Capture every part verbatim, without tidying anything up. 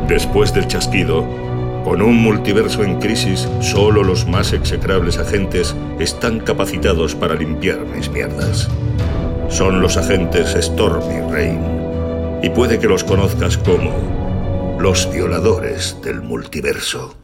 Después del chasquido, con un multiverso en crisis, solo los más execrables agentes están capacitados para limpiar mis mierdas. Son los agentes Storm y Rain, y puede que los conozcas como los violadores del multiverso.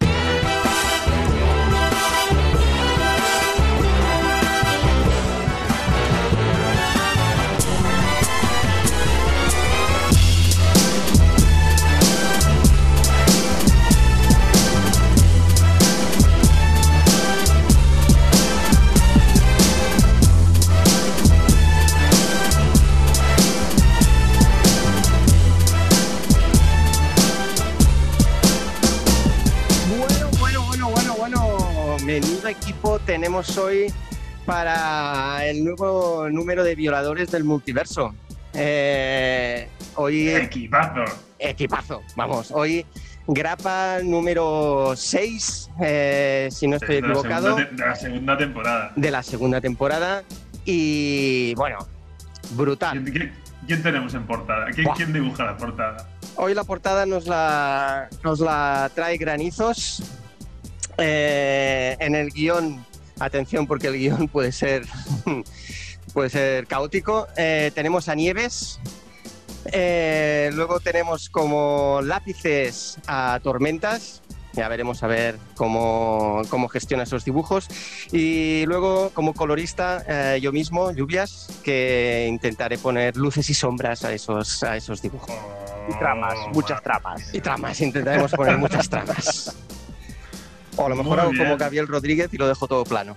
Equipo tenemos hoy para el nuevo número de violadores del multiverso. Eh, hoy equipazo. Equipazo, vamos. Hoy grapa número seis, eh, si no estoy de equivocado. La de la segunda temporada. De la segunda temporada. Y bueno, brutal. ¿Quién, quién, quién tenemos en portada? ¿Quién, ¿Quién dibuja la portada? Hoy la portada nos la, nos la trae Granizos. Eh, en el guión, atención porque el guión puede ser, puede ser caótico, eh, tenemos a Nieves, eh, luego tenemos como lápices a Tormentas, ya veremos a ver cómo, cómo gestiona esos dibujos, y luego como colorista eh, yo mismo, Lluvias, que intentaré poner luces y sombras a esos, a esos dibujos. Y tramas, muchas tramas. Y tramas, intentaremos poner muchas tramas. O a lo mejor hago como Gabriel Rodríguez y lo dejo todo plano.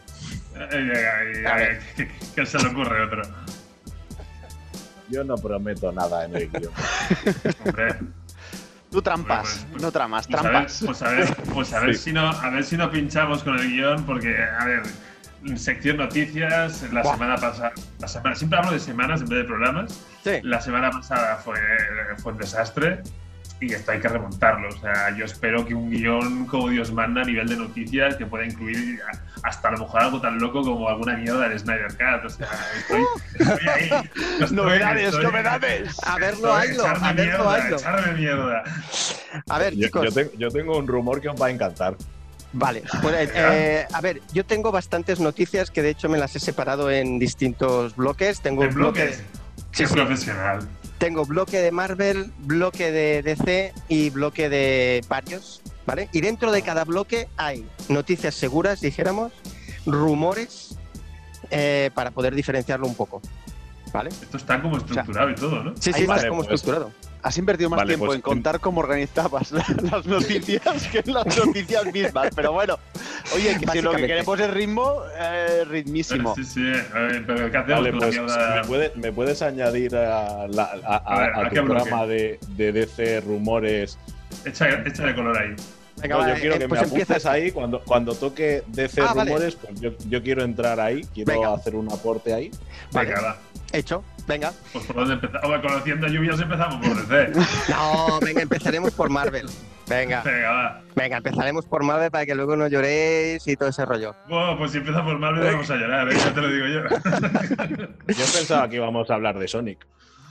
¿Qué se le ocurre otro? Yo no prometo nada en el guión. Hombre. Tú trampas, pues, pues, no tramas, pues trampas. A ver, pues a ver, pues a ver, Sí. si no, a ver si no pinchamos con el guión, porque, a ver, sección noticias, la Buah. semana pasada, la semana, siempre hablo de semanas en vez de programas. Sí. La semana pasada fue, fue un desastre. Y esto hay que remontarlo. O sea, yo espero que un guión como Dios manda a nivel de noticias que pueda incluir hasta a lo mejor algo tan loco como alguna mierda del Snyder Cut. O sea, estoy, estoy ahí. Estoy, novedades, estoy, novedades. A verlo, hazlo, echarme a verlo, mierda, hazlo. echarme mierda. A ver, Yo, chicos. yo, tengo, yo tengo un rumor que os va a encantar. Vale, pues, eh, a ver, yo tengo bastantes noticias que de hecho me las he separado en distintos bloques. Tengo En un bloque bloques. de- Qué Sí, sí. profesional. Tengo bloque de Marvel, bloque de D C y bloque de varios, ¿vale? Y dentro de cada bloque hay noticias seguras, dijéramos, rumores, eh, para poder diferenciarlo un poco, ¿vale? Esto está como estructurado y todo, ¿no? Sí, Ahí sí, vale, está como pues. estructurado. Has invertido más Vale, tiempo pues, en contar cómo organizabas la- las noticias que en las noticias mismas, pero bueno. Oye, que si lo que Básicamente. queremos es ritmo, eh, ritmísimo. Sí, sí. A ver, pero ¿qué hacemos Vale, con la pues mierda? ¿me, puede- me puedes añadir a, la- a- a- A ver, a ¿a tu qué bloque? programa de, de D C rumores? Echa, echa de color ahí. Venga, No, va, yo quiero eh, que pues me apuntes empieza. ahí cuando, cuando toque D C Ah, vale. rumores, pues yo, yo quiero entrar ahí, quiero Venga. hacer un aporte ahí. Vale. Venga, va. Hecho, venga. Pues por dónde empezamos. Bueno, conociendo a Lluvias empezamos por D C. No, venga, empezaremos por Marvel. Venga, Venga, va. venga, empezaremos por Marvel para que luego no lloréis y todo ese rollo. Bueno, pues si empieza por Marvel vamos a llorar, ¿eh? Ya te lo digo yo. Yo pensaba que íbamos a hablar de Sonic.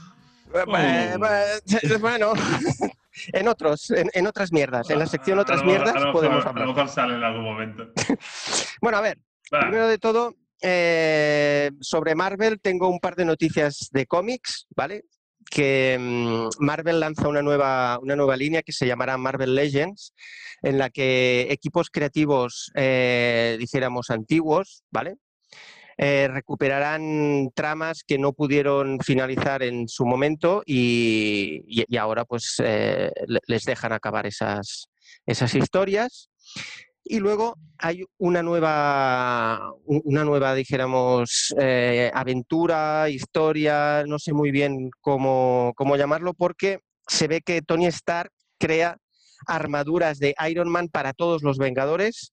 Eh, eh, Bueno, en otros, en, en otras mierdas, en la sección otras A lo mejor- mierdas a lo mejor- podemos A lo hablar. mejor sale en algún momento. Bueno, a ver, Va. primero de todo, eh, sobre Marvel tengo un par de noticias de cómics, ¿vale? Que mm, Marvel lanza una nueva, una nueva línea que se llamará Marvel Legends, en la que equipos creativos, eh, dijéramos, antiguos, ¿vale? Eh, recuperarán tramas que no pudieron finalizar en su momento y, y- y ahora pues eh, le- les dejan acabar esas, esas historias. Y luego hay una nueva, u- una nueva, dijéramos, eh, aventura, historia, no sé muy bien cómo, cómo llamarlo, porque se ve que Tony Stark crea armaduras de Iron Man para todos los Vengadores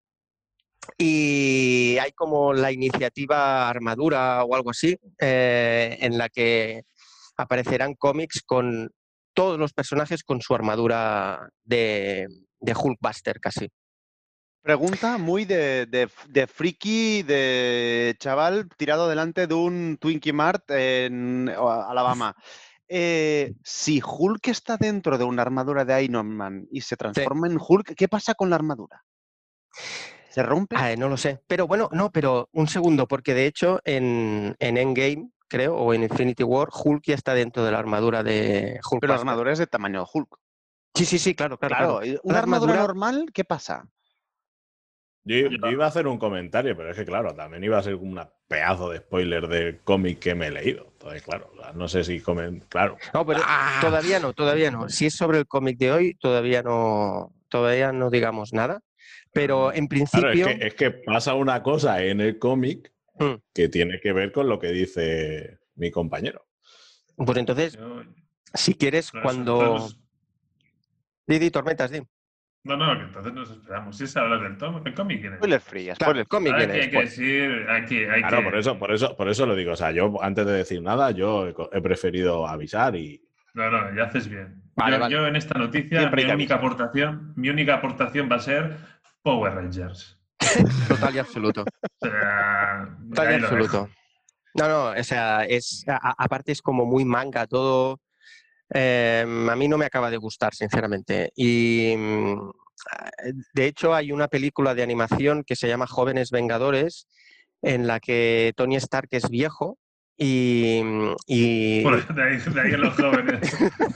y hay como la iniciativa Armadura o algo así, eh, en la que aparecerán cómics con todos los personajes con su armadura de, de Hulkbuster casi. Pregunta muy de, de, de friki, de chaval tirado delante de un Twinkie Mart en Alabama. eh, si Hulk está dentro de una armadura de Iron Man y se transforma sí. en Hulk, ¿qué pasa con la armadura? ¿Se rompe? Ah, no lo sé. Pero bueno, no, pero un segundo, porque de hecho en, en Endgame, creo, o en Infinity War, Hulk ya está dentro de la armadura de Hulk. Pero la armadura es de tamaño de Hulk. Sí, sí, sí, claro, claro. Claro, claro. ¿una armadura, armadura normal qué pasa? Yo, yo iba a hacer un comentario, pero es que, claro, también iba a ser un pedazo de spoiler del cómic que me he leído. Entonces, claro, no sé si comen... Claro. No, pero ¡ah! todavía no, todavía no. Si es sobre el cómic de hoy, todavía no, todavía no digamos nada. Pero en principio... Claro, es que, es que pasa una cosa en el cómic hmm. que tiene que ver con lo que dice mi compañero. Pues entonces, Yo... si quieres, no, cuando... Nos... Didi, Tormentas, di. No, no, que entonces nos esperamos. Si es hablar del tomo, el cómic. Spoiler free, spoiler cómic. Hay, hay que decir, hay que, hay claro, que... por eso, por eso, por eso lo digo. O sea, yo antes de decir nada, yo he, he preferido avisar y. No, no, ya haces bien. Vale, yo, vale. yo en esta noticia, Siempre mi única aportación, mi única aportación va a ser Power Rangers. Total y absoluto. O sea, total y absoluto. No, no, o sea, es a, aparte es como muy manga todo. Eh, a mí no me acaba de gustar, sinceramente. Y de hecho hay una película de animación que se llama Jóvenes Vengadores, en la que Tony Stark es viejo y... y... Bueno, de ahí, de ahí los jóvenes.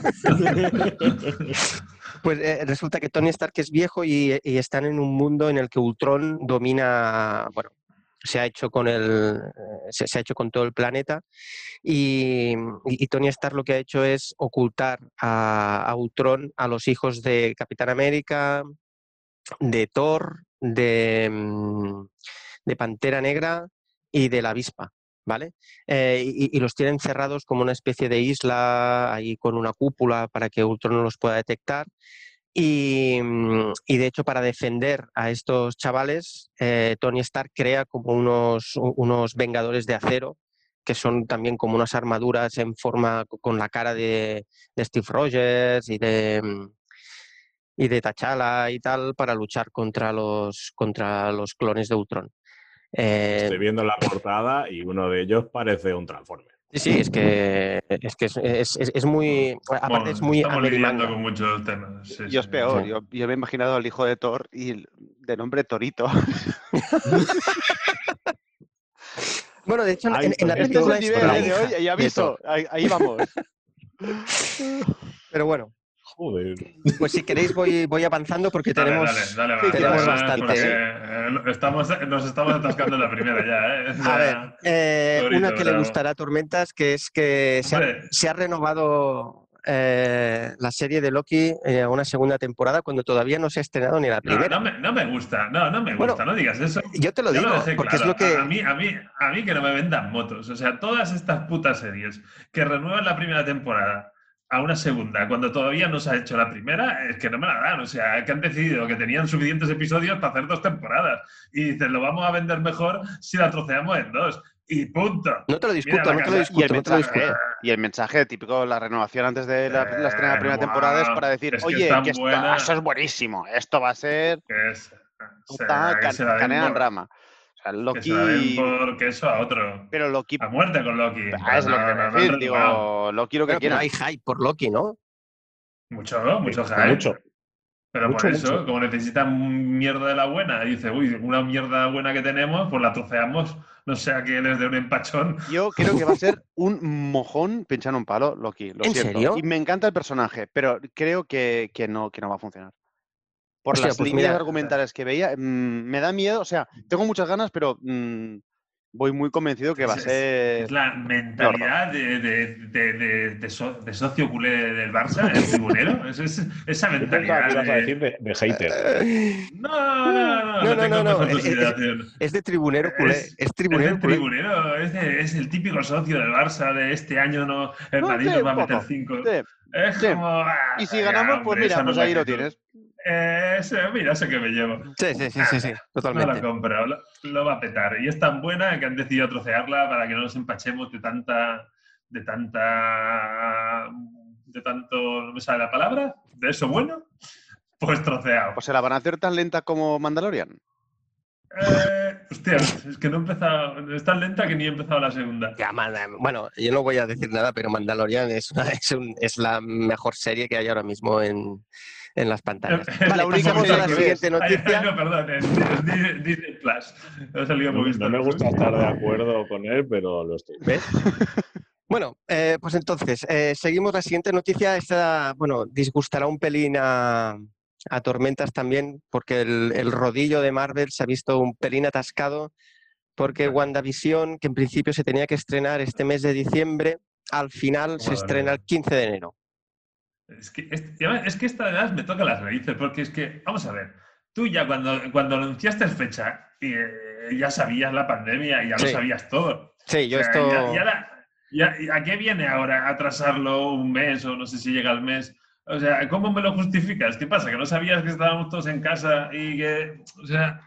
Pues eh, resulta que Tony Stark es viejo y, y están en un mundo en el que Ultron domina... Bueno, se ha hecho con el se, se ha hecho con todo el planeta y, y Tony Stark lo que ha hecho es ocultar a, a Ultron a los hijos de Capitán América, de Thor, de, de Pantera Negra y de la Avispa, ¿vale? Eh, y, y los tienen cerrados como una especie de isla ahí con una cúpula para que Ultron no los pueda detectar. Y, y de hecho, para defender a estos chavales, eh, Tony Stark crea como unos, unos Vengadores de acero, que son también como unas armaduras en forma con la cara de, de Steve Rogers y de, y de T'Challa y tal, para luchar contra los, contra los clones de Ultron. Eh, Estoy viendo la portada y uno de ellos parece un Transformer. Sí, sí, es que es, que es, es, es muy... Aparte bueno, es muy estamos lidiando con muchos temas. Sí, yo es peor, sí. yo, yo me he imaginado al hijo de Thor y de nombre Torito. Bueno, de hecho, Ay, en, en la película... Este es el nivel de hoy, y aviso, ahí, ahí vamos. Pero bueno. Joder. Pues si queréis voy, voy avanzando porque dale, tenemos, dale, dale, tenemos dale, bastante. Porque, eh, estamos, nos estamos atascando en la primera ya. ¿eh? A ver, eh, Torito, una que bravo. le gustará a Tormentas, que es que se ha, se ha renovado eh, la serie de Loki eh, a una segunda temporada cuando todavía no se ha estrenado ni la primera. No, no, me, no me gusta, no, no me gusta, bueno, no digas eso. Yo te lo yo digo, lo porque claro. es lo que... A mí, a, mí, a mí que no me vendan motos. O sea, todas estas putas series que renuevan la primera temporada a una segunda, cuando todavía no se ha hecho la primera, es que no me la dan. O sea, que han decidido que tenían suficientes episodios para hacer dos temporadas. Y dicen, lo vamos a vender mejor si la troceamos en dos. Y punto. No te lo discuto, no te lo discuto. Y el, no mensaje, te lo discuto. y el mensaje típico, la renovación antes de la, la estrena de la primera eh, temporada es para decir, es que oye, que esto, eso es buenísimo, esto va a ser... Que es, puta can, canela en rama. Loki... Que se la den por queso a otro. Pero Loki... A muerte con Loki. Ah, es no, lo que no, decir, no, digo, no. Loki lo que pero quiera. Hay hype por Loki, ¿no? Mucho, ¿no? Mucho sí, hype. Mucho. Pero mucho, por eso, mucho. como necesitan mierda de la buena, y dice, uy, una mierda buena que tenemos, pues la troceamos, no sea que les dé un empachón. Yo creo que va a ser un mojón pinchar un palo, Loki, lo ¿En siento. serio? Y me encanta el personaje, pero creo que, que, no, que no va a funcionar. Por o sea, las pues líneas mira, argumentales que veía, mmm, me da miedo, o sea, tengo muchas ganas, pero mmm, voy muy convencido que es, va a ser... Es la mentalidad de, de, de, de, de, so, de socio culé del Barça, el tribunero, es, es, esa mentalidad. ¿Qué vas a decir de, de hater? No, no, no, no, no, no, no, no, es, es, es de tribunero culé, es, es tribunero es culé. tribunero, es, de, es el típico socio del Barça de este año, no, el no, Madrid sí, nos va a poco, meter cinco. Sí, es sí. como... Ah, y si ganamos, pues mira, pues ahí lo tienes. Eh, mira, sé que me llevo. Sí, sí, sí, sí, sí, totalmente. No la compro, lo, lo va a petar. Y es tan buena que han decidido trocearla para que no nos empachemos de tanta, de tanta, de tanto, no me sale la palabra, de eso bueno, pues troceado. ¿O se la van a hacer tan lenta como Mandalorian? Eh, hostia, es que no he empezado. Es tan lenta que ni he empezado la segunda. Ya, man, bueno, yo no voy a decir nada, pero Mandalorian es, una- es, un- es la mejor serie que hay ahora mismo en, en las pantallas. Es Vale, la única pasamos a serie la que siguiente Ay, ay, noticia. no, perdón, es, es Disney, Disney Plus. Ha salido No, Movistar. no me gusta estar de acuerdo con él, pero lo estoy. ¿Ves? Bueno, eh, pues entonces, eh, seguimos la siguiente noticia. Esta, bueno, disgustará un pelín a, a Tormentas también, porque el, el rodillo de Marvel se ha visto un pelín atascado, porque WandaVision, que en principio se tenía que estrenar este mes de diciembre, al final se Madre estrena mía. el quince de enero. Es que, es, es que esta edad me toca las raíces, porque es que, vamos a ver, tú ya cuando, cuando anunciaste fecha, eh, ya sabías la pandemia y ya Sí. lo sabías todo. Sí, yo O sea, esto... ya- y ahora, ya- ¿a qué viene ahora atrasarlo un mes o no sé si llega al mes? O sea, ¿cómo me lo justificas? ¿Qué pasa? ¿Que no sabías que estábamos todos en casa y que, o sea...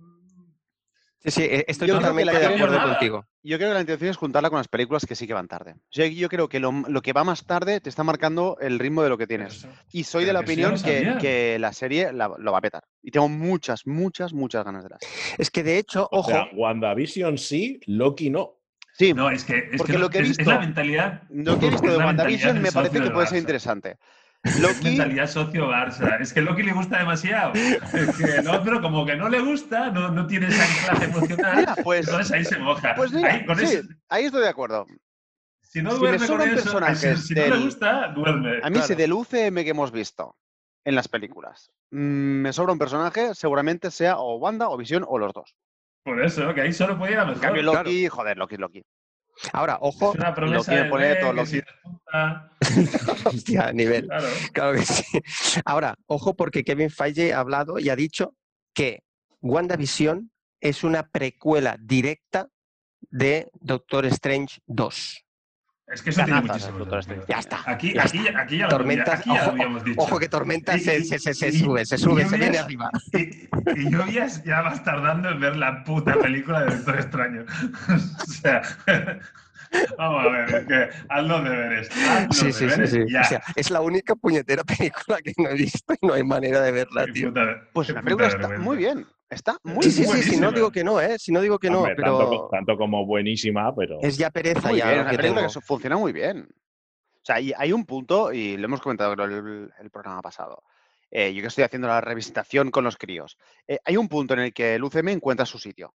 Sí, sí, eh, estoy Yo creo que totalmente la de creo acuerdo nada. contigo. Yo creo que la intención es juntarla con las películas que sí que van tarde. O sea, yo creo que lo, lo que va más tarde te está marcando el ritmo de lo que tienes. Eso- Y soy de pero la que eso ya opinión lo que, sabía. que la serie la- lo va a petar. Y tengo muchas, muchas, muchas ganas de la serie. Es que de hecho, O ojo, sea, WandaVision sí, Loki no. Sí, No, es que, es porque que no- lo que he es- visto- es la mentalidad. lo que he visto es de la mentalidad WandaVision del me parece socio que del puede ser Barça. interesante. Es Loki, mentalidad socio Barça. Es que Loki le gusta demasiado. Es que el otro, como que no le gusta, no, no tiene ese anclaje emocional. mira, pues, Entonces ahí se moja. pues mira, ahí, con sí, eso, ahí estoy de acuerdo. si no si me duerme con sobran eso, ahí personajes se- si no le del- gusta, duerme. A mí, si Claro. del U C M que hemos visto en las películas mm, me sobra un personaje, seguramente sea o Wanda o Visión o los dos. Por eso, que ahí solo puede ir a En mejor. cambio, Loki, joder, Loki es Loki. ahora, Es ojo, una promesa Loki me de pone todo que si Loki. despunta, hostia, a nivel. claro. Claro que sí. Ahora, ojo, porque Kevin Feige ha hablado y ha dicho que WandaVision es una precuela directa de Doctor Strange dos. Es que eso tiene Ganazas, muchísimo el Doctor sentido. Ya está. Aquí, ya aquí, está. aquí ya lo, Tormentas, aquí ya lo ojo, habíamos dicho. ojo que Tormentas Y- se, y- se- se- se y- sube, se y sube, se lluvias- viene arriba. Y, y Lluvias ya vas tardando en ver la puta película de Doctor Extraño. O sea, vamos a ver, es que haz los deberes. Haz los Sí, sí, sí, deberes sí. ya. O sea, es la única puñetera película que no he visto y no hay manera de verla, Qué tío. puta- Pues qué la puta película está vergüenza. muy bien. Está muy Sí, sí, sí, bien. sí, no buenísima. digo que no, ¿eh? Si no digo que no, Hombre, pero tanto, tanto como buenísima, pero. es ya pereza Muy ya bien, lo es una que película tengo. que funciona muy bien. O sea, y hay un punto, y lo hemos comentado creo, el, el programa pasado. Eh, yo que estoy haciendo la revisitación con los críos. Eh, hay un punto en el que el U C M encuentra su sitio,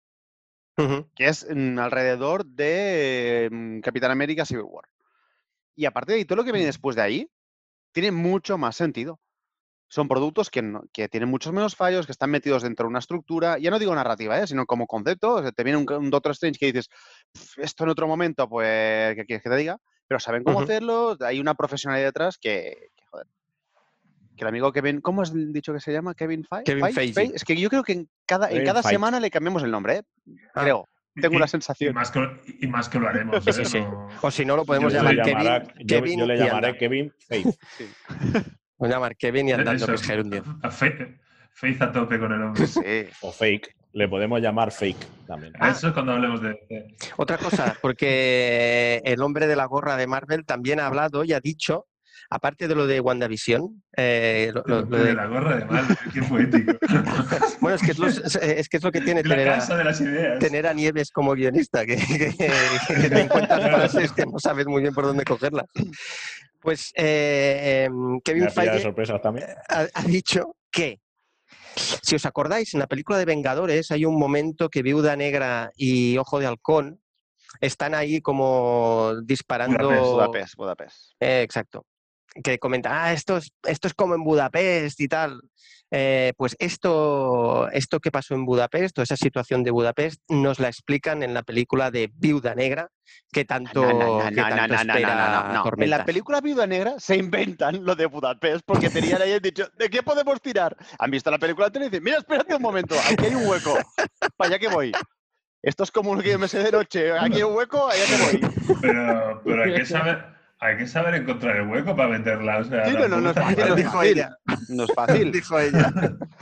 Ujú. que es mm, alrededor de mm, Capitán América Civil War. Y aparte de ahí, todo lo que viene después de ahí tiene mucho más sentido. Son productos que, no- que tienen muchos menos fallos, que están metidos dentro de una estructura, ya no digo narrativa, ¿eh? Sino como concepto. O sea, te viene un, un Doctor Strange que dices, "Pf, esto en otro momento, pues, ¿qué quieres que te diga? Pero saben cómo Ujú. hacerlo, hay una profesionalidad detrás que, que, joder. Que el amigo Kevin, ¿cómo has dicho que se llama? Kevin Feige. Kevin Feige. Es que yo creo que en cada, en Kevin cada Feige. semana le cambiamos el nombre, ¿eh? Ah. Creo. Tengo Y- la Y sensación. más, que, y más que lo haremos. Sí, ¿eh? sí, sí. No- O si no, lo podemos Yo Yo llamar le soy- Kevin, llamará- yo- Kevin yo le y llamaré anda. Kevin Feige. Sí. Lo llamar Kevin y andando, Eso, que es gerundio. a fe- Faith a tope con el hombre. Sí. O Fake. Le podemos llamar Fake también. Ah. Eso es cuando hablemos de... de- Otra cosa, porque el hombre de la gorra de Marvel también ha hablado y ha dicho, aparte de lo de WandaVision, eh, lo- lo- lo de de- la gorra de mal, qué poético. bueno, es que es, lo, es que es lo que tiene La tener a, casa de las ideas. tener a Nieves como guionista, que, que- que te encuentras frases que no sabes muy bien por dónde cogerlas. Pues eh, eh, Me Kevin ha pillado de Feige sorpresa también. ha, ha dicho que, si os acordáis, en la película de Vengadores hay un momento que Viuda Negra y Ojo de Halcón están ahí como disparando... Budapest, Budapest. Eh, exacto. Que comenta, ah, esto es, esto es como en Budapest y tal. Eh, pues esto, esto que pasó en Budapest, o esa situación de Budapest, nos la explican en la película de Viuda Negra, que tanto, No, no, no, que no, tanto no, no, no, espera no, no, no. En Tormentas. la película Viuda Negra se inventan lo de Budapest porque tenían ahí dicho, ¿de qué podemos tirar? Han visto la película anterior y dicen, mira, espérate un momento, aquí hay un hueco, para allá que voy. Esto es como un que me sé de noche, aquí hay un hueco, allá que voy. Pero, pero hay que saber... Hay que saber encontrar el hueco para meterla. O sea, Sí, no, no, no es tampoco fácil, no es Dijo fácil. ella. No es fácil. Dijo ella.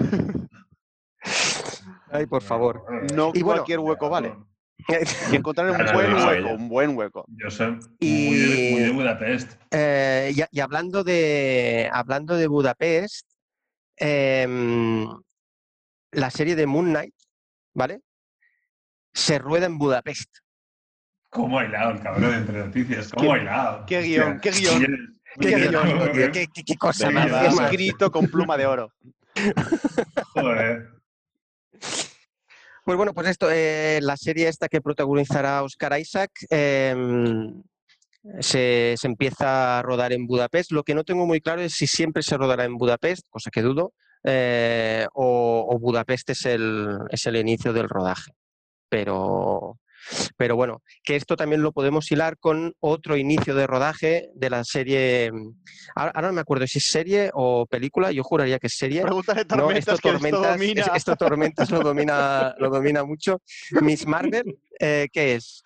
Ay, por favor. No Y bueno, cualquier hueco vale. Y encontrar un Claro, buen dijo hueco, ella. un buen hueco. Yo soy Y- muy, de, muy de Budapest. Eh, y, y hablando de hablando de Budapest, em, la serie de Moon Knight ¿vale? Se rueda en Budapest. ¿Cómo ha hilado el cabrón entre noticias? ¿Cómo ha hilado? qué guión, Hostia, qué guión. bien, Qué bien, guión, joder. tío, qué, qué- qué cosa De más, nada, más- Escrito con pluma de oro. Joder. Pues bueno, pues esto, eh, la serie esta que protagonizará Oscar Isaac eh, se, se empieza a rodar en Budapest. Lo que no tengo muy claro es si siempre se rodará en Budapest, cosa que dudo, eh, o, o Budapest es el, es el inicio del rodaje. Pero, pero bueno, que esto también lo podemos hilar con otro inicio de rodaje de la serie. Ahora, ahora no me acuerdo si es serie o película, yo juraría que es serie. Pregúntale No, Tormentas, esto que esto Tormentas, domina. es- esto Tormentas lo domina, lo domina mucho. Miss Marvel, eh, ¿qué es?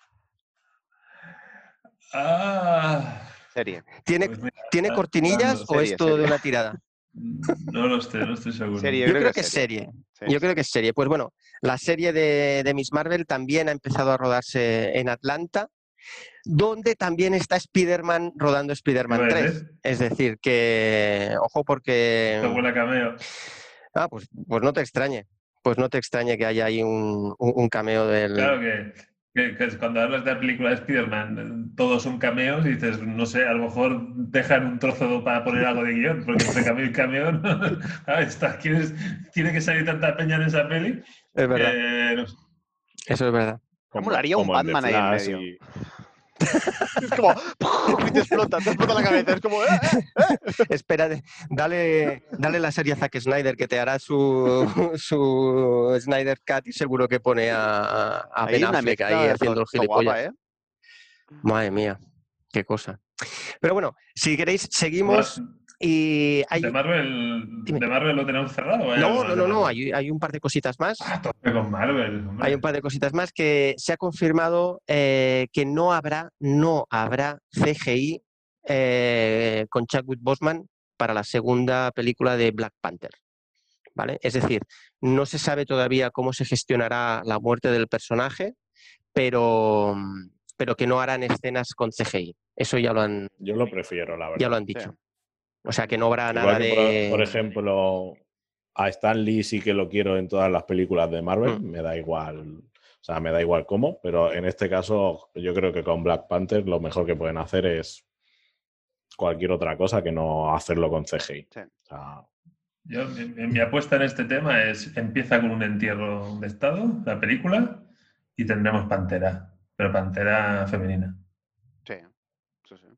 Ah, Serie. ¿Tiene, pues mira, ¿tiene está cortinillas dando. o es Serie, todo de serie. una tirada? No lo sé, no estoy seguro. Serie. Yo creo que es serie. Sí, Yo sí. creo que es serie. Pues bueno, la serie de, de Miss Marvel también ha empezado a rodarse en Atlanta, donde también está Spider-Man rodando Spider-Man ¿Qué iba a tres. decir? Es decir, que, ojo, porque... Esto huele a cameo. Ah, pues, pues no te extrañe. Pues no te extrañe que haya ahí un, un- un cameo del... Claro que, que- que cuando hablas de la película de Spider-Man, eh, todos son cameos y dices, no sé, a lo mejor dejan un trozo para poner algo de guión, porque entre cameo y cameo, ¿no? Ah, está, ¿quieres- tiene que salir tanta peña en esa peli. Es verdad, que, no sé. eso es verdad. ¿Cómo molaría un como en The Batman ahí en Flash medio? y- Es como... Y te explota, te explota la cabeza. Es como... ¡eh, eh! Espera, dale, dale la serie a Zack Snyder, que te hará su, su Snyder Cut y seguro que pone a, a- a Hay Ben una Affleck mezcla ahí to- haciendo el to guapa, gilipollas. ¿eh? Madre mía, qué cosa. Pero bueno, si queréis, seguimos y hay... ¿De Marvel, Dime. ¿De Marvel lo tenemos cerrado? o hay No, algo no, más no, de no, Marvel? hay, hay un par de cositas más. Ah, tope con Marvel, hombre. Hay un par de cositas más que se ha confirmado eh, que no habrá, no habrá C G I eh, con Chadwick Boseman para la segunda película de Black Panther. ¿Vale? Es decir, no se sabe todavía cómo se gestionará la muerte del personaje, pero, pero que no harán escenas con C G I. Eso ya lo han, Yo lo prefiero, la verdad. ya lo han Sí. dicho. O sea, que no habrá Igual nada que, de... por, por ejemplo, a Stan Lee sí que lo quiero en todas las películas de Marvel, Mm. me da igual, o sea, me da igual cómo, pero en este caso yo creo que con Black Panther lo mejor que pueden hacer es cualquier otra cosa que no hacerlo con C G I. Sí. O sea, Yo, mi, mi apuesta en este tema es, empieza con un entierro de Estado, la película, y tendremos Pantera, pero Pantera femenina. Sí. Sí, sí.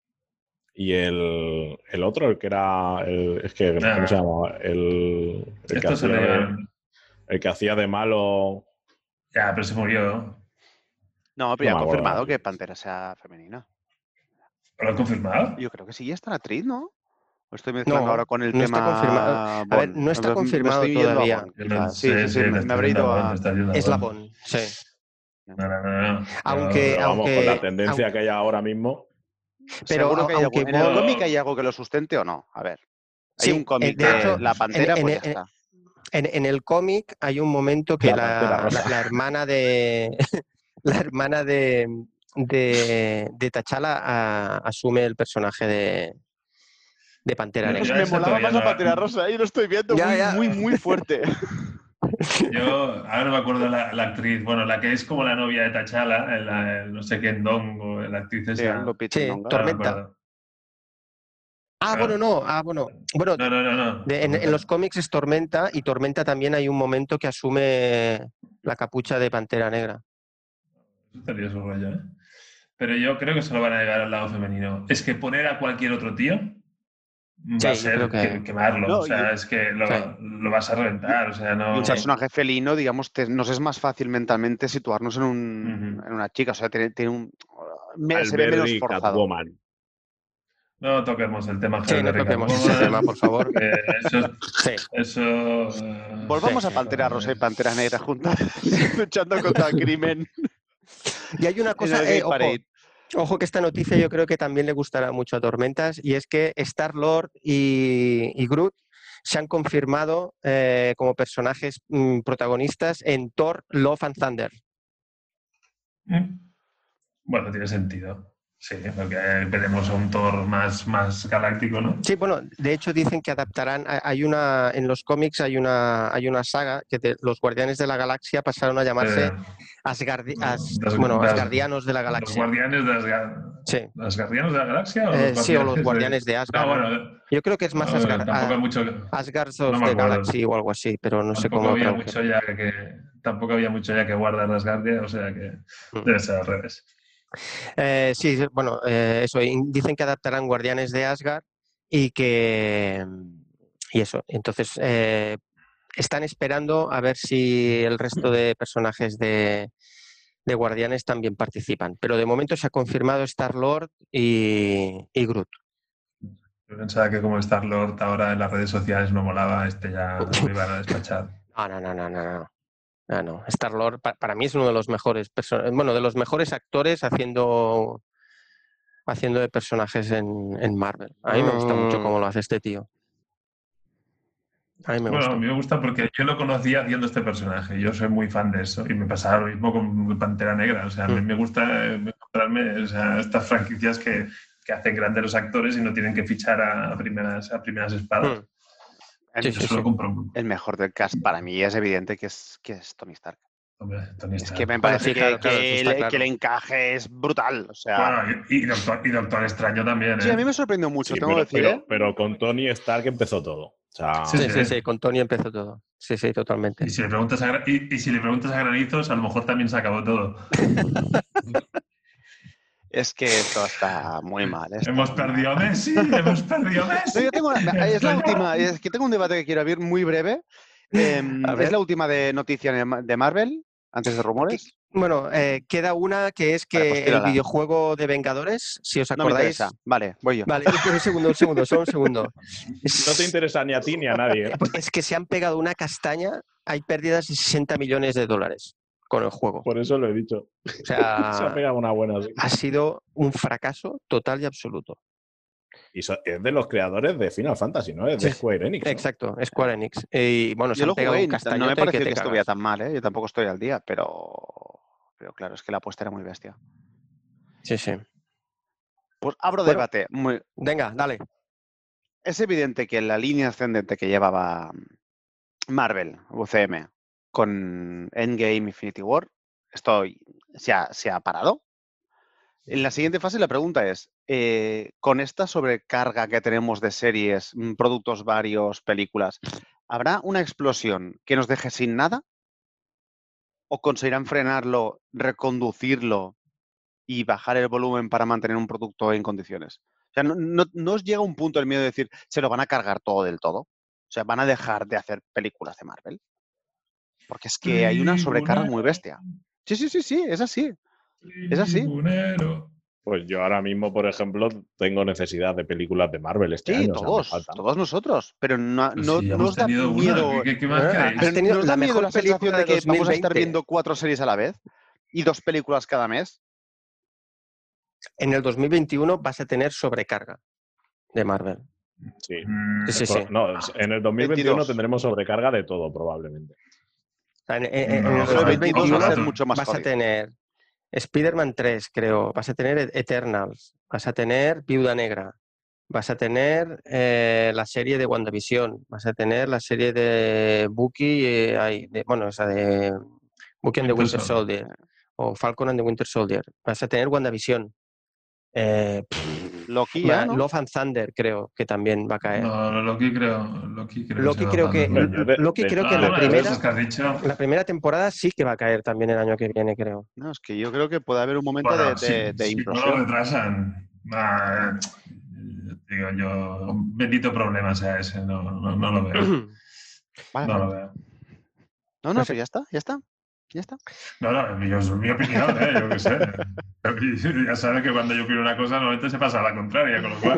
y el, el otro, el que era, el- es que, Ah. ¿cómo se llama? El, el, que Esto se hacía lo de, llevaron. el que hacía de malo. Ya, pero se murió. No, pero ya No ha me confirmado acuerdo. que Pantera sea femenina. ¿Lo han confirmado? Yo creo que sí, ya está la actriz, ¿no? O estoy mezclando No, ahora con el no está tema. confirmado. A ver, Bond. no está Me- me confirmado estoy yendo a todavía. Bond, Yo quizás. no Sí, sé, sí, sí, te me, me estás habré yendo ido a Bond, a. te estás yendo a Es la Bond. Bond, sí. No, no, no, no. Aunque- Pero vamos, con aunque- la tendencia aunque- que hay ahora mismo. Pero Seguro que hay aunque algo- ¿En el Bond- cómic hay algo que lo sustente o no? A ver. Hay Sí, un cómic eh, de de hecho, la Pantera, en- pues en- ya está. En, en el cómic hay un momento que La la, Pantera Rosa. la- la hermana de la hermana de, de, de T'Challa a- asume el personaje de, de Pantera Yo- Negra. yo Me esa molaba todavía más la no- Pantera Rosa, ahí lo estoy viendo Ya, muy, ya. muy, muy fuerte. Yo ahora no me acuerdo la, la actriz, bueno, la que es como la novia de T'Challa, el, el no sé qué Ndong, o la actriz Sí, esa. lo pito, Sí, ¿no? Ahora no me Tormenta. acuerdo. Ah, Ah. bueno, no, ah, bueno, bueno, No, no, no, no. de- en, en los cómics es Tormenta y Tormenta también hay un momento que asume la capucha de Pantera Negra. Eso estaría su rollo, ¿eh? Pero yo creo que se lo van a llevar al lado femenino. Es que poner a cualquier otro tío va Sí, a yo ser creo que- que- quemarlo. No, o sea, y- es que lo, Sí. lo vas a reventar. O sea, Y no. un personaje felino, digamos, te- nos es más fácil mentalmente situarnos en, un, Ujú. en una chica. O sea, tiene, tiene un. me- se ve menos Alberdi forzado. Catwoman. No toquemos el tema. Sí, no Harry toquemos Catwoman, ese tema, por favor. que Eso, Sí. eso eh, Volvamos Sí, a sí, Pantera Rosa y Pantera Negra juntas, luchando contra el crimen. Y hay una en cosa, el Gay eh, ojo, Parade. ojo que esta noticia yo creo que también le gustará mucho a Tormentas, y es que Star-Lord y, y Groot se han confirmado eh, como personajes mm, protagonistas en Thor, Love and Thunder. Mm. Bueno, tiene sentido. Sí, porque veremos a un Thor más, más galáctico, ¿no? Sí, bueno, de hecho dicen que adaptarán, ha- hay una, en los cómics hay una, hay una saga que de- los Guardianes de la Galaxia pasaron a llamarse Eh, Asgardi- As- das- bueno, das- Asgardianos de la Los Galaxia. guardianes de Asgard. Sí. ¿Los guardianes de la galaxia o Eh, los sí, o guardianes los Guardianes de Asgard. No, bueno, Yo creo que es más no, Asgard, tampoco hay mucho. Asgards No of me the acuerdo. Galaxy o algo así, pero no sé Tampoco cómo había traducirlo. mucho ya que tampoco había mucho ya que guardar las guardias, o sea que Mm. debe ser al revés. Eh, sí, sí, bueno, eh, eso, in- dicen que adaptarán Guardianes de Asgard y que... Y eso, entonces eh, están esperando a ver si el resto de personajes de, de Guardianes también participan. Pero de momento se ha confirmado Star-Lord y, y Groot. Yo pensaba que como Star-Lord ahora en las redes sociales no molaba, este ya lo iban a despachar. Ah, no, no, no, no, no. Ah, no. Star-Lord pa- para mí es uno de los mejores perso- bueno, de los mejores actores haciendo haciendo de personajes en, en Marvel. A mí me gusta mucho cómo lo hace este tío. A mí me Bueno, gusta. a mí me gusta porque yo lo conocía haciendo este personaje. Yo soy muy fan de eso y me pasaba lo mismo con Pantera Negra. O sea, a mí Mm. me gusta eh, encontrarme o sea, estas franquicias que, que hacen grandes los actores y no tienen que fichar a primeras, a primeras espadas. Mm. El, Sí, Yo sí, solo sí. compro un- el mejor del cast para mí es evidente que es, que es Tony Stark. Hombre, Tony Es Stark. que me Bueno, parece sí, que, claro, claro, que eso está el, claro. que el encaje es brutal. O sea, Bueno, y, y Doctor, y Doctor Extraño también, ¿eh? sí, a mí me sorprendió mucho, Sí, tengo pero, que decir, pero, ¿eh? pero con Tony Stark empezó todo. O sea, Sí, Sí, sí, sí, con Tony empezó todo. Sí, sí, totalmente. Y si le preguntas a, Gra- y, y si le preguntas a Granizos, a lo mejor también se acabó todo. Es que esto está muy mal. está Hemos muy perdido a mal. Messi, hemos perdido a No, Messi. yo tengo una- es la Estoy- última, es que tengo un debate que quiero abrir muy breve. Em, A es ver. la última de noticia de Ma- de Marvel, antes de rumores. Bueno, eh, queda una que es que Vale, pues el tírala. videojuego de Vengadores, si os No me acordáis. interesa. Vale, voy yo. Vale, un segundo, un segundo, solo un segundo. no te interesa ni a ti ni a nadie. ¿eh? Es que se han pegado una castaña, hay pérdidas de sesenta millones de dólares con el juego. Por eso lo he dicho. O Se ha sea, pegado una buena. Sí. ha sido un fracaso total y absoluto. Y so- es de los creadores de Final Fantasy, ¿no? Es de Sí, Square Enix. ¿no? Exacto, Square Enix. Y bueno, se Yo han lo pegado jugué un y no castañote me pareció que que, te estuviera cagas. tan mal, ¿eh? Yo tampoco estoy al día, pero, pero claro, es que la apuesta era muy bestia. Sí, sí. Pues abro Bueno. debate. Muy- Venga, dale. Es evidente que la línea ascendente que llevaba Marvel, U C M, con Endgame, Infinity War, esto se ha, se ha parado. En la siguiente fase la pregunta es, eh, con esta sobrecarga que tenemos de series, mm, productos varios, películas, ¿habrá una explosión que nos deje sin nada? ¿O conseguirán frenarlo, reconducirlo y bajar el volumen para mantener un producto en condiciones? O sea, no, no- no os llega un punto el miedo de decir, se lo van a cargar todo del todo. O sea, van a dejar de hacer películas de Marvel. Porque es que hay una sobrecarga muy bestia. Sí, sí, sí, sí, es así. Es así. Tribunero. Pues yo ahora mismo, por ejemplo, tengo necesidad de películas de Marvel este Sí, año. o sea, me todos, faltan. todos nosotros. Pero no, Pues no, sí, ya no hemos os da tenido una. miedo. ¿Qué, qué- qué más Eh, queréis? has tenido ¿Nos la da miedo mejor la sensación película de de que vamos a estar dos mil veinte. viendo cuatro series a la vez y dos películas cada mes? En el dos mil veintiuno vas a tener sobrecarga de Marvel. Sí. Mm, Sí, sí, sí. No, en el dos mil veintiuno veintidós. tendremos sobrecarga de todo, probablemente. O sea, en, en- en No, el ojalá, dos mil veintidós veintiuno va a ser ojalá. mucho más vas a jodido. tener Spider-Man tres, creo. Vas a tener Eternals. Vas a tener Viuda Negra. Vas a tener eh, la serie de WandaVision. Vas a tener la serie de Bucky. eh, ay, de- bueno, esa de Bucky and the Winter Winter Soldier. O Falcon and the Winter Soldier. Vas a tener WandaVision. Eh, pff, Loki va- ya, ¿no? Love and Thunder, creo que también va a caer. No, no, Loki creo. Loki creo Loki se va creo a que, mandar. Hombre, yo de- Loki de- creo que Ah, la una de primera, esas que has dicho. la primera temporada sí que va a caer también el año que viene, creo. No, es que yo creo que puede haber un momento Bueno, de, de- sí, de sí, no lo implosión. retrasan. Ah, eh, digo yo, un bendito problema sea ese, no, no, no lo veo. Vale, No vale. lo veo. No, no, No sé. pues ya está, ya está. Ya está. No, no, yo- es mi opinión, ¿eh? Yo qué sé. Ya sabes que cuando yo opino una cosa, normalmente se pasa a la contraria, con lo cual.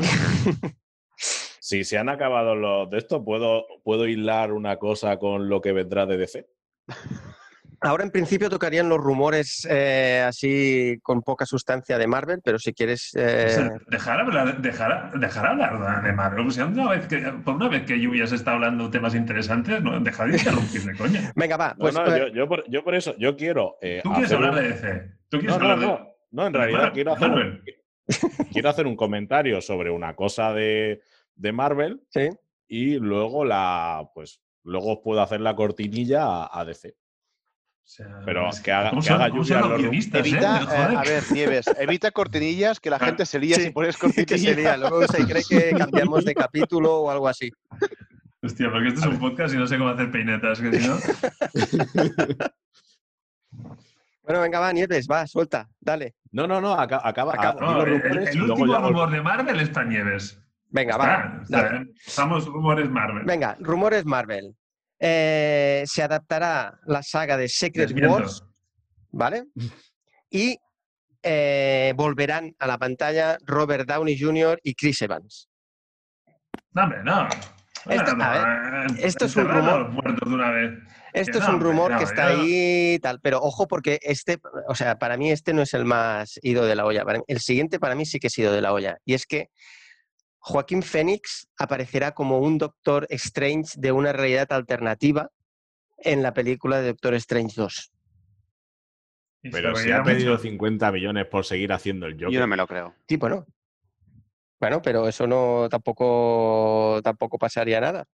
Si se han acabado los de esto, ¿puedo, ¿puedo hilar una cosa con lo que vendrá de D C? Ahora en principio tocarían los rumores eh, así con poca sustancia de Marvel, pero si quieres... eh, Dejar hablar, dejar, dejar hablar de Marvel. O sea, una vez que, por una vez que Lluvia se está hablando temas interesantes, ¿no? Dejar de interrumpirle, coña. Venga, va, No, pues... no, eh, yo, yo, por, yo por eso, yo quiero. eh, Tú quieres hacer hablar un- de D C. Tú quieres No, no, hablar no. de. No, en de realidad Mar- quiero hacer, un, Marvel. quiero hacer un comentario sobre una cosa de, de Marvel Sí. y luego la, pues, luego puedo hacer la cortinilla a, a D C. O sea, Pero es que haga, ¿cómo que son, haga cómo lluvia son en los los rum- guionistas, Evita, eh? eh, Joder. a ver, Nieves, evita cortinillas que la gente se lía Sí, si pones que cortinillas. se lía, luego se cree que cambiamos de capítulo o algo así. Hostia, porque esto es un podcast y no sé cómo hacer peinetas, que si no... Bueno, venga, va, Nieves, va, suelta, dale. No, no, no, acaba, acaba Acabo. a- di No, los el, rumores el y luego último ya rumor volvemos. de Marvel está Nieves. Venga, Ya va, está. O sea, dale. empezamos rumores Marvel. Venga, rumores Marvel. Eh, se adaptará la saga de Secret Desmiento. Wars, ¿vale? Y eh, volverán a la pantalla Robert Downey junior y Chris Evans. No, hombre, no. Esto- Bueno, a ver, eh, esto es un enterrad a rumor. los muertos de una vez. Esto Que es no, un hombre, rumor no, que está yo- ahí y tal, pero ojo porque este, o sea, para mí este no es el más ido de la olla. Para mí- el siguiente para mí sí que es ido de la olla. Y es que Joaquín Phoenix aparecerá como un Doctor Strange de una realidad alternativa en la película de Doctor Strange dos. y Pero se si ha reirá pedido mucho. cincuenta millones por seguir haciendo el Yo Joker. no me lo creo. Sí, bueno. Bueno, pero eso no tampoco, tampoco pasaría nada.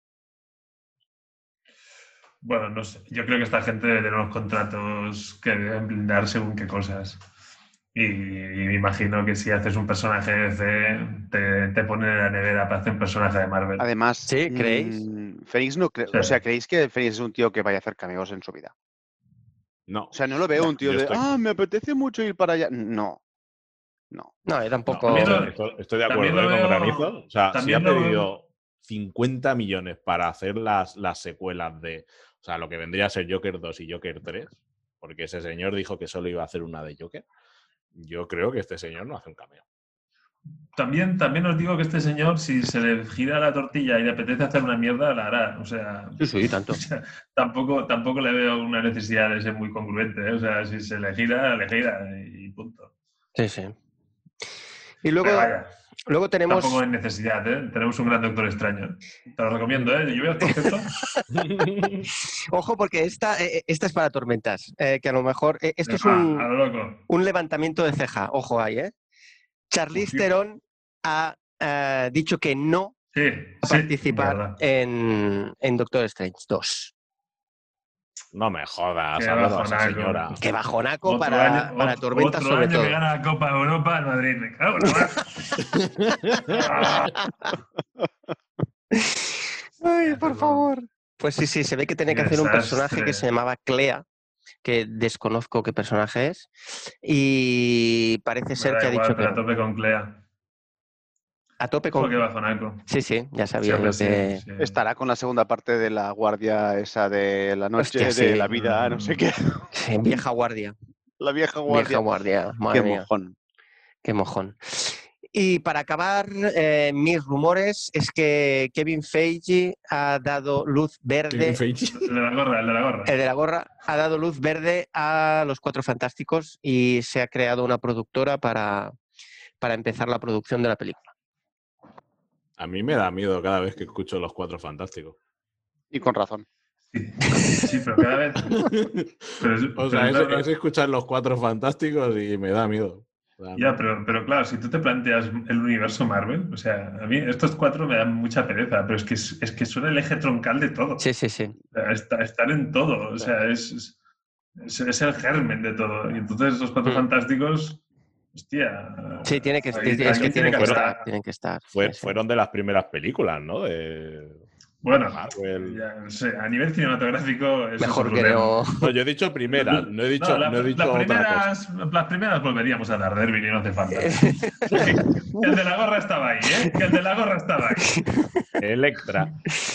Bueno, no sé. Yo creo que esta gente debe tener unos contratos que deben blindar según qué cosas. Y, y me imagino que si haces un personaje de D C, te, te ponen en la nevera para hacer un personaje de Marvel. Además, Sí, ¿creéis? mm, Fénix no creo. Sí. O sea, ¿creéis que Fénix es un tío que vaya a hacer cameos en su vida? No. O sea, no lo veo un tío yo de, estoy- ah, me apetece mucho ir para allá. No. No. No, yo tampoco. también lo- Estoy, estoy- estoy de también acuerdo lo ¿eh? con veo- Granizo. O sea, si también ha lo veo- pedido cincuenta millones para hacer las, las secuelas de. O sea, lo que vendría a ser Joker dos y Joker tres, porque ese señor dijo que solo iba a hacer una de Joker. Yo creo que este señor no hace un cameo. También, también os digo que este señor, si se le gira la tortilla y le apetece hacer una mierda, la hará. O sea, Sí, sí, tanto. o sea, tampoco, tampoco le veo una necesidad de ser muy congruente. ¿eh? O sea, si se le gira, le gira y punto. Sí, sí. Y luego, Pero vaya, luego tenemos. tampoco hay necesidad. ¿eh? Tenemos un gran Doctor Extraño. Te lo recomiendo, ¿eh? Yo veo el concepto. Ojo, porque esta, eh, esta es para tormentas. eh, que a lo mejor. eh, esto es Ah, un, a lo loco. un levantamiento de ceja. Ojo ahí, ¿eh? Charlize Hostia. Theron ha eh, dicho que no Sí, va a sí, participar verdad. en, en Doctor Strange dos. No me jodas, Qué háblalo a esa bajonaco. señora. Que bajonaco Otro para, año- para otro- tormentas otro sobre año todo. que gana la Copa de Europa en Madrid. Me cago en la mar. Ay, por favor. Pues sí, sí, se ve que tenía que Qué hacer un desastre. personaje que se llamaba Clea, que desconozco qué personaje es, y parece Me ser da que ha igual, dicho que pero a no. tope con Clea. A tope Joder, con... qué bajonaco. Sí, sí, ya sabía Siempre yo sí, que... sí. Estará con la segunda parte de la guardia esa de la noche, Hostia, de sí. la vida, no sé qué. Sí, vieja guardia. La vieja Vieja guardia. guardia, madre Qué mía, mojón. qué mojón. Y para acabar, eh, mis rumores es que Kevin Feige ha dado luz verde, El de la gorra, el de la gorra. el de la gorra, ha dado luz verde a los Cuatro Fantásticos y se ha creado una productora para, para empezar la producción de la película. A mí me da miedo cada vez que escucho Los Cuatro Fantásticos. Y con razón. Sí, sí, pero cada vez. Pero es- O pero sea, es es, verdad- es escuchar Los Cuatro Fantásticos y me da miedo. O sea, Ya, no- pero, pero claro, si tú te planteas el universo Marvel, o sea, a mí estos cuatro me dan mucha pereza, pero es que, es, es que son el eje troncal de todo. Sí, sí, sí. O sea, está- están en todo, o sea, es, es, es el germen de todo. Y entonces los cuatro Mm. fantásticos, hostia. Sí, tiene que, ahí- es ahí que tienen que haber- estar, tienen que estar. fue- sí, sí. Fueron de las primeras películas, ¿no? De Bueno, Marvel. ya, no sé, a nivel cinematográfico es Mejor otro que tema. no. No, yo he dicho primeras, no he dicho, la- no he dicho las, otra cosa. primeras, las primeras volveríamos a Daredevil y no hace falta. Que el de la gorra estaba ahí, ¿eh? Que el de la gorra estaba ahí. Electra.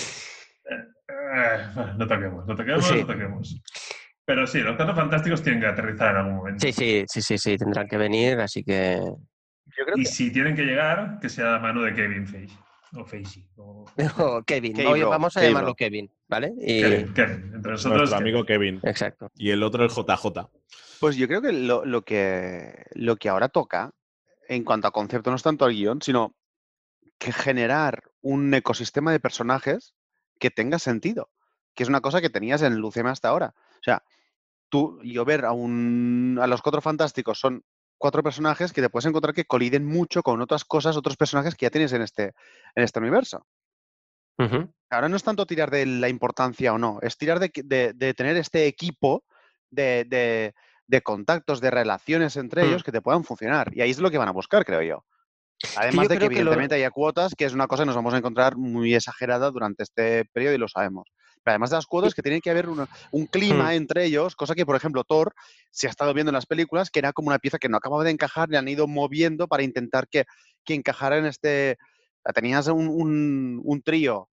Eh, no toquemos, no toquemos, Sí. no toquemos. Pero sí, los cuatro fantásticos tienen que aterrizar en algún momento. Sí, sí, sí, sí, sí, tendrán que venir, así que... Yo creo Y que si tienen que llegar, que sea a mano de Kevin Feige. O Feige. O... No, Kevin, Keibro, oye, vamos a Keibro. llamarlo Kevin, ¿vale? Y... Kevin, Kevin. Entre nosotros, Nuestro Kevin. amigo Kevin. Exacto. Y el otro el J J. Pues yo creo que lo, lo que lo que ahora toca, en cuanto a concepto, no es tanto el guión, sino que generar un ecosistema de personajes que tenga sentido, que es una cosa que tenías en el U C M hasta ahora. O sea, tú, yo ver a, un, a los Cuatro Fantásticos son cuatro personajes que te puedes encontrar que coliden mucho con otras cosas, otros personajes que ya tienes en este, en este universo. Ujú. Ahora no es tanto tirar de la importancia o no, es tirar de, que- de- de tener este equipo de, de- de contactos, de relaciones entre Mm. ellos que te puedan funcionar. Y ahí es lo que van a buscar, creo yo. Además yo de que creo que lo- evidentemente haya cuotas, que es una cosa que nos vamos a encontrar muy exagerada durante este periodo y lo sabemos. Pero además de las cuotas, que tiene que haber una- un clima Mm. entre ellos, cosa que, por ejemplo, Thor se ha estado viendo en las películas, que era como una pieza que no acababa de encajar, le han ido moviendo para intentar que, que encajara en este... Tenías un, un- un trío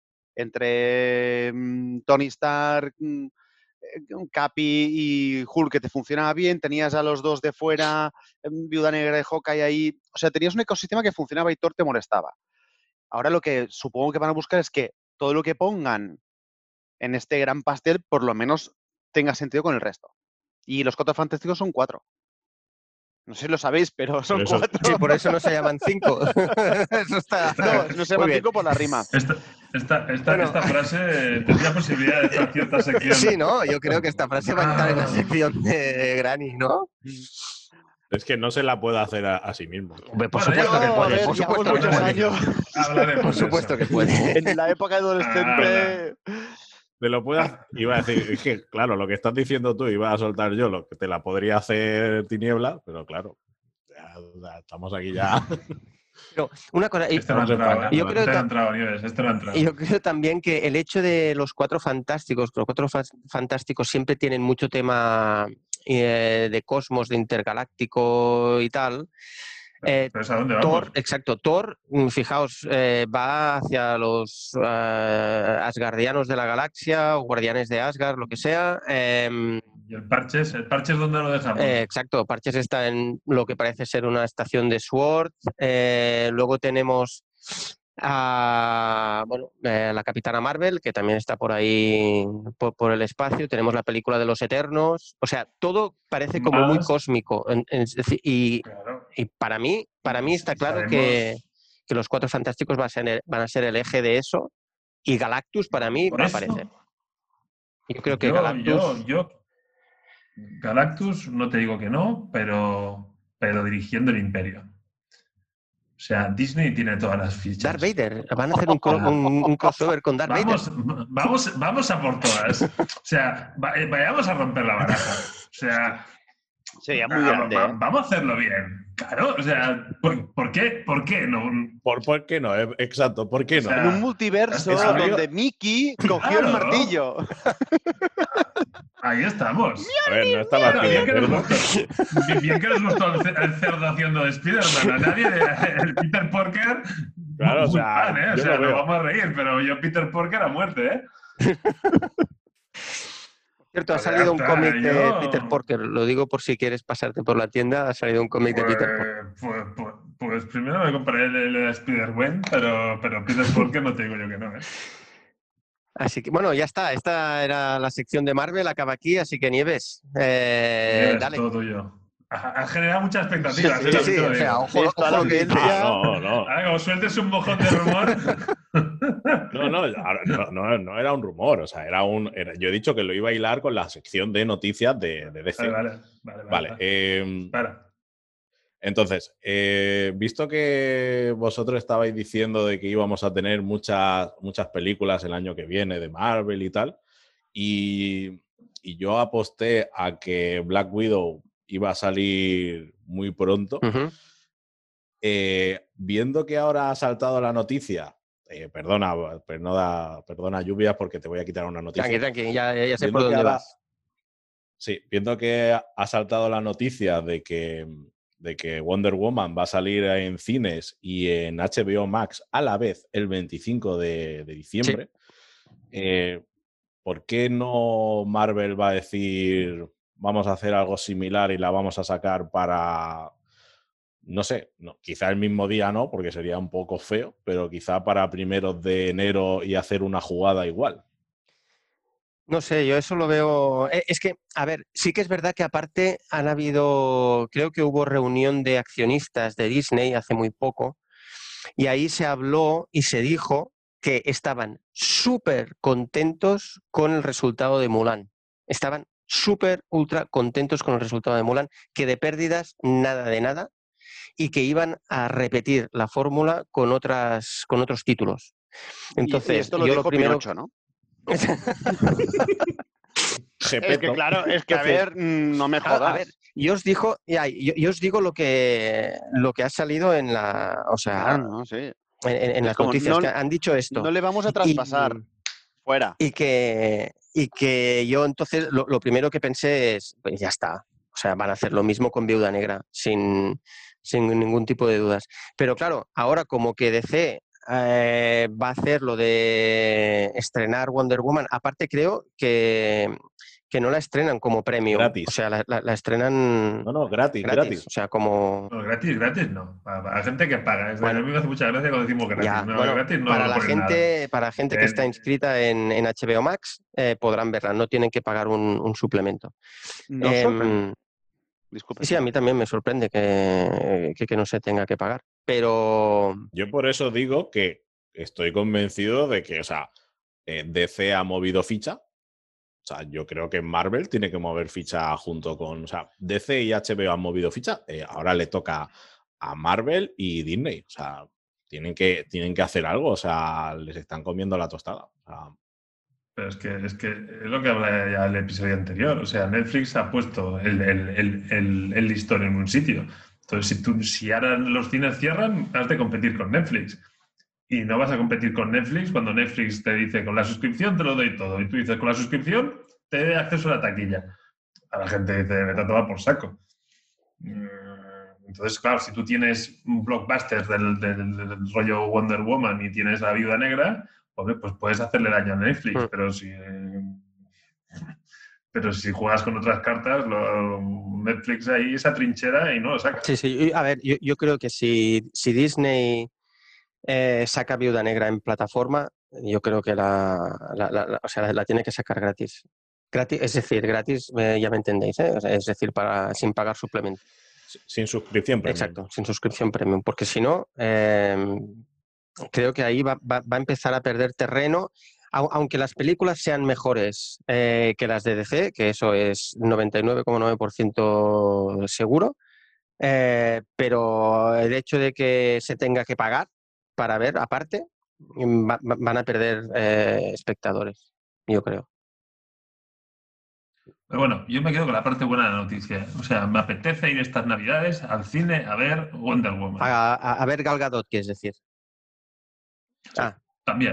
entre mm, Tony Stark, mm, eh, Capi y Hulk que te funcionaba bien, tenías a los dos de fuera, em, Viuda Negra y Hawkeye ahí, o sea, tenías un ecosistema que funcionaba y Thor te molestaba. Ahora lo que supongo que van a buscar es que todo lo que pongan en este gran pastel por lo menos tenga sentido con el resto. Y los Cuatro Fantásticos son cuatro. No sé si lo sabéis, pero son Pero eso- cuatro. Sí, por eso no se llaman cinco. Eso está No, no se muy llaman bien. cinco por la rima. Esta, esta, esta, Bueno. esta frase tendría posibilidad de estar cierta sección. Sí, ¿no? Yo creo que esta frase va a estar en la Ah. sección de Granny, ¿no? Es que no se la puede hacer a, a sí mismo. Hombre, por Bueno, ya supuesto que No, a puede, ver, por llevamos supuesto que muchos puede. años. Hablaremos Por de supuesto eso. que puede. En la época adolescente. Te lo puedo hacer. Iba a decir, es que, claro, lo que estás diciendo tú iba a soltar yo, lo que te la podría hacer Tiniebla, pero claro, ya, ya estamos aquí ya. Pero una cosa, y- Este no ha Estamos entrado, empacando. Yo ¿eh? creo Este no ha ta- entrado, Nieves. Este no ha entrado. yo creo también que el hecho de los Cuatro Fantásticos, los Cuatro Fa- Fantásticos siempre tienen mucho tema eh, de cosmos, de intergaláctico y tal. Eh, ¿Pero es a dónde vamos? Thor, exacto, Thor, mm, fijaos, eh, va hacia los eh, Asgardianos de la galaxia o guardianes de Asgard, lo que sea. em, ¿Y el Parches? ¿El Parches dónde lo dejamos? Eh, exacto, Parches está en lo que parece ser una estación de Sword. Eh, luego tenemos a bueno, eh, la Capitana Marvel, que también está por ahí por, por el espacio. Tenemos la película de los Eternos. O sea, todo parece como muy Más- cósmico. En- en- es decir, y, Claro. y para mí, para mí está claro Sabemos- que, que los Cuatro Fantásticos van a, ser, van a ser el eje de eso. Y Galactus para mí Por va a eso, aparecer. Yo creo que yo, Galactus... yo, yo, Galactus, no te digo que no, pero, pero dirigiendo el Imperio. O sea, Disney tiene todas las fichas. Darth Vader, van a hacer un, cro- un- un crossover con Darth Vader. Vamos, vamos, vamos a por todas. O sea, va- eh, vayamos a romper la baraja. O sea, Sería muy va- grande, va- ¿eh? vamos a hacerlo bien. Claro, o sea, ¿por, por qué? ¿Por qué no? ¿Por, por qué no? Eh, Exacto, ¿por qué no? O sea, En un multiverso es algo- donde Mickey cogió el Claro. martillo. Ahí estamos. A ver, no estaba Bueno, bien, que nos pidiendo. gustó, bien- bien que nos gustó el, ce- el cerdo haciendo de Spider-Man. A nadie, de- el Peter Porker, Claro, o muy sea, fan, ¿eh? O yo sea, lo nos veo. vamos a reír, pero yo Peter Porker a muerte, ¿eh? Cierto, ha O sea, salido un está, cómic de yo- Peter Porker. Lo digo por si quieres pasarte por la tienda. Ha salido un cómic de Peter Porker. Pues, pues, pues- pues primero me compraré el, el Spider-Gwen, pero, pero Peter Porker no te digo yo que no, ¿eh? Así que, bueno, ya está. Esta era la sección de Marvel. Acaba aquí. Así que Nieves, eh, Nieves, dale. todo tuyo. Ha, ha generado muchas expectativas. Sí, ¿eh? Sí, También sí, te lo o sea, digo. ojo, Esto a ojo la lo que audiencia- Ah, no, no. Ahora, como sueltes un mojón de rumor. No, no, ahora, no, no, no era un rumor, o sea, era un. era- yo he dicho que lo iba a hilar con la sección de noticias de, de D C. Vale, vale. Vale, vale. Vale, vale. eh, Para. entonces, eh, visto que vosotros estabais diciendo de que íbamos a tener muchas, muchas películas el año que viene de Marvel y tal, y, y yo aposté a que Black Widow iba a salir muy pronto, Ujú. eh, viendo que ahora ha saltado la noticia, eh, perdona, perdona, perdona lluvias porque te voy a quitar una noticia. Tranqui, tranqui. Ya, ya sé Viendo por que dónde ahora- vas. Sí, viendo que ha saltado la noticia de que, de que Wonder Woman va a salir en cines y en H B O Max a la vez el veinticinco de, de diciembre, eh, ¿por qué no Marvel va a decir vamos a hacer algo similar y la vamos a sacar para, no sé, no, quizá el mismo día no, porque sería un poco feo, pero quizá para primeros de enero y hacer una jugada igual? No sé, yo eso lo veo. eh, Es que, a ver, sí que es verdad que aparte han habido, creo que hubo reunión de accionistas de Disney hace muy poco, y ahí se habló y se dijo que estaban súper contentos con el resultado de Mulan. Estaban súper, ultra contentos con el resultado de Mulan, que de pérdidas nada de nada, y que iban a repetir la fórmula con, otras, con otros títulos. Entonces, y, y esto lo yo dijo lo primero... Pinocho, ¿no? Gepeto. Es que claro, es que Entonces, a ver, no me Claro, jodas. a ver, yo os digo, ya, yo, yo os digo lo que lo que ha salido en la, o sea, Claro, no, sí. en, en Es las como, noticias no, que han dicho esto. no le vamos a Y, traspasar. Fuera. y que y que yo entonces lo, lo primero que pensé es, pues ya está, o sea, van a hacer lo mismo con Viuda Negra, sin, sin ningún tipo de dudas. Pero claro, ahora como que D C eh, va a hacer lo de estrenar Wonder Woman, aparte creo que que no la estrenan como premium. Gratis. O sea, la, la, la estrenan No, no, gratis, gratis. gratis. O sea, como... No, gratis, gratis no. Para, para la gente que paga. Es Bueno, a mí me hace mucha gracia cuando decimos gratis. ya, no, bueno, gratis no para, lo la ponen gente, nada. para la gente que Eh, está inscrita en, en H B O Max, eh, podrán verla. No tienen que pagar un, un suplemento. No Eh, sorprende. Disculpe. Sí, a mí también me sorprende que, que, que no se tenga que pagar. Pero... Yo por eso digo que estoy convencido de que, o sea, eh, D C ha movido ficha. O sea, yo creo que Marvel tiene que mover ficha junto con... O sea, D C y H B O han movido ficha. Eh, ahora le toca a Marvel y Disney. O sea, tienen que, tienen que hacer algo. O sea, les están comiendo la tostada. O sea, Pero es que, es que es lo que hablaba ya el episodio anterior. O sea, Netflix ha puesto el, el, el, el, el listón en un sitio. Entonces, si, tú, si ahora los cines cierran, has de competir con Netflix. Y no vas a competir con Netflix cuando Netflix te dice con la suscripción te lo doy todo. Y tú dices con la suscripción te doy acceso a la taquilla. A la gente dice, vete a tomar por saco. Entonces, claro, si tú tienes un blockbuster del, del, del rollo Wonder Woman y tienes la Viuda Negra, pues, pues puedes hacerle daño a Netflix. Pero si, eh, pero si juegas con otras cartas, lo, Netflix ahí esa trinchera y no lo saca. Sí, sí. A ver, yo, yo creo que si, si Disney... Eh, saca Viuda Negra en plataforma, yo creo que la, la, la, la, o sea, la, la tiene que sacar gratis. Gratis, es decir, gratis, eh, ya me entendéis, ¿eh? O sea, es decir, para, sin pagar suplemento. sin suscripción premium. Exacto, sin suscripción premium, porque si no, eh, creo que ahí va, va, va a empezar a perder terreno, aunque las películas sean mejores eh, que las de D C, que eso es noventa y nueve coma nueve por ciento seguro, eh, pero el hecho de que se tenga que pagar para ver, aparte, va, van a perder eh, espectadores, yo creo. Pero bueno, yo me quedo con la parte buena de la noticia. O sea, me apetece ir estas navidades al cine a ver Wonder Woman. A, a, a ver Gal Gadot, ¿quieres decir? Sí, ah. También.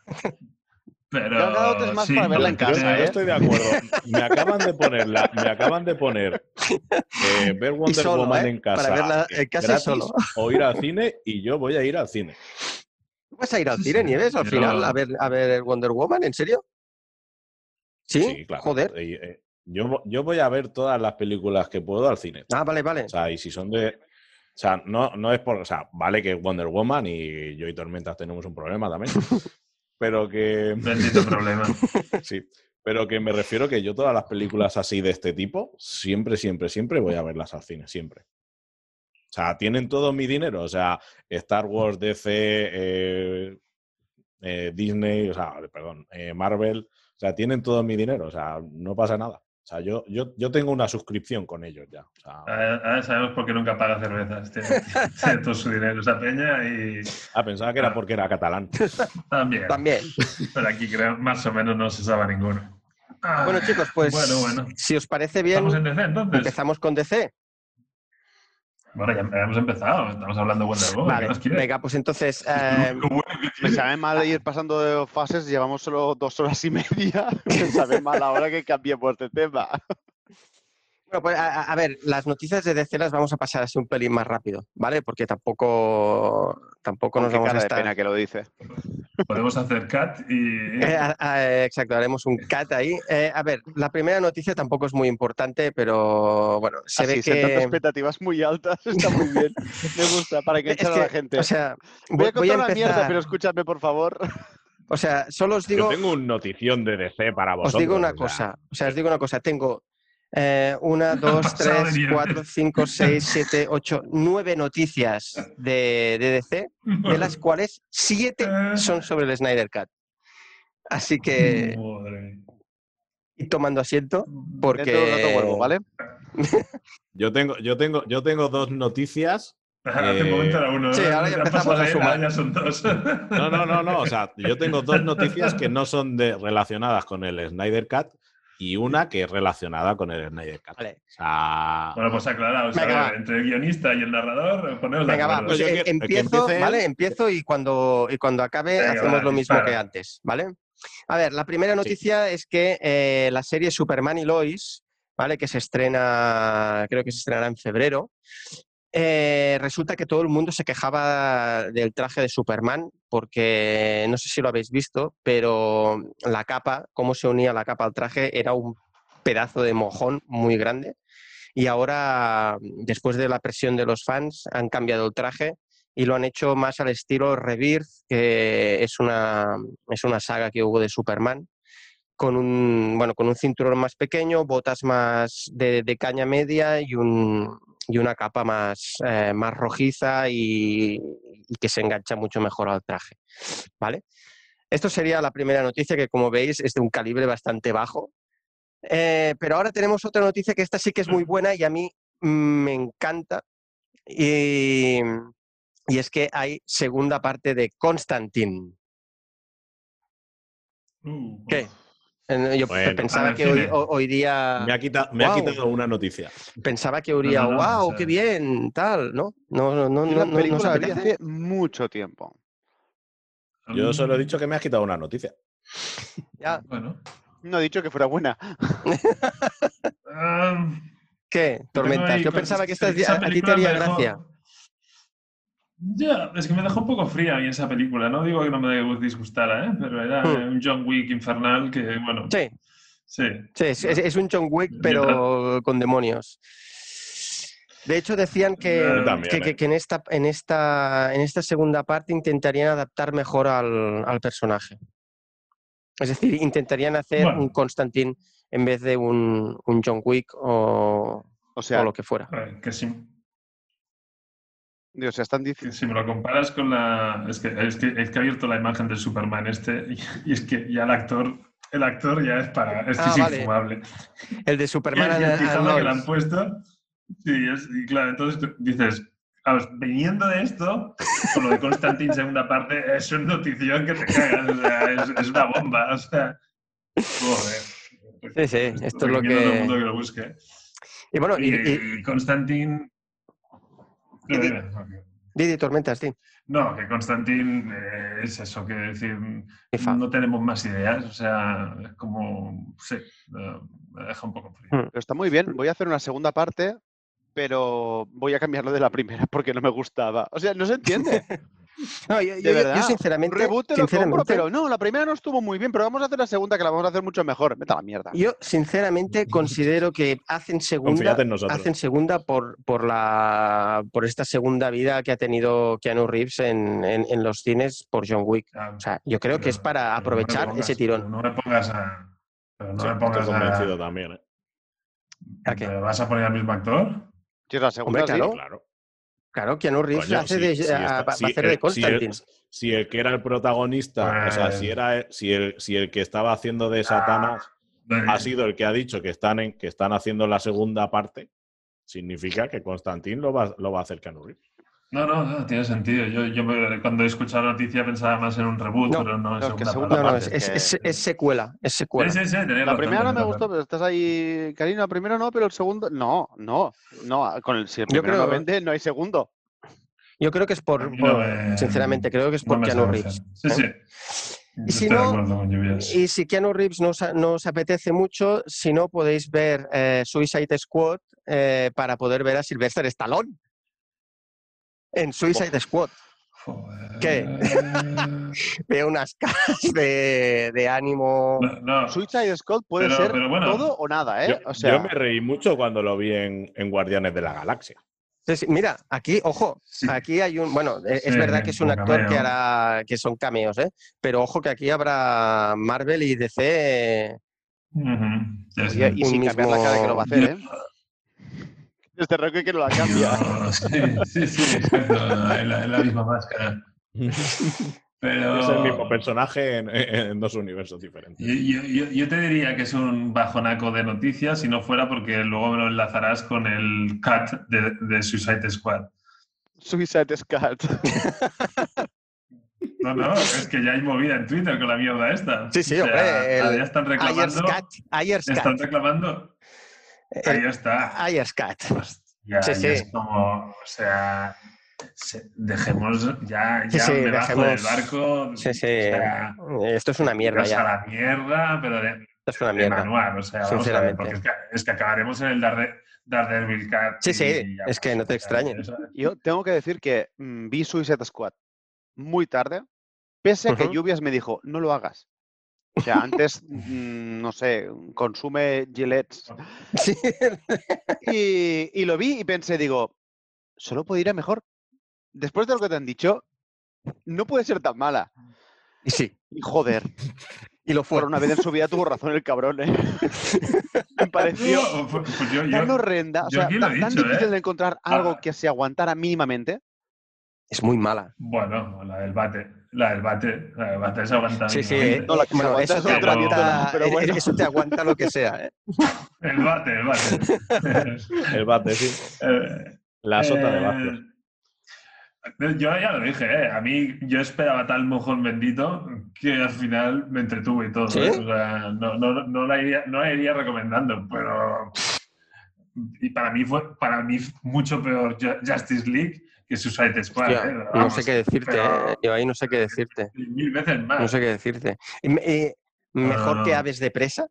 Pero Gal Gadot es más sí, para verla en casa, yo, ¿eh? Yo estoy de acuerdo. Me acaban de poner, la, me acaban de poner eh, ver Wonder solo, Woman ¿eh? en casa, para verla en casa gratis, solo. O ir al cine, y yo voy a ir al cine. ¿Vas a ir al cine, Nieves, al Pero... final, a ver, a ver Wonder Woman? ¿En serio? ¿Sí? Sí, claro. Joder. Eh, eh, yo, yo voy a ver todas las películas que puedo al cine. Ah, vale, vale. O sea, y si son de... O sea, no, no es por... O sea, vale que Wonder Woman y yo y Tormentas tenemos un problema también. Pero que... Bendito problema. Sí, pero que me refiero que yo todas las películas así de este tipo, siempre, siempre, siempre voy a verlas al cine, siempre. O sea, tienen todo mi dinero. O sea, Star Wars, D C, eh, eh, Disney, o sea, perdón, eh, Marvel, o sea, tienen todo mi dinero. O sea, no pasa nada. O sea, yo, yo, yo tengo una suscripción con ellos ya. O sea, ahora sabemos por qué nunca paga cervezas. Tiene, tiene todo su dinero esa peña y... Ah, pensaba que era porque era catalán. También. También. Pero aquí creo más o menos no se sabe ninguno. Ah, bueno, chicos, pues bueno, bueno. si os parece bien, ¿Estamos en D C, entonces? Empezamos con D C. Bueno, ya hemos empezado. Estamos hablando de Wonder Woman. Vale, venga, pues entonces... Eh... Me sabe mal ir pasando de fases. Llevamos solo dos horas y media. Me sabe mal ahora que cambiemos de tema. Bueno, pues a, a ver, las noticias de D C las vamos a pasar así un pelín más rápido, ¿vale? Porque tampoco, tampoco nos vamos cara a estar... de pena que lo dice. Podemos hacer cat y... Eh, a, a, exacto, haremos un cat ahí. Eh, a ver, la primera noticia tampoco es muy importante, pero bueno, se así, ve que... Sentando expectativas muy altas, está muy bien. Me gusta, para que enchar es que, a la gente. O sea, voy, voy, a contar voy a una empezar... mierda, pero escúchame, por favor. O sea, solo os digo... Yo tengo una notición de D C para vosotros. Os digo una o sea... cosa, o sea, os digo una cosa, tengo... Eh, una, dos, tres, cuatro, cinco, seis, siete, ocho, nueve noticias de, de D C, de las cuales siete son sobre el Snyder Cut. Así que... ir tomando asiento porque... Dentro de un rato vuelvo, ¿vale? Yo tengo, yo tengo, yo tengo dos noticias. Hace eh, un momento era uno. sí, ¿eh? ahora ya Ha empezamos pasado a de él, sumar. ahora ya son dos. No, no, no, no. O sea, yo tengo dos noticias que no son de, relacionadas con el Snyder Cut y una que es relacionada con el Snyder Cut. Vale. O sea, Bueno, pues aclarado. Venga, va. Entre el guionista y el narrador, poneros de Venga, va, acuerdo. pues Yo eh, quiero- que empiezo, empiece él. ¿vale? Empiezo y cuando, y cuando acabe Venga, hacemos va, lo mismo dispara. que antes, ¿vale? A ver, la primera noticia es que eh, la serie Superman y Lois, ¿vale? Que se estrena, creo que se estrenará en febrero. Eh, resulta que todo el mundo se quejaba del traje de Superman porque, no sé si lo habéis visto, pero la capa, cómo se unía la capa al traje, era un pedazo de mojón muy grande. Y ahora, después de la presión de los fans, han cambiado el traje y lo han hecho más al estilo Rebirth, que es una, es una saga que hubo de Superman, con un, bueno, con un cinturón más pequeño, botas más de, de caña media y, un, y una capa más, eh, más rojiza y, y que se engancha mucho mejor al traje, ¿vale? Esto sería la primera noticia que, como veis, es de un calibre bastante bajo. Eh, pero ahora tenemos otra noticia que esta sí que es muy buena y a mí mm, me encanta. Y, y es que hay segunda parte de Constantine. Uh, ¿Qué? Eh, Yo Bueno, pensaba al que hoy, cine. ho- hoy día... me ha quitado, me ha Guau. quitado una noticia. Pensaba que oiría, No, no, no, wow, o sea- qué bien, tal, ¿no? No, no, no, Yo no, la no, ¿no os película la vi apetece? hace mucho tiempo. Yo solo he Mm, dicho que me has quitado una noticia. Ya. Bueno. No he dicho que fuera buena. Ah, ¿Qué? tengo Tormentas. ahí Yo con- pensaba que es que esta, esa a, a ti te película haría me dejó- gracia. Ya, es que me dejó un poco fría a mí esa película. No digo que no me disgustara, ¿eh? Pero era Hmm. un John Wick infernal que, bueno, Sí, sí. sí, es, es- es un John Wick, pero con demonios. De hecho, decían que, Yo también, que, que- ¿eh? que en, esta, en, esta, en esta segunda parte intentarían adaptar mejor al, al personaje. Es decir, intentarían hacer Bueno. un Constantine en vez de un, un John Wick o, O sea, o lo que fuera. A ver, que si, digo, o sea, están que diciendo. si me lo comparas con la... Es que, es que, es que he abierto la imagen del Superman este y, y es que ya el actor... El actor ya es para... Es que Ah, es vale. infumable. El de Y Superman el, y el and- and pijama que le han Lois. puesto... Sí, es, y claro, entonces tú dices... Vamos, viniendo de esto, con lo de Constantine segunda parte, es una notición que te cagas, o sea, es, es una bomba, o sea... Joder. Sí, sí, esto es lo Recomiendo a todo el que- mundo que lo busque. Y bueno, y, Y, y, Constantine... Y di- Didi, Tormentas, sí. No, que Constantine eh, es eso, que decir, Fa. no tenemos más ideas, o sea, es como, sí, eh, me deja un poco frío. Mm. Pero está muy bien. Voy a hacer una segunda parte, pero voy a cambiarlo de la primera porque no me gustaba. O sea, no se entiende. No, yo, De yo- yo verdad. sinceramente, Un reboot te lo compro, sinceramente, pero no, la primera no estuvo muy bien, pero vamos a hacer la segunda que la vamos a hacer mucho mejor. Vete a la mierda. yo sinceramente considero que hacen segunda, Confíate en nosotros. hacen segunda por, por la por esta segunda vida que ha tenido Keanu Reeves en, en- en los cines por John Wick. Ya, O sea, yo creo que es para pero no me aprovechar pongas- ese tirón. pero No me pongas a... Pero no Sí, me estoy pongas convencido a... también. ¿eh? ¿A qué? ¿Me vas a poner al mismo actor? Si es la segunda, Hombre, sí. claro. Claro. Claro, Keanu Reeves Coño, hace si- de, si a- está- va a si hacer el- de Constantine. Si el, si el que era el protagonista, o sea, si, Pues- era, si, el, si el que estaba haciendo de Satanás ha sido el que ha dicho que están, en, que están haciendo la segunda parte, significa que Constantine lo va, lo va a hacer Keanu Reeves. No, no, no, tiene sentido. Yo, yo me- cuando he escuchado la noticia pensaba más en un reboot, No, pero no en no, que segunda segunda No, parte. no, parte, es, es- que- es- es secuela, es secuela. Sí, sí, sí, tenéis La razón, primera no tenéis me razón. gustó, pero estás ahí, cariño, la primera no, pero el segundo, no, no, no, con el, si el Yo primero no creo- vende, no hay segundo. Yo creo que es A por, mí por- no me- sinceramente, creo que es no por me Keanu seduce. Reeves. Sí, ¿eh? sí. Y Yo si estoy de no- acuerdo con Lluvias. Y si Keanu Reeves no os, no os apetece mucho, si no podéis ver eh, Suicide Squad eh, para poder ver a Sylvester Stallone en Suicide Squad. Joder. ¿Qué? Veo unas caras de, de ánimo. No, no. Suicide Squad puede Pero- ser pero bueno, todo o nada, ¿eh? Yo, o sea, yo me reí mucho cuando lo vi en, en Guardianes de la Galaxia. Sí, sí, mira, aquí, ojo, Sí. aquí hay un. Bueno, eh, es Sí, verdad que es un un actor que cameo. hará. Que son cameos, ¿eh? Pero ojo que aquí habrá Marvel y D C. Ujú. Sí, sí. y, y un sin cambiar la cara que lo va a hacer, ¿eh? Este Rocky que no la cambia. No, sí, sí, sí, exacto. Es la, es la misma máscara. Pero... Es el mismo personaje en, en dos universos diferentes. Yo, yo, yo, yo te diría que es un bajonaco de noticias si no fuera porque luego me lo enlazarás con el cut de, de Suicide Squad. Suicide Squad. No, no, es que ya hay movida en Twitter con la mierda esta. Sí, sí, o sea, hombre. El ya están reclamando. Ayers Cat. Ayers Están Cat. reclamando. Ahí está. Ayers Cat. Ya, Sí, ya sí. es como, o sea, se- dejemos, ya, Sí, ya sí, me bajo dejemos- del barco. Sí, sí. O sea, Esto es una mierda iros ya. a la mierda, pero de, Esto es una de mierda. manual, o sea, vamos a ver, Sinceramente. porque es que, es que acabaremos en el Darde- Daredevil Cut. Sí, sí, y ya, es que no te extrañe. eso- Yo tengo que decir que mm, vi Suicide Squad muy tarde, pese a que Ujú. Lluvias me dijo, no lo hagas. O sea, antes, mm, no sé, consume Gillettes. Sí. Y, y lo vi y pensé, digo, solo puede ir a mejor. Después de lo que te han dicho, no puede ser tan mala. Y sí. Y joder, Y lo fue. por una vez en su vida tuvo razón el cabrón, ¿eh? Me pareció No, pues, pues yo, yo- tan horrenda, o yo sea, aquí lo he tan, tan dicho, difícil ¿eh? de encontrar algo Ah. que se aguantara mínimamente. Es muy mala. Bueno, la del bate, la del bate, la del bate se aguanta Sí, sí. mínimamente. eh, No, la que se bueno, aguanta eso es te el tratamiento, aguanta, no, pero eh, bueno. eso te aguanta lo que sea, ¿eh? El bate, el bate. El bate, sí. Eh, La sota de eh, Bastos. Yo ya lo dije, ¿eh? A mí yo esperaba tal mojón bendito que al final me entretuve y todo. ¿Sí? ¿eh? O sea, no, no, no, la iría, no la iría recomendando, pero. Y para mí fue para mí mucho peor Ju- Justice League que Suicide Squad. Hostia, ¿eh? no Vamos, sé qué decirte, pero ¿eh? Yo ahí no sé qué decirte. Mil veces más. No sé qué decirte. Y me- y ¿Mejor no, que no. Aves de Presa?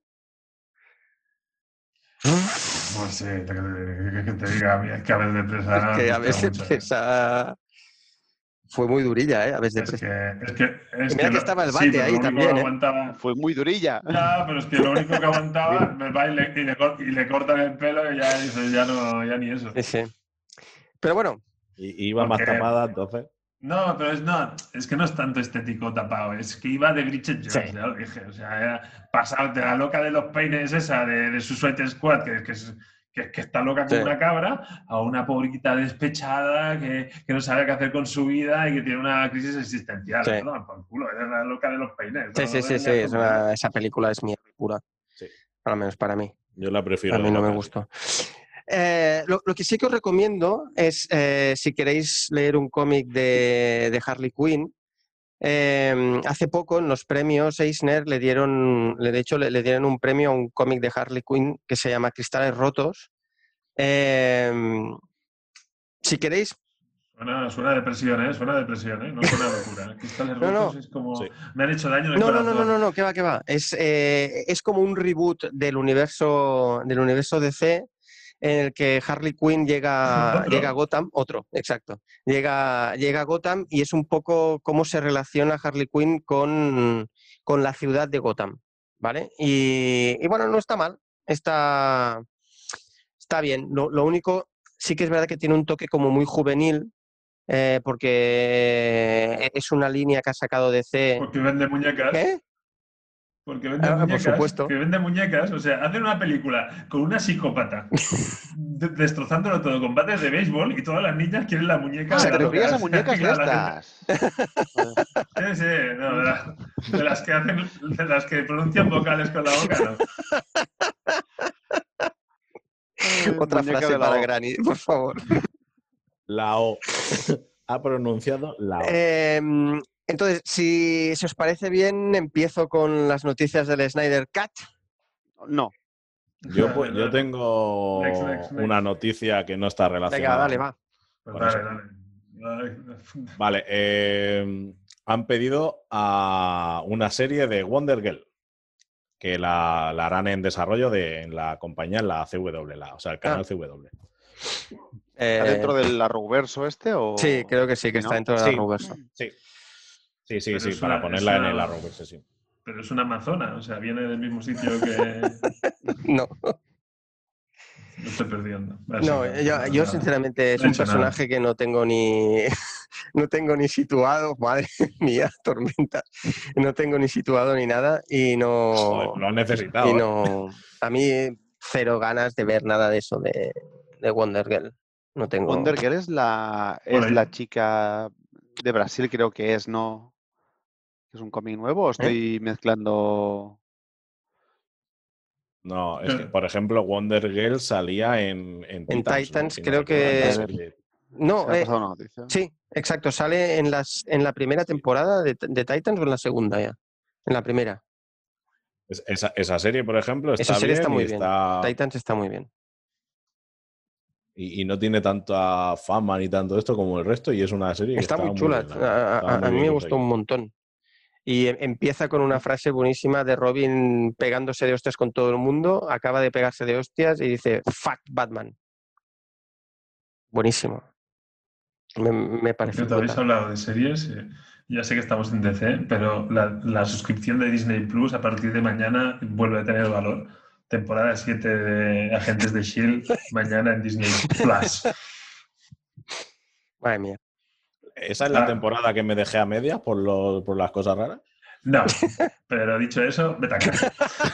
Pues sí, te, que te diga, a mí es que a veces de presa. Es que me Aves gusta de mucho, ¿eh? Presa fue muy durilla, ¿eh? Aves de Es Presa. que, es que, es Y mira que lo- estaba el sí, bate pero ahí lo único también, que ¿eh? aguantaba. Fue muy durilla. Ya, pero es que lo único que aguantaba, me va y le, y le, cor- y le cortan el pelo y ya dices, ya no, ya ni eso. Sí, sí. Pero bueno, Y iba más Porque- tapada, entonces. No, pero es, no, es que no es tanto estético tapado, es que iba de Bridget Jones, Sí. ya lo dije. O sea, era pasar de la loca de los peines esa de, de Suicide Squad, que, que, es, que, que está loca como Sí. una cabra, a una pobrita despechada que, que no sabe qué hacer con su vida y que tiene una crisis existencial. Sí. No, por culo, era la loca de los peines. sí, no, sí, no sí, me sí. vengas Es con una- esa película es mierda pura. Sí. Al menos para mí. Yo la prefiero. A mí de no la me clásica. gustó. Eh, lo, lo que sí que os recomiendo es, eh, si queréis leer un cómic de, de Harley Quinn, eh, hace poco en los premios Eisner le dieron, le- de hecho le, le dieron un premio a un cómic de Harley Quinn que se llama Cristales Rotos. Eh, si queréis, Suena, suena depresión, ¿eh? Suena depresión, ¿eh? No suena locura. ¿eh? Cristales No, no. rotos es como... Sí. Me han hecho daño en el no, no, corazón. no, no, no, no, que va, que va. Es, eh, es como un reboot del universo, del universo D C en el que Harley Quinn llega, ¿Otro? llega a Gotham, otro, exacto. Llega, llega a Gotham y es un poco cómo se relaciona Harley Quinn con, con la ciudad de Gotham, ¿vale? Y, y bueno, no está mal, está, está bien. Lo, lo único, sí que es verdad que tiene un toque como muy juvenil, eh, porque es una línea que ha sacado D C. Porque vende muñecas. ¿Qué? Porque vende Ah, por muñecas. supuesto. Que vende muñecas. O sea, hacen una película con una psicópata de- destrozándolo todo con bates de béisbol y todas las niñas quieren la muñeca. Ah, de te la referías a loca. muñecas de Claro, la estas. gente- Sí, sí, no, de, la- de las que hacen, de las que pronuncian vocales con la boca, no. Otra Muñeca frase de la para O. Granny, por favor. La O. Ha pronunciado la O. Eh, entonces, si, si os parece bien, empiezo con las noticias del Snyder Cut. No. Yo, pues, yo tengo Next, next, next. una noticia que no está Venga, relacionada. dale, va. Pues Con dale, eso. dale. Vale, eh, han pedido a una serie de Wonder Girl que la, la harán en desarrollo de en la compañía, en la C W, la, o sea, el canal Ah. C W. Eh, ¿Está dentro del Arrowverso este o...? Sí, creo que sí, que ¿no? está dentro de la Sí. Arrowverso. Sí, sí, sí, Pero sí es para una- ponerla es en una- el Arrowverse, sí. Pero es una amazona, o sea, viene del mismo sitio que... No, Me estoy perdiendo. Va, no, sí, yo, no, yo no. sinceramente es No he un hecho personaje que no tengo ni no tengo ni situado, madre mía, tormenta, no tengo ni situado ni nada y no Joder, lo han necesitado. y ¿eh? no a mí cero ganas de ver nada de eso de, de Wonder Girl. No tengo. Wonder Girl es la, Por es ahí. la chica de Brasil, creo que es, ¿no? ¿Es un cómic nuevo o estoy mezclando? No, es que, por ejemplo, Wonder Girl salía en, en En Titans. Titans ¿no? Si no creo recuerdo mal, que- la serie. No, Se me ha eh, pasado una noticia. sí, exacto. Sale en, las, en la primera temporada de, de Titans o en la segunda ya. En la primera. Es- Esa, esa serie, por ejemplo, está Esa serie bien está muy y, bien. está, Titans está muy bien. y, y no tiene tanta fama ni tanto esto como el resto y es una serie que Está está muy chula. bien, la verdad. a, Está a- muy a mí bien me gustó conseguida. un montón. Y em- empieza con una frase buenísima de Robin pegándose de hostias con todo el mundo. Acaba de pegarse de hostias y dice, fuck Batman. Buenísimo. Me, me Por parece cierto, habéis brutal. hablado de series. eh, Ya sé que estamos en D C, pero la, la suscripción de Disney Plus a partir de mañana vuelve a tener valor. Temporada siete de Agentes de S H I E L D mañana en Disney Plus. Madre mía. ¿Esa es la Ah. temporada que me dejé a medias por, lo- por las cosas raras? No, pero dicho eso, vete a casa.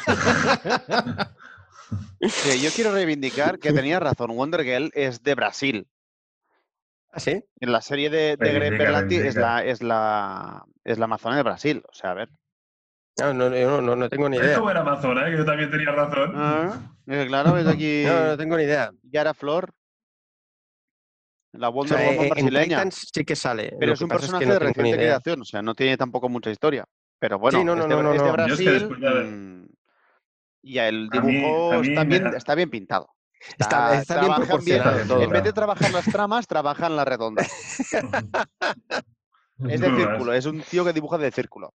Sí, yo quiero reivindicar que tenía razón. Wonder Girl es de Brasil. ¿Ah, sí? En la serie de, de Greg Reivindica, Berlanti es reivindica. la, es, la, es la Amazona de Brasil. O sea, a ver. No, no, yo no, no, no tengo ni ¿Ves idea. cómo era Amazona? eh? Que yo también tenía razón. Ah, eh, claro, ves aquí No, no tengo ni idea. Yara Flor, la O Wonder sea, Woman eh, en brasileña. Titans sí que sale. Pero Lo es que un pasa es personaje que no de tengo ni reciente idea. creación, o sea, no tiene tampoco mucha historia. Pero bueno, Sí, no, no, es, de, no, no, es de no. Yo es que Brasil después de haber- mm, y el A mí- dibujo a mí está, me bien, da- está bien pintado. Está, está bien trabajan proporcionado bien. todo. En vez de trabajar las tramas, trabajan la redonda. Es de Dudas. círculo, es un tío que dibuja de círculo.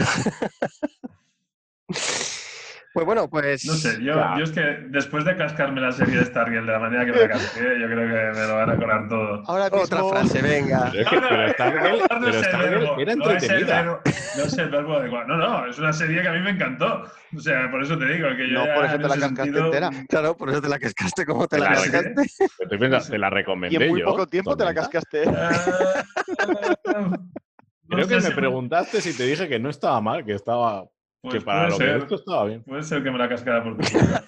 Pues bueno, pues... No sé, yo, Claro. yo es que después de cascarme la serie de Stargirl de la manera que me la casqué, yo creo que me lo van a colar todo. Ahora mismo, Otra frase, venga. Pero es que No, no, pero eh, Stargirl, a lo mejor no pero es el Stargirl verbo, era no es el entretenida. verbo, no es el verbo adecuado. No, no, es una serie que a mí me encantó. O sea, por eso te digo que yo No, ya por eso en te la ese cascaste sentido, entera. Claro, por eso te la cascaste como te Te la la cascaste. Estoy pensando, te la y recomendé en muy yo. poco tiempo te la Tormenta. cascaste. ah, no Creo sé que me si- preguntaste si te dije que no estaba mal, que estaba. Pues que para puede lo ser. que esto estaba bien. Puede ser que me la cascara por tu culpa.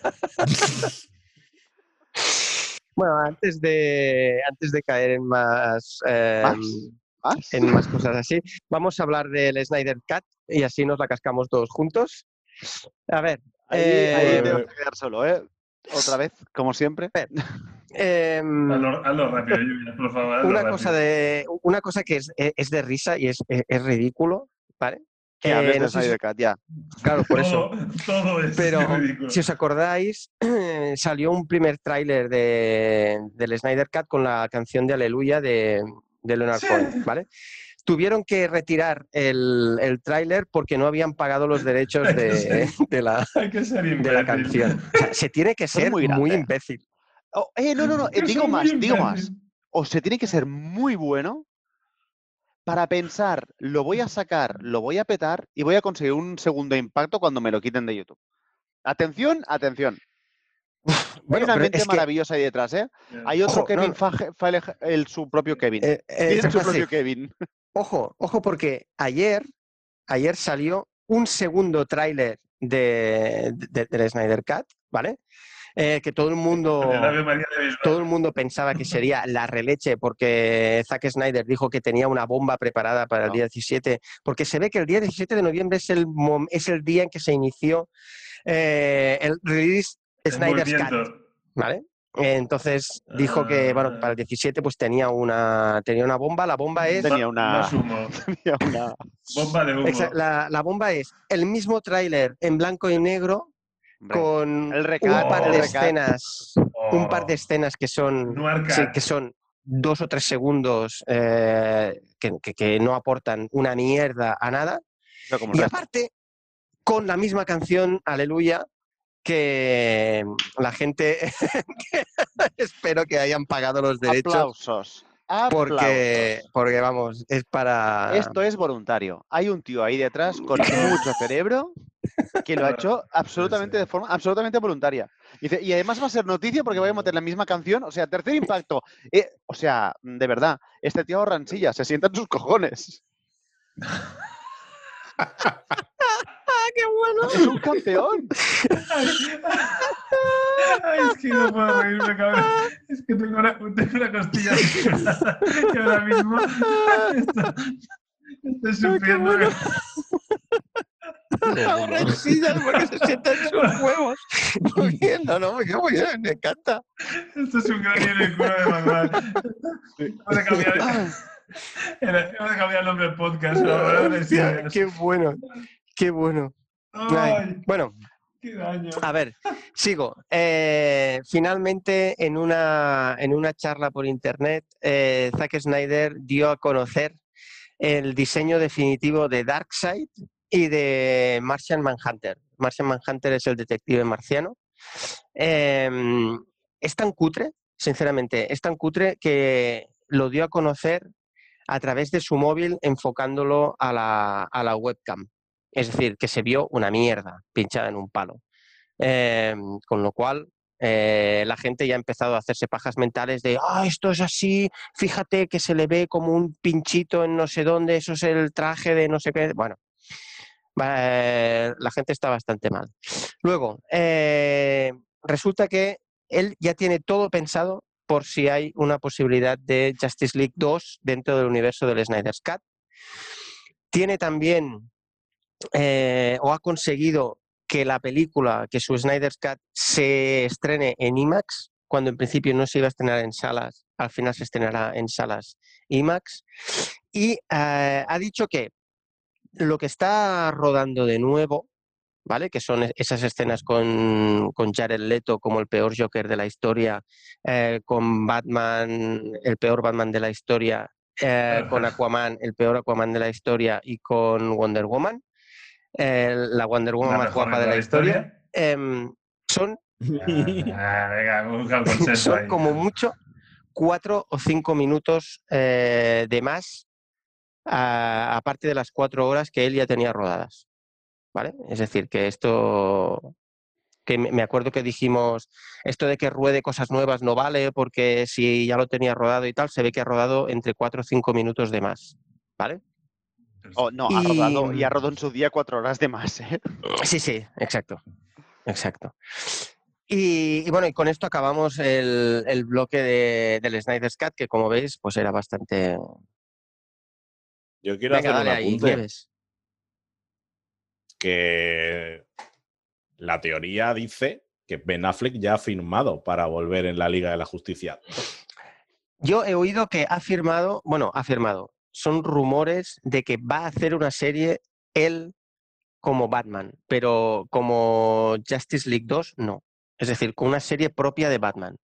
Bueno, antes de, antes de caer en más, eh, ¿Más? ¿Más? en más cosas así, vamos a hablar del Snyder Cut y así nos la cascamos todos juntos. A ver, Ahí, eh, ahí te vas a quedar solo, ¿eh? Otra vez, como siempre. em, Hazlo, hazlo rápido, Lluvia, por favor. Hazlo una rápido. cosa de una cosa que es, es de risa y es, es, es ridículo, ¿vale? Que Eh, hables no de sé si- Snyder Cut, ya. claro, por eso. Todo, todo es Pero ridículo. si os acordáis, salió un primer tráiler de, del Snyder Cut con la canción de Aleluya de, de Leonard Sí. Cohen, ¿vale? Tuvieron que retirar el, el tráiler porque no habían pagado los derechos Hay que de, ser- de la, Hay que ser imbécil. de la canción. O sea, se tiene que Eso es ser muy muy, grande. imbécil. Oh, eh, no, no, no, eh, Que digo soy muy más, digo más. imbécil. O se tiene que ser muy bueno para pensar, lo voy a sacar, lo voy a petar y voy a conseguir un segundo impacto cuando me lo quiten de YouTube. Atención, atención. Bueno, Hay una pero mente es que, maravillosa ahí detrás, ¿eh? Hay otro Ojo, Kevin no, Feige, Feige- el, su propio Kevin. eh, eh, Tiene su Feige. propio Kevin. Ojo, ojo, porque ayer, ayer salió un segundo tráiler de, de- del Snyder Cut, ¿vale? Eh, que todo el mundo... El Ave María de Bisbal. Todo el mundo pensaba que sería la releche porque Zack Snyder dijo que tenía una bomba preparada para el No. día diecisiete, porque se ve que el día diecisiete de noviembre es el, mom- es el día en que se inició eh, el release El Snyder's Cut, movimiento. ¿vale? Entonces dijo que bueno, para el diecisiete pues tenía una, tenía una bomba. La bomba es... Tenía una- Más humo. Tenía una... Bomba de humo. Exa- La, la bomba es el mismo tráiler en blanco y negro Hombre, con el un recat, par el de recat. escenas, Oh. un par de escenas que son, Noir sí, Cat. que son dos o tres segundos eh, que, que- que no aportan una mierda a nada. Pero como el Y resto. aparte, con la misma canción, Aleluya, que la gente espero que hayan pagado los derechos Aplausos. porque, Aplausos. porque vamos, es para... Esto es voluntario. Hay un tío ahí detrás con mucho cerebro que lo ha hecho absolutamente de forma absolutamente voluntaria. Dice, y además va a ser noticia porque voy a meter la misma canción. O sea, tercer impacto. Eh, o sea, de verdad, este tío ahorra en silla, se sienta en sus cojones. ¡Ah, qué bueno! Es un campeón. Ay, es que no puedo reírme, cabrón. Es que tengo una, tengo una costilla que ahora mismo está, Estoy qué sufriendo. bueno. Qué Hago bueno. rencillas porque se sientan sus huevos. Muy bien, no, no, muy bien, muy bien, me encanta. Esto es un gran en el culo de Manuel. Hemos de cambiar, el- hemos de cambiar el nombre del podcast. Ahora de Hostia, sillas. qué bueno, qué bueno. Ay, Ay, bueno, qué daño. a ver, sigo. Eh, finalmente, en una, en una charla por internet, eh, Zack Snyder dio a conocer el diseño definitivo de Darkseid y de Martian Manhunter. Martian Manhunter es el detective marciano. Eh, es tan cutre, sinceramente, es tan cutre que lo dio a conocer a través de su móvil enfocándolo a la, a la webcam. Es decir, que se vio una mierda pinchada en un palo. Eh, con lo cual, eh, la gente ya ha empezado a hacerse pajas mentales de, ah, esto es así, fíjate que se le ve como un pinchito en no sé dónde, eso es el traje de no sé qué. Bueno, eh, la gente está bastante mal. Luego, eh, resulta que él ya tiene todo pensado por si hay una posibilidad de Justice League dos dentro del universo del Snyder's Cut. Tiene también, eh, o ha conseguido que la película, que su Snyder's Cut se estrene en IMAX, cuando en principio no se iba a estrenar en salas, al final se estrenará en salas IMAX. Y eh, ha dicho que lo que está rodando de nuevo, ¿vale? Que son esas escenas con, con Jared Leto como el peor Joker de la historia, eh, con Batman, el peor Batman de la historia, eh, con Aquaman, el peor Aquaman de la historia, y con Wonder Woman, eh, la Wonder Woman La más mejor guapa de de toda la la historia, historia. eh, son, Ah, venga, busca el consenso son ahí. como mucho cuatro o cinco minutos eh, de más, a- aparte de las cuatro horas que él ya tenía rodadas. ¿Vale? Es decir, que esto, que me me acuerdo que dijimos, esto de que ruede cosas nuevas no vale porque si ya lo tenía rodado y tal, se ve que ha rodado entre cuatro o cinco minutos de más, ¿vale? Oh, no, ha Y rodado y ha rodado en su día cuatro horas de más, ¿eh? sí, sí, exacto, exacto. Y, y bueno, y con esto acabamos el, el bloque de, del Snyder's Cut, que como veis, pues era bastante... Yo quiero Venga, hacer un dale ahí, apunte Nieves. que la teoría dice que Ben Affleck ya ha firmado para volver en la Liga de la Justicia. Yo he oído que ha firmado, bueno, ha firmado, son rumores de que va a hacer una serie él como Batman, pero como Justice League dos, no. Es decir, con una serie propia de Batman.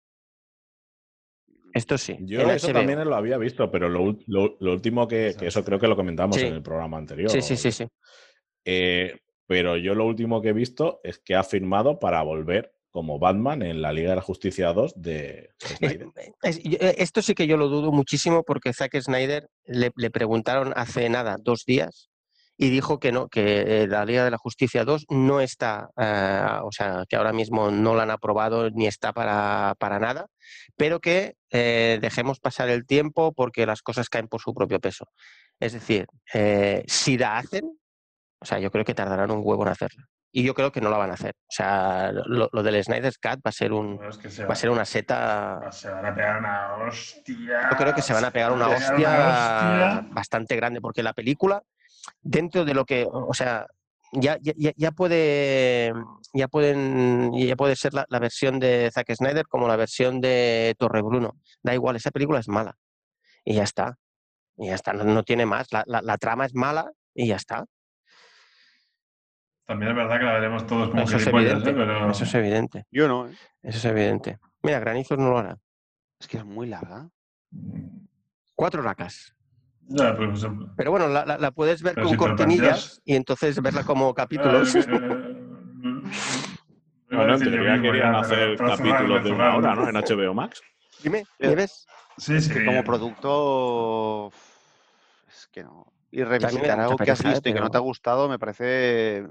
Esto sí, Yo en eso H B O. también lo había visto, pero lo, lo- lo último que, que eso creo que lo comentamos Sí. en el programa anterior. Sí, sí, sí, sí. Eh, pero yo lo último que he visto es que ha firmado para volver como Batman en la Liga de la Justicia dos de Es- Snyder. es- yo- eh, esto sí que yo lo dudo muchísimo porque Zack Snyder le, le preguntaron hace nada, dos días, y dijo que no, que eh, la Liga de la Justicia dos no está, eh, o sea, que ahora mismo no la han aprobado ni está para, para nada, pero que eh, dejemos pasar el tiempo porque las cosas caen por su propio peso. Es decir, eh, si la hacen, o sea, yo creo que tardarán un huevo en hacerla. Y yo creo que no la van a hacer. O sea, lo, lo del Snyder's Cut va a ser un, Bueno, es que se, va a ser una seta. se van a pegar una hostia. Yo creo que se van a pegar van una pegar hostia una hostia. bastante grande, porque la película, dentro de lo que, o sea, ya, ya, ya- ya puede, ya pueden, ya puede ser la, la versión de Zack Snyder como la versión de Torrebruno. Da igual, esa película es mala. Y ya está. Y ya está, no, no tiene más. La, la- la trama es mala y ya está. También es verdad que la veremos todos como Eso es gilipollas, evidente. ¿eh? Pero... Eso es evidente. Yo no, ¿eh? Eso es evidente. Mira, Granizos no lo hará. Es que es muy larga. Cuatro racas. Ya, pues, Pero bueno, la, la- la puedes ver pero con si te lo cortinillas planteas... y entonces verla como Ah, capítulos. es que, eh, iba a Bueno, en decir yo teoría mismo querían ya, pero hacer para capítulos zurrarme, de una hora, ¿no? zurrarme. En H B O Max. Dime, Eh, ¿Nieves? Sí, Es sí. que como producto... Es que no. Y A mí me da revisitar mucha algo que has pereza, ¿eh? visto y que no te ha Pero gustado me parece...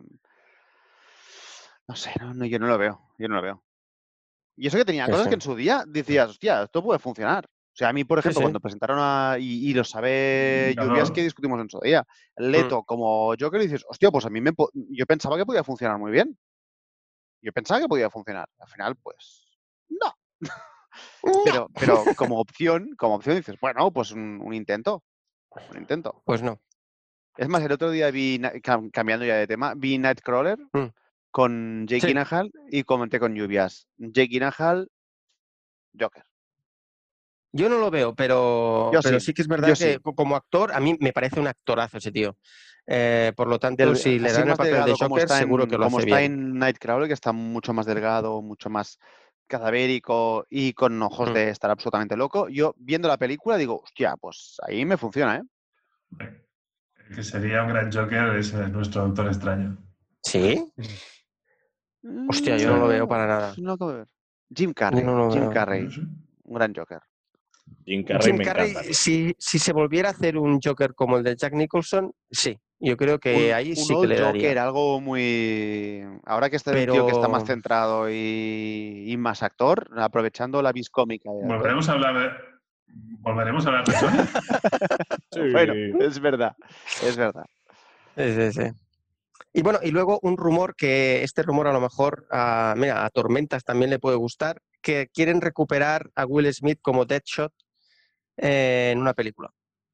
No sé, no, no, yo no lo veo. Yo no lo veo. Y eso que tenía sí, cosas sí. que en su día decías, hostia, esto puede funcionar. O sea, a mí, por Sí, ejemplo, sí. cuando presentaron a. Y, y lo sabe Claro. Lluvias que discutimos en su día. Mm. Leto como Joker, y dices, hostia, pues a mí me. po- Yo pensaba que podía funcionar muy bien. Yo pensaba que podía funcionar. Al final, pues. No. Pero, pero como opción, como opción dices, bueno, pues un, un intento. Un intento. Pues no. Es más, el otro día vi, cam- cambiando ya de tema, vi Nightcrawler Mm. con Jake Sí. Gyllenhaal y comenté con Lluvias. Jake Gyllenhaal, Joker. Yo no lo veo, pero, Yo pero sí, sí que es verdad yo que sí. co- como actor, a mí me parece un actorazo ese tío. Eh, por lo tanto, Del- si le así dan el más papel de delgado como Joker, está seguro en, que lo como hace está bien. en Nightcrawler, que está mucho más delgado, mucho más cadavérico y con ojos Mm. de estar absolutamente loco. Yo viendo la película digo, hostia, pues ahí me funciona, ¿eh? El que sería un gran Joker es eh, nuestro Doctor Extraño. ¿Sí? Hostia, yo Sí. no lo veo para nada. No lo acabo de ver. Jim Yo Carrey, no lo Jim veo. Carrey, Sí. un gran Joker. Jim Carrey Jim me Carrey, encantaría. si, si se volviera a hacer un Joker como el de Jack Nicholson, sí. Yo creo que un, ahí un sí que old le daría. Joker, algo muy... Ahora que está un tío que está más Pero centrado y, y más actor, aprovechando la vis cómica. de- ¿Volveremos a hablar de, ¿volveremos a hablar de Sony? Sí. Bueno, es verdad, es verdad. Sí, sí, sí. Y bueno, y luego un rumor que este rumor a lo mejor a, mira, a Tormentas también le puede gustar, que quieren recuperar a Will Smith como Deadshot eh, en una película.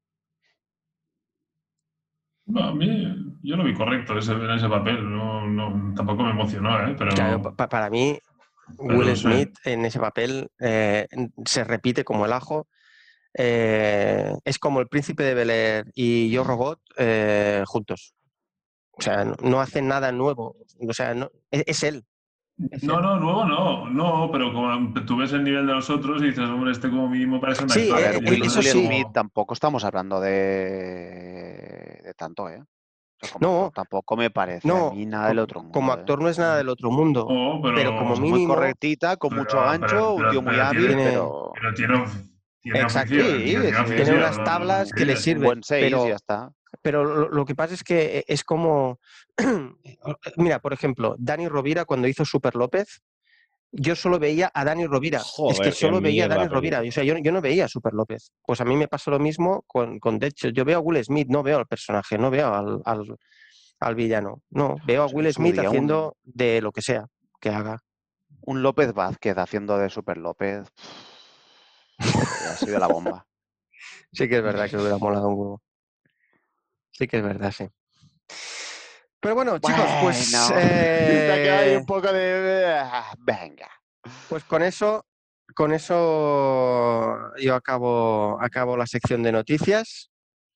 No, a mí, yo lo vi correcto ese, en ese papel. No, no, tampoco me emocionó, ¿eh? Pero, Claro, pa- para mí, pero Will no sé. Smith en ese papel eh, se repite como el ajo. Eh, es como el Príncipe de Bel-Air y Yo Robot eh, juntos. O sea, no, no hacen nada nuevo. O sea, no, es, es él. Es No, él. no, nuevo no, no, pero como tú ves el nivel de los otros y dices, hombre, este como mínimo parece un Sí, actor. A ver, eh, Y Will, eso entonces Will sí. Smith como- tampoco estamos hablando de, de tanto, ¿eh? O sea, como No, actor tampoco me parece a no, mí nada del co- otro como mundo, ¿eh? actor no es nada del otro mundo. Oh, pero, Pero como Es muy mínimo, correctita, con pero, mucho gancho, pero- un pero- tío muy pero hábil, tiene, tiene, pero... pero tiene, of- tiene exacto, oficio, Sí, tiene sí, oficio. tiene sí, unas un- tablas que Sí, le un sirven. buen seis y Pero, ya está. pero lo, lo que pasa es que es como, mira, por ejemplo, Dani Rovira cuando hizo Super López, yo solo veía a Dani Rovira. es Joder, que qué solo veía a mierda Dani Rovira. película. O sea, yo, yo no veía a Super López. Pues a mí me pasó lo mismo con, con Deadshot. Yo veo a Will Smith, no veo al personaje, no veo al, al, al villano. No, veo a Pues en Will su Smith día un, haciendo de lo que sea que haga. un López Vázquez haciendo de Super López ha sido la bomba. Sí que es verdad que hubiera molado un huevo. Sí que es verdad, sí. Pero bueno, chicos, pues, Bueno, me ha quedado ahí eh, un poco de... ah, Venga. pues con eso, con eso yo acabo, acabo la sección de noticias.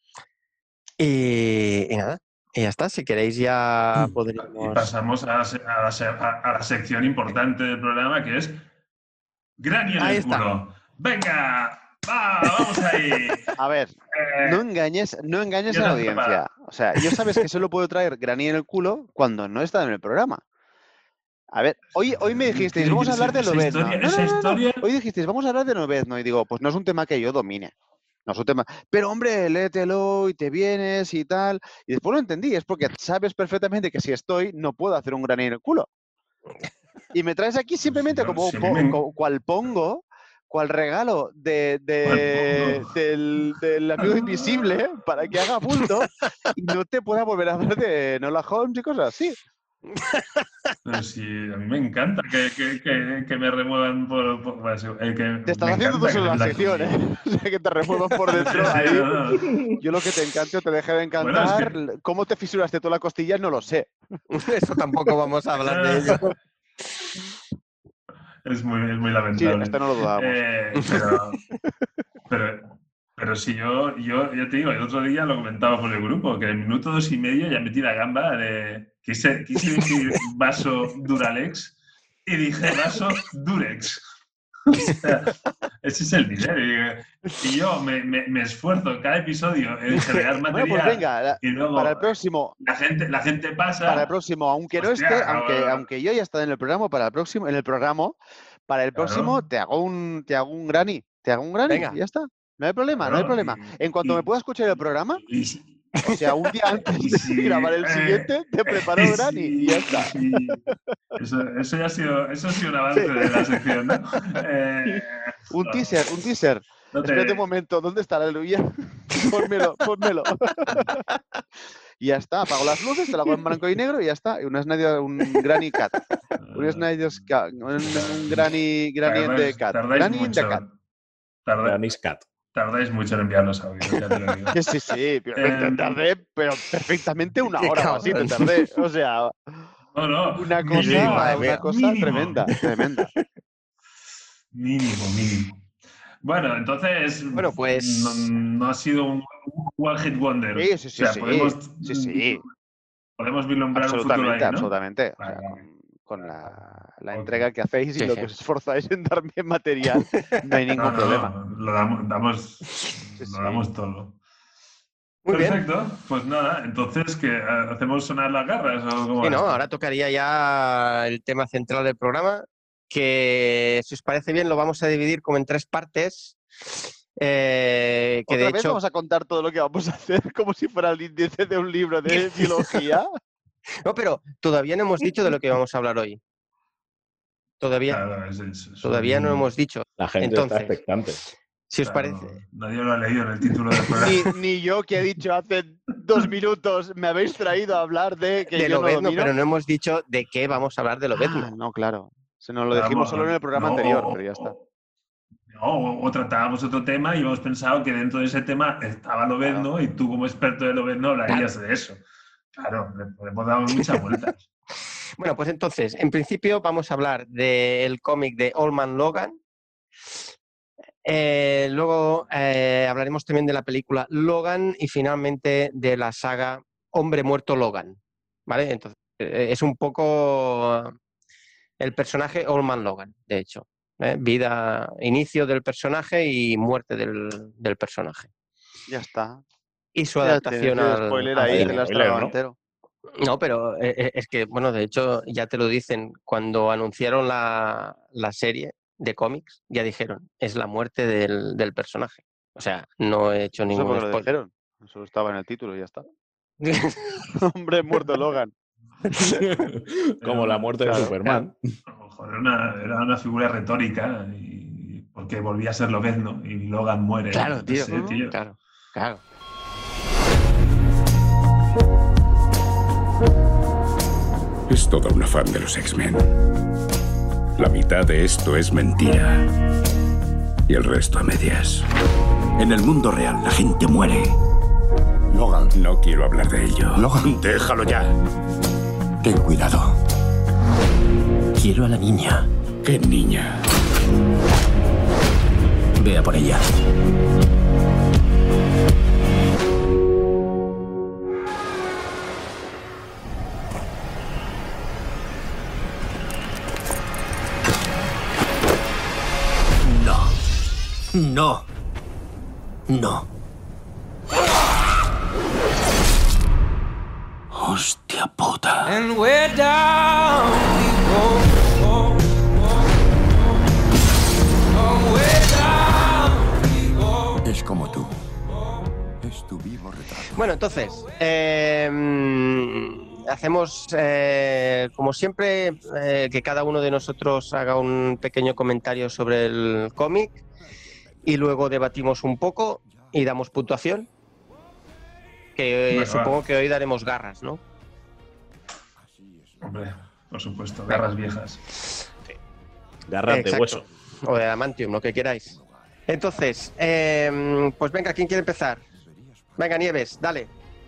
Y, y nada, y ya está. Si queréis ya Y podríamos... pasamos a la, se- a la se- a- a la sección importante del programa, que es Granny en Ahí el está. culo. ¡Venga! ¡Va! ¡Vamos ahí! A ver, Eh, no engañes, no engañes yo a la te has preparado. audiencia. O sea, yo sabes que solo puedo traer Granny en el culo cuando no está en el programa. A ver, hoy, hoy me dijisteis, Que- vamos a esa- hablar de esa Lobezno. historia- No, esa no, no, no. historia- Hoy dijisteis, vamos a hablar de Lobezno. Y digo, pues no es un tema que yo domine. No es un tema. Pero hombre, léetelo y te vienes y tal. Y después lo entendí, es porque sabes perfectamente que si estoy, no puedo hacer un Granny en el culo. Y me traes aquí simplemente si no- como si a po- mí me- co- cual pongo, cual regalo de, de- Cual pongo. del, del amigo invisible para que haga bulto y no te pueda volver a hablar de Enola Holmes y cosas así. Pero sí, a mí me encanta que, que, que, que me remuevan por... por- bueno, sí, eh, que Te estás me haciendo tú encanta solo que la te sección, conmigo. ¿eh? O sea, que te remuevan por Sí, dentro sí, ahí. no, no. Yo lo que te encante o te deje de Bueno, encantar, es que- cómo te fisuraste toda la costilla, no lo sé. Eso tampoco vamos a hablar de ello. Es muy, es muy Sí, lamentable. esto no lo dudamos. Eh, pero, pero, pero si yo, yo, ya te digo, el otro día lo comentaba por el grupo, que en el minuto dos y medio ya metí la gamba de... Quise, quise decir vaso Duralex y dije vaso Durex. O sea, ese es el nivel. Y, y yo me, me, me esfuerzo en cada episodio en generar Bueno, material. pues venga, la- y luego para el próximo, la gente, la gente pasa. para el próximo, aunque no Hostia, esté, claro. aunque, aunque yo ya esté en el programa, para el próximo, en el programa, para el Claro. próximo te hago un, te hago un granny, te hago un granny Venga. y ya está. No hay problema, no hay Claro, problema. y- En cuanto y- me pueda escuchar el programa, y si- o sea, un día antes y de si, grabar el eh, siguiente, te preparo el granny y ya está. y si- eso, eso ya ha sido, eso ha sido un avance Sí. de la sección, ¿no? Eh, Un no, teaser, un teaser. no te- Espérate un momento, ¿dónde está la aleluya? Pónmelo, pónmelo. Y ya está, apago las luces, te lo hago en blanco y negro y ya está. Y una Snyder, un Granny Cat. Un Snyder's Cat. Un, un Granny, granny in the tardáis, Cat. tardáis Granny in the mucho. Cat. Tarda- Granny's Cat. Tardáis mucho en enviar los audios, ya te lo digo. Sí, sí, pero Em, tardé, pero perfectamente una Qué hora o así te cabrón. tardé. O sea, No, no, una mínimo, cosa, ¿eh? una cosa Mínimo. tremenda, tremenda. Mínimo, mínimo. Bueno, entonces Bueno, pues- no, no ha sido un one hit wonder. Sí, sí, sí, o sea, sí, podemos, sí, sí. podemos vislumbrar un futuro Absolutamente, ahí, ¿no? absolutamente. O Vale, sea, vale. con, con Vale, la, vale. la Ok. entrega que hacéis y Sí, lo sí. que os esforzáis en darme material, no hay ningún No, no, problema. lo damos, damos, Sí, lo sí. damos todo. Muy bien. Perfecto, pues nada, entonces, ¿qué? ¿Hacemos sonar las garras o cómo Sí, va ¿no? esto? Ahora tocaría ya el tema central del programa, que si os parece bien lo vamos a dividir como en tres partes. Eh, que ¿Otra de vez hecho, vamos a contar todo lo que vamos a hacer como si fuera el índice de un libro de biología? no, pero todavía no hemos dicho de lo que vamos a hablar hoy. Todavía, Claro, es, es- es todavía un- no hemos dicho. La gente está Entonces, expectante. si os claro, parece, nadie lo ha leído en el título del programa. Ni, ni yo que he dicho hace dos minutos me habéis traído a hablar de que de yo no Lobezno, domino. pero no hemos dicho de qué vamos a hablar de Lobezno. Ah, no, claro. Se nos lo Vamos, dijimos solo en el programa no, anterior, o- pero ya está. o- No, o, o tratábamos otro tema y hemos pensado que dentro de ese tema estaba Lobezno y tú como experto de Lobezno hablarías de eso. Claro, le podemos dar muchas vueltas. Bueno, pues entonces, en principio vamos a hablar del cómic de Old Man Logan. Eh, luego eh, hablaremos también de la película Logan y finalmente de la saga Hombre Muerto Logan. ¿Vale? Entonces, eh, es un poco el personaje Old Man Logan, de hecho. ¿eh? Vida, inicio del personaje y muerte del, del personaje. Ya está. Y su Ya adaptación tienes el al, spoiler al ahí, el te cine. lo has spoiler, tragado ¿no? entero. No, pero eh, eh, es que, bueno, de hecho ya te lo dicen cuando anunciaron la, la serie de cómics, ya dijeron, es la muerte del, del personaje. O sea, no he hecho No sé por ningún qué lo spoiler. dijeron. Solo estaba en el título y ya está. Hombre muerto Logan. Como la muerte Claro, de Superman. A lo mejor era una, era una figura retórica y, porque volvía a ser Lobezno y Logan muere. Claro, no tío. sé, tío. Claro, claro. Es todo un afán de los X-Men. La mitad de esto es mentira. Y el resto a medias. En el mundo real la gente muere. Logan. No quiero hablar de ello. Logan. Déjalo ya. Ten cuidado. Quiero a la niña. ¿Qué niña? Vea por ella. No. No. No. Hostia puta. And we're down we go, go, go, go. Oh, we're down we go. Es como tú. Es tu vivo retrato. Bueno, entonces, eh, hacemos, eh, como siempre, eh, que cada uno de nosotros haga un pequeño comentario sobre el cómic y luego debatimos un poco y damos puntuación. Que eh, Venga, supongo va. que hoy daremos garras, ¿no? Hombre, por supuesto, garras viejas. Garras de Exacto. hueso. O de adamantium, lo que queráis. Entonces, eh, pues venga, ¿quién quiere empezar? Venga, Nieves, dale.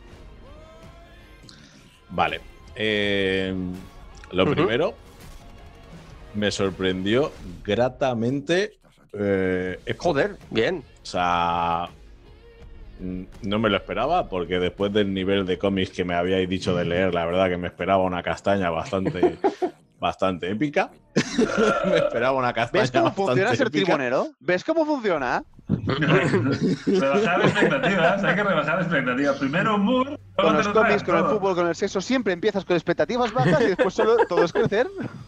Vale. Eh, lo Ujú. primero, me sorprendió gratamente. eh, esto. Joder, bien. O sea, mm, no me lo esperaba porque después del nivel de cómics que me habíais dicho de leer, la verdad que me esperaba una castaña bastante, bastante épica. Me esperaba una castaña ¿Ves cómo bastante funciona ser épica. tribunero? ¿Ves cómo funciona? Rebajar expectativas, hay que rebajar expectativas. Primero un mur, luego Con te los lo cómics, traes con el todo. fútbol, con el sexo, siempre empiezas con expectativas bajas y después solo todo es crecer.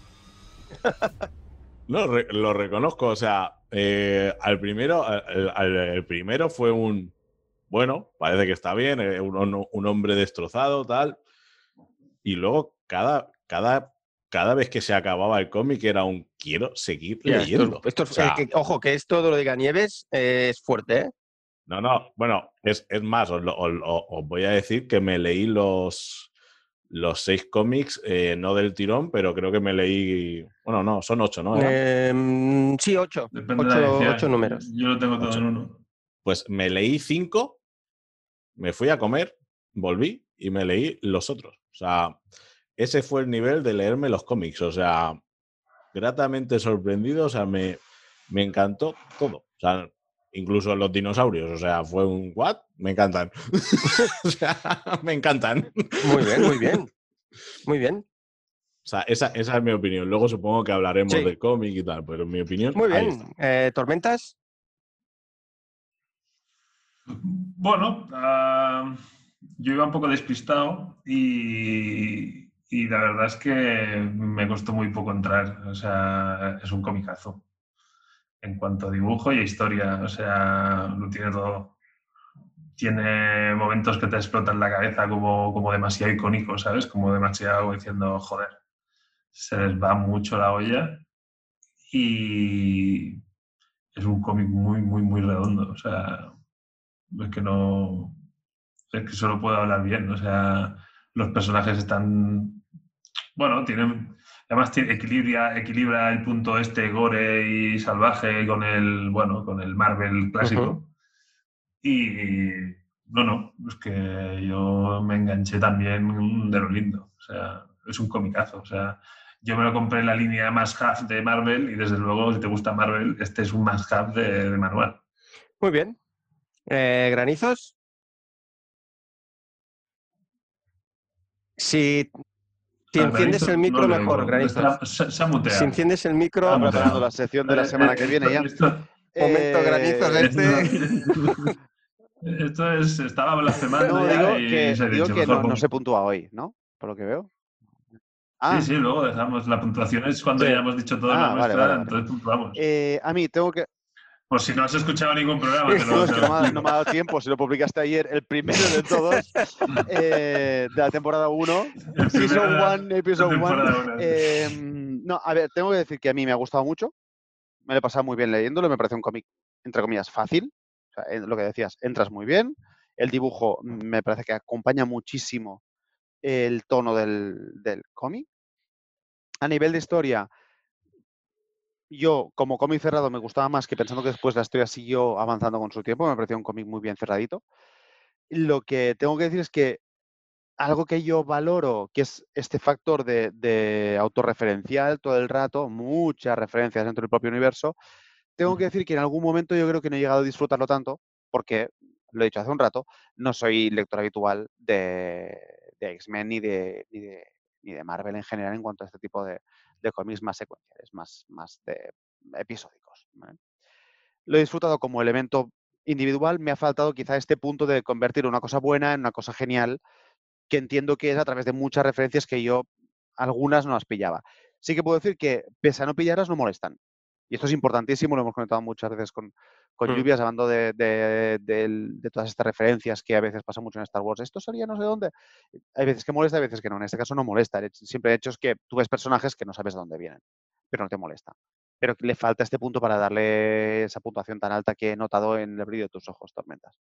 No, re- lo reconozco. O sea, eh, al primero, al, al- el primero fue un bueno, parece que está bien, eh, un, un- un hombre destrozado, tal. Y luego cada, cada, cada vez que se acababa el cómic era un quiero seguir Ya, leyendo. esto- esto es- O sea, eh, que- ojo, que esto de lo de Ganieves eh, es fuerte, ¿eh? no, no, bueno, es, es más, os, lo- os- os- os voy a decir que me leí los, los seis cómics, eh, no del tirón, pero creo que me leí. Bueno, no, son ocho, ¿no? ¿Eran? Eh, sí, ocho. Depende de la Ocho, edición. ocho números. Yo lo tengo todo Ocho. en uno. Pues me leí cinco, me fui a comer, volví y me leí los otros. O sea, ese fue el nivel de leerme los cómics. O sea, gratamente sorprendido. O sea, me, me encantó todo. O sea, incluso los dinosaurios. O sea, fue un ¿what? Me encantan. O sea, me encantan. Muy bien, muy bien. Muy bien. O sea, esa, esa es mi opinión. Luego supongo que hablaremos Sí. de cómic y tal, pero en mi opinión, Muy ahí bien. está. Eh, ¿Tormentas? Bueno, uh, yo iba un poco despistado y, y la verdad es que me costó muy poco entrar. O sea, es un comicazo. En cuanto a dibujo y a historia, o sea, lo tiene todo. Tiene momentos que te explotan la cabeza como, como demasiado icónico, ¿sabes? Como demasiado diciendo, joder, se les va mucho la olla y es un cómic muy, muy, muy redondo. O sea, es que no... Es que solo puedo hablar bien. O sea, los personajes están... Bueno, tienen... Además tiene, equilibra, equilibra el punto este gore y salvaje con el, bueno, con el Marvel clásico. Uh-huh. Y no, no, es que yo me enganché también de lo lindo. O sea, es un comicazo. O sea, yo me lo compré en la línea más half de Marvel y desde luego, si te gusta Marvel, este es un más half de, de manual. Muy bien. Eh, ¿Granizos? Si, si Ah, enciendes Granizos el no micro, le mejor, oigo. Granizos. Está- se, se ha muteado. Si enciendes el micro, Ah, Está preparando muteado. la sección de la Eh, semana eh, que viene esto, ya. Esto, momento Eh, granizos este. esto, esto es, estaba blasfemando No, ya digo y que, se ha digo dicho, que mejor no, no pongo. se puntúa hoy, ¿no? Por lo que veo. Sí, Ah, sí, luego dejamos. La puntuación es cuando sí. ya hemos dicho toda Ah, la vale, nuestra, vale, vale. entonces puntuamos. Eh, a mí tengo que... Por si no has escuchado ningún programa, te No, lo, es te que lo no me, ha, explico. no me ha dado tiempo. Si lo publicaste ayer, el primero de todos, eh, de la temporada uno, El primero Season de la, one, la Episode one. temporada uno. Eh, no, a ver, tengo que decir que a mí me ha gustado mucho. Me lo he pasado muy bien leyéndolo. Me parece un cómic, entre comillas, fácil. O sea, lo que decías, entras muy bien. El dibujo me parece que acompaña muchísimo el tono del, del cómic. A nivel de historia, yo, como cómic cerrado, me gustaba más, que pensando que después la historia siguió avanzando con su tiempo. Me pareció un cómic muy bien cerradito. Lo que tengo que decir es que algo que yo valoro, que es este factor de, de autorreferencial todo el rato, muchas referencias dentro del propio universo, tengo que decir que en algún momento yo creo que no he llegado a disfrutarlo tanto, porque, lo he dicho hace un rato, no soy lector habitual de, de X-Men ni de, ni, de, ni de Marvel en general en cuanto a este tipo de, de cómics más secuenciales, más, más de episódicos, ¿vale? Lo he disfrutado como elemento individual, me ha faltado quizá este punto de convertir una cosa buena en una cosa genial, que entiendo que es a través de muchas referencias que yo algunas no las pillaba. Sí que puedo decir que, pese a no pillarlas, no molestan. Y esto es importantísimo, lo hemos comentado muchas veces con, con Mm. Lluvias, hablando de, de, de, de todas estas referencias que a veces pasa mucho en Star Wars. Esto salía no sé dónde. Hay veces que molesta, hay veces que no. En este caso no molesta. Siempre he hecho es que tú ves personajes que no sabes de dónde vienen, pero no te molesta. Pero le falta este punto para darle esa puntuación tan alta que he notado en el brillo de tus ojos, Tormentas.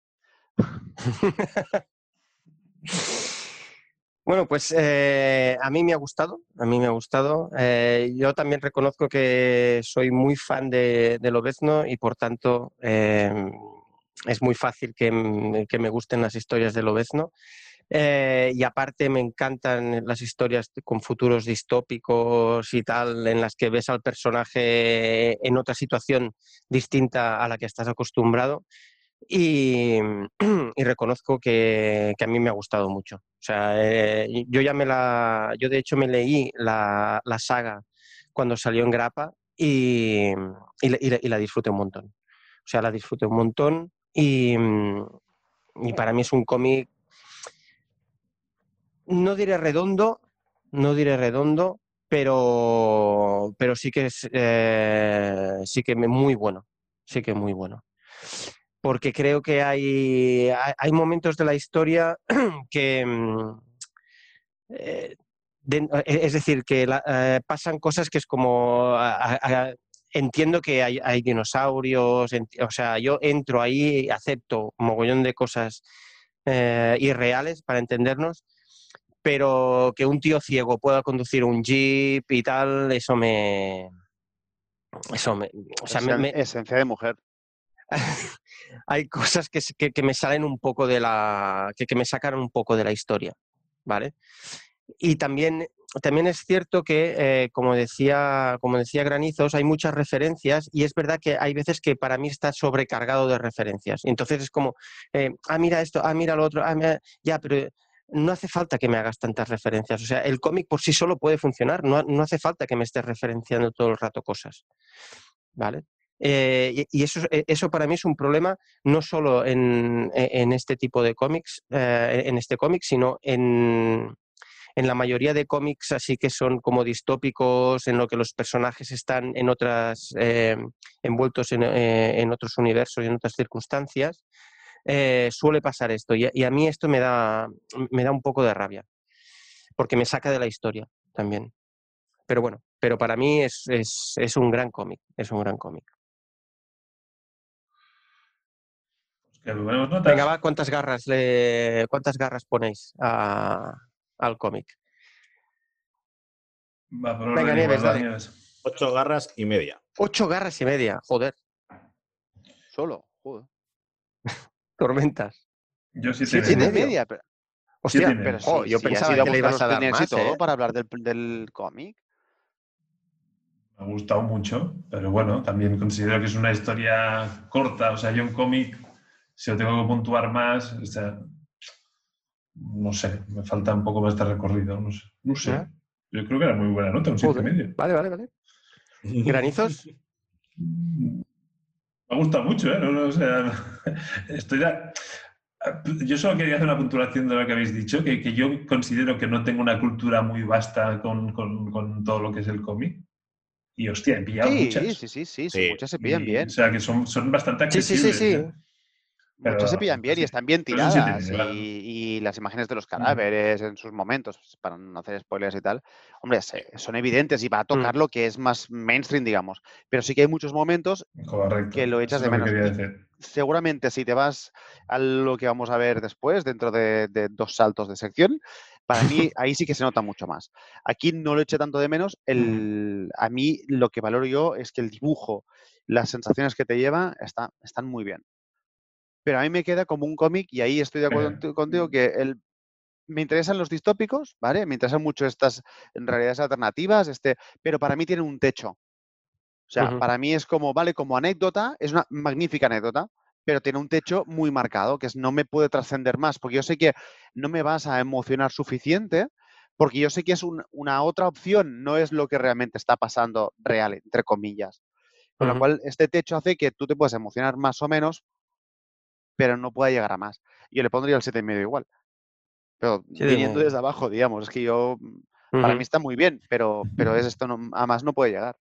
Bueno, pues eh, a mí me ha gustado, a mí me ha gustado. Eh, yo también reconozco que soy muy fan de, de Lobezno y por tanto eh, es muy fácil que, que me gusten las historias de Lobezno. Eh, y aparte me encantan las historias con futuros distópicos y tal, en las que ves al personaje en otra situación distinta a la que estás acostumbrado. Y, y reconozco que, que a mí me ha gustado mucho. O sea, eh, yo ya me la, yo de hecho me leí la, la saga cuando salió en Grappa y, y, la- y la- y la disfruté un montón. O sea, la disfruté un montón y, y para mí es un cómic, no diré redondo, no diré redondo, pero, pero sí que es eh, sí que me- muy bueno, sí que muy bueno. Porque creo que hay, hay, hay momentos de la historia que, mm, eh, de- es decir, que la- eh, pasan cosas que es como, a- a- a- entiendo que hay, hay dinosaurios, ent- o sea, yo entro ahí, acepto un mogollón de cosas eh, irreales para entendernos, pero que un tío ciego pueda conducir un jeep y tal, eso me... Eso me, o sea, me, Esen- me- Esencia de mujer. hay cosas que, que, que me salen un poco de la... que, que me sacan un poco de la historia, ¿vale? Y también, también es cierto que, eh, como decía, como decía Granizos, hay muchas referencias y es verdad que hay veces que para mí está sobrecargado de referencias. Entonces es como, eh, ah, mira esto, ah, mira lo otro, ah, mira... ya, pero no hace falta que me hagas tantas referencias. O sea, el cómic por sí solo puede funcionar, no, no hace falta que me estés referenciando todo el rato cosas, ¿vale? Eh, y y eso, eso para mí es un problema no solo en, en este tipo de cómics, eh, en este cómic, sino en, en la mayoría de cómics así que son como distópicos, en lo que los personajes están en otras, eh, envueltos en, eh, en otros universos y en otras circunstancias. Eh, suele pasar esto y, y a mí esto me da, me da un poco de rabia porque me saca de la historia también. Pero bueno, pero para mí es, es, es un gran cómic, es un gran cómic. Que buenas notas. Venga, va, ¿cuántas garras, le, cuántas garras ponéis a, al cómic? Va por Venga, orden Nieves, igual, va, dale. Nieves. Ocho garras y media. Ocho garras y media, joder. Solo, joder. Tormentas. Yo siete Siete y y medio. Siete y medio. media, pero, Hostia, Siete y pero medio. jo, sí, yo sí, has pensaba ido a que le buscar ibas los a dar Kleenex y más, todo ¿eh? para hablar del, del cómic. Me ha gustado mucho, pero bueno, también considero que es una historia corta. O sea, yo un cómic, si lo tengo que puntuar más, o sea, no sé, me falta un poco más de recorrido. No sé. No sé. ¿Eh? Yo creo que era muy buena nota, un siete y Joder. medio. Vale, vale, vale. ¿Granizos? Me ha gustado mucho, ¿eh? No, no, o sea, estoy de... Yo solo quería hacer una puntuación de lo que habéis dicho, que, que yo considero que no tengo una cultura muy vasta con, con, con todo lo que es el cómic. Y hostia, he pillado Sí, muchas. sí, sí, sí, sí, Sí. muchas se pillan Y, bien. o sea, que son, son bastante Sí, sí, sí, accesibles. sí. ¿eh? Muchas se Pero, pillan bien y sí, están bien pero es un siete y tiradas. medio, Y, vale. y las imágenes de los cadáveres en sus momentos, pues, para no hacer spoilers y tal, hombre, se- son evidentes y va a tocar Mm. lo que es más mainstream, digamos. Pero sí que hay muchos momentos Correcto. que lo Eso echas es de lo que menos. quería Y decir. seguramente si te vas a lo que vamos a ver después, dentro de, de dos saltos de sección, para mí ahí sí que se nota mucho más. Aquí no lo eché tanto de menos. El, a mí lo que valoro yo es que el dibujo, las sensaciones que te lleva, está, están muy bien. Pero a mí me queda como un cómic, y ahí estoy de acuerdo Eh, conti- contigo, que el, me interesan los distópicos, ¿vale? Me interesan mucho estas realidades alternativas, este, pero para mí tiene un techo. O sea, Ujú. para mí es como, vale, como anécdota, es una magnífica anécdota, pero tiene un techo muy marcado, que es no me puede trascender más, porque yo sé que no me vas a emocionar suficiente, porque yo sé que es un- una otra opción, no es lo que realmente está pasando real, entre comillas. Con lo Ujú. cual, este techo hace que tú te puedas emocionar más o menos, pero no pueda llegar a más. Yo le pondría el siete y medio igual. Pero Siete y viniendo medio. desde abajo, digamos, es que yo, para mí Ujú. está muy bien, pero, pero es esto, no, a más no puede llegar.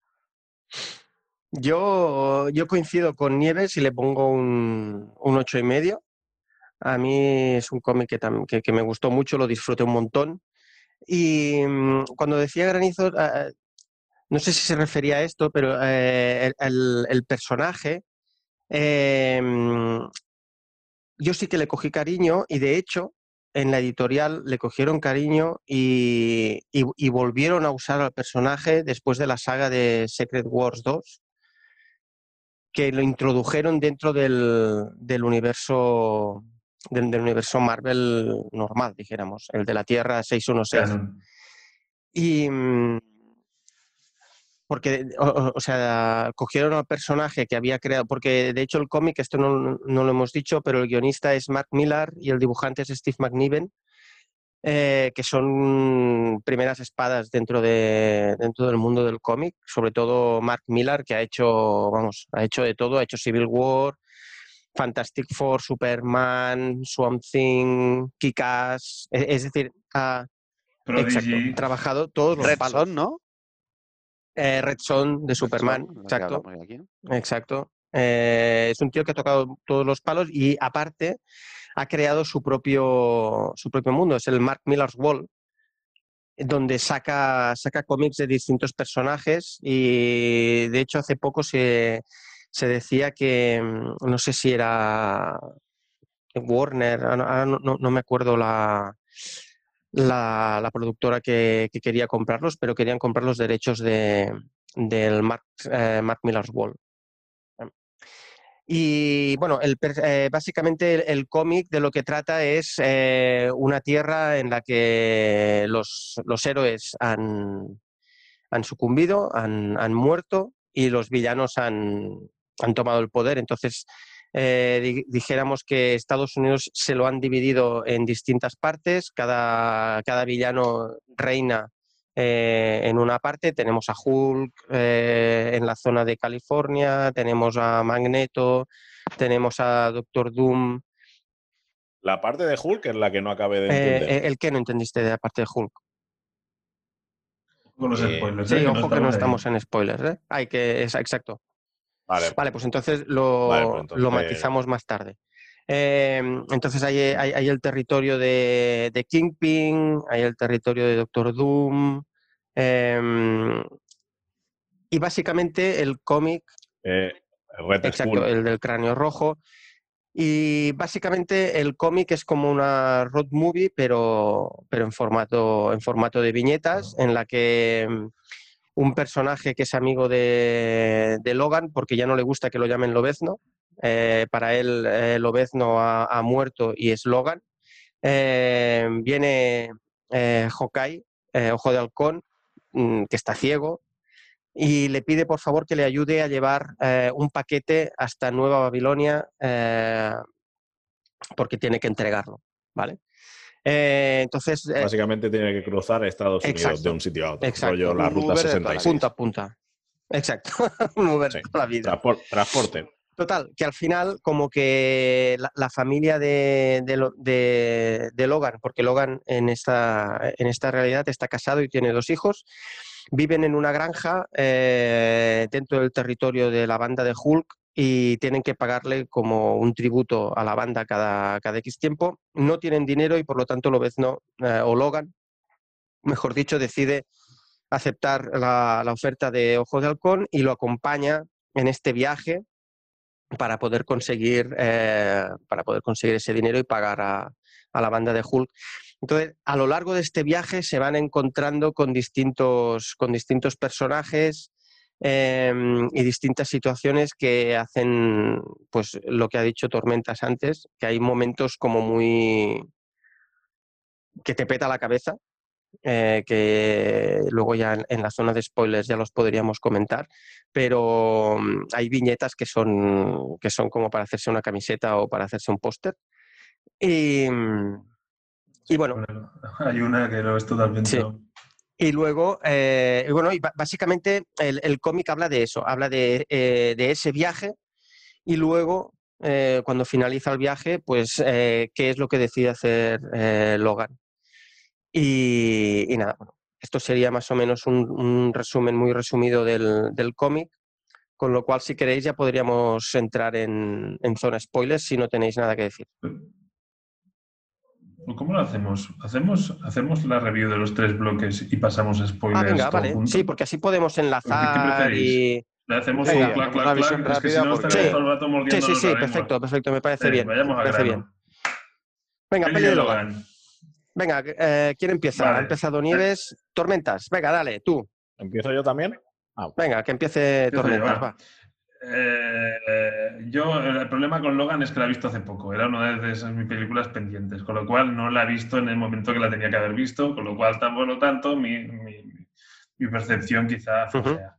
Yo, yo coincido con Nieves y le pongo un, un ocho y medio. A mí es un cómic que, tam- que, que me gustó mucho, lo disfruté un montón. Y mm, cuando decía Granizo, ah, no sé si se refería a esto, pero eh, el, el- el personaje, eh, mm, yo sí que le cogí cariño y de hecho en la editorial le cogieron cariño y, y- y volvieron a usar al personaje después de la saga de Secret Wars dos, que lo introdujeron dentro del, del universo del, del universo Marvel normal, dijéramos, el de la Tierra seiscientos dieciséis. canon. Y mm, porque, o, o- o sea, cogieron al personaje que había creado, porque de hecho el cómic, esto no, no lo hemos dicho, pero el guionista es Mark Millar y el dibujante es Steve McNiven, eh, que son primeras espadas dentro, de, dentro del mundo del cómic, sobre todo Mark Millar, que ha hecho, vamos, ha hecho de todo, ha hecho Civil War, Fantastic Four, Superman, Swamp Thing, Kick-Ass, es, es decir, ha, exacto, Prodigy. trabajado todos los Red palos. Son, ¿no? Eh, Red Son de Red Superman, Son, lo que exacto, hablamos aquí. exacto. Eh, es un tío que ha tocado todos los palos y aparte ha creado su propio, su propio mundo, es el Mark Millar's World, donde saca, saca cómics de distintos personajes y de hecho hace poco se, se decía que, mm, no sé si era Warner, ahora no, no- no me acuerdo la, la, la productora que, que quería comprarlos, pero querían comprar los derechos de, del Mark, eh, Mark Millar's World. Y bueno, el, eh, básicamente el, el cómic de lo que trata es eh, una tierra en la que los, los héroes han, han sucumbido, han, han muerto y los villanos han, han tomado el poder. Entonces, eh, di dijéramos que Estados Unidos se lo han dividido en distintas partes, cada, cada villano reina eh, en una parte. Tenemos a Hulk eh, en la zona de California, tenemos a Magneto, tenemos a Doctor Doom. La parte de Hulk es la que no acabé de entender. Eh, ¿El qué no entendiste de la parte de Hulk? Con los Eh, spoilers, Sí, ¿eh? Que ojo no que no estamos ahí. estamos en spoilers, ¿eh? Hay que, es, exacto. Vale, Vale, pues entonces lo, Vale, pues entonces- lo matizamos más tarde. Eh, entonces hay, hay- hay el territorio de, de Kingpin, hay el territorio de Doctor Doom, eh, y básicamente el cómic, eh, Red exacto, Skull. el del cráneo rojo, y básicamente el cómic es como una road movie, pero, pero en, formato, en formato de viñetas, en la que mm, un personaje que es amigo de, de Logan, porque ya no le gusta que lo llamen Lobezno. Eh, para él, eh, Lobezno ha, ha muerto y es Logan. Eh, viene eh, Hawkeye, eh, Ojo de Halcón, mm, que está ciego, y le pide por favor que le ayude a llevar eh, un paquete hasta Nueva Babilonia eh, porque tiene que entregarlo, ¿vale? Eh, entonces, eh, Básicamente tiene que cruzar Estados Unidos exacto, de un sitio a otro. exacto. Rollo la Un ruta Uber de toda sesenta y la seis. punta a punta. Exacto, un Uber Sí. toda la vida. Transpor- transporte. Total, que al final como que la, la familia de, de, Lo- de- de Logan, porque Logan en esta, en esta realidad está casado y tiene dos hijos, viven en una granja eh, dentro del territorio de la banda de Hulk y tienen que pagarle como un tributo a la banda cada, cada X tiempo. No tienen dinero y por lo tanto Lobezno, eh, o Logan, mejor dicho, decide aceptar la, la oferta de Ojo de Halcón y lo acompaña en este viaje para poder conseguir, eh, para poder conseguir ese dinero y pagar a, a la banda de Hulk. Entonces, a lo largo de este viaje se van encontrando con distintos, con distintos personajes eh, y distintas situaciones que hacen, pues, lo que ha dicho Tormentas antes, que hay momentos como muy... que te peta la cabeza, eh, que luego ya en, en la zona de spoilers ya los podríamos comentar, pero mm, hay viñetas que son, que son como para hacerse una camiseta o para hacerse un póster. Y, mm, y bueno, Bueno, hay una que no es totalmente. sí. Y luego, eh, y bueno, y ba- básicamente el, el cómic habla de eso, habla de, eh, de ese viaje y luego, eh, cuando finaliza el viaje, pues eh, qué es lo que decide hacer eh, Logan. Y, y nada, bueno, esto sería más o menos un, un resumen muy resumido del, del cómic, con lo cual si queréis ya podríamos entrar en, en zona spoilers si no tenéis nada que decir. ¿Cómo lo hacemos? ¿Hacemos, hacemos la review de los tres bloques y pasamos a spoilers Ah, venga, todo vale. junto? Sí, porque así podemos ¿Qué, qué enlazar preferís? y... Le hacemos Venga. un clac, Hacemos una clac, visión clac. Es que si rápida no porque- estaremos Sí. todo el rato Sí, mordiéndonos sí, sí, la lengua. perfecto, perfecto, me parece Sí, bien. vayamos Me a parece grano. bien. Venga, Peli peli de de Logan. Logan. Venga, eh, ¿quién empieza? Vale. Ha empezado Nieves. Tormentas, venga, dale, tú. ¿Empiezo yo también? Ah, Venga, que empiece Empiezo yo, Tormentas, va. va. Eh, yo, el problema con Logan es que la he visto hace poco. Era una de esas mis películas pendientes, con lo cual no la he visto en el momento que la tenía que haber visto, con lo cual, tan por lo tanto, mi, mi, mi percepción quizá flojea.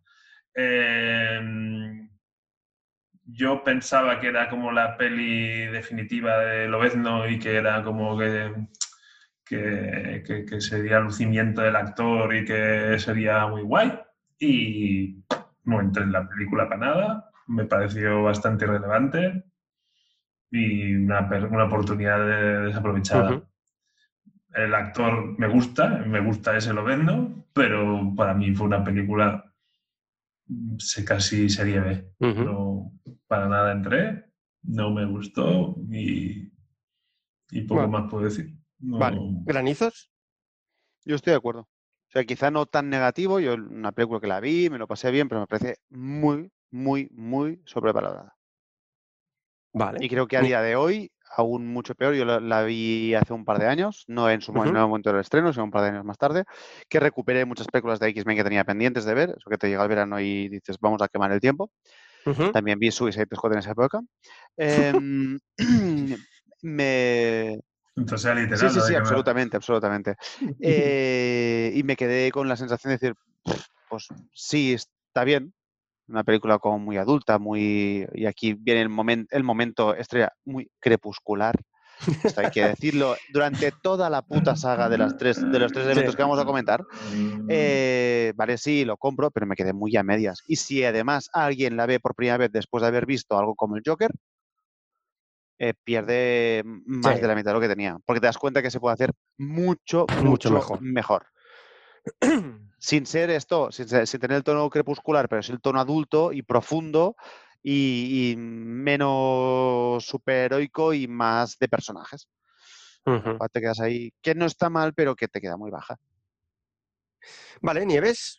Eh, yo pensaba que era como la peli definitiva de Lobezno y que era como que, que, que, que sería el lucimiento del actor y que sería muy guay. Y no entré en la película para nada. Me pareció bastante irrelevante y una, per- una oportunidad de- desaprovechada. Ujú. El actor me gusta, me gusta ese Lobezno, pero para mí fue una película mm, se- casi serie B. Ujú. No, para nada entré, no me gustó y, y poco Bueno. más puedo decir. No- Vale, ¿granizos? Yo estoy de acuerdo. O sea, quizá no tan negativo. Yo una película que la vi, me lo pasé bien, pero me parece muy, muy, muy sobrevalorada. Vale. Y creo que a Mi- día de hoy, aún mucho peor. Yo la, la vi hace un par de años, no en su mo- Ujú. no en el momento del estreno, sino un par de años más tarde, que recuperé muchas películas de X-Men que tenía pendientes de ver. Eso que te llega el verano y dices, vamos a quemar el tiempo. Ujú. También vi Suicide Squad en esa época. Em, me... Entonces sea literal. Sí, sí, lo de sí, que me- absolutamente, absolutamente. Eh, y me quedé con la sensación de decir, pues sí, está bien. Una película como muy adulta, muy... Y aquí viene el, momen- el momento estrella muy crepuscular. Esto hay que decirlo. Durante toda la puta saga de, las tres, de los tres elementos Sí. que vamos a comentar, eh, vale, sí, lo compro, pero me quedé muy a medias. Y si además alguien la ve por primera vez después de haber visto algo como el Joker, eh, pierde más Sí. de la mitad de lo que tenía. Porque te das cuenta que se puede hacer mucho, Mucho mucho mejor. mejor. Sin ser esto, sin, ser- sin tener el tono crepuscular, pero es el tono adulto y profundo y, y menos superheroico y más de personajes. Ujú. Te quedas ahí, que no está mal, pero que te queda muy baja. Vale, Nieves.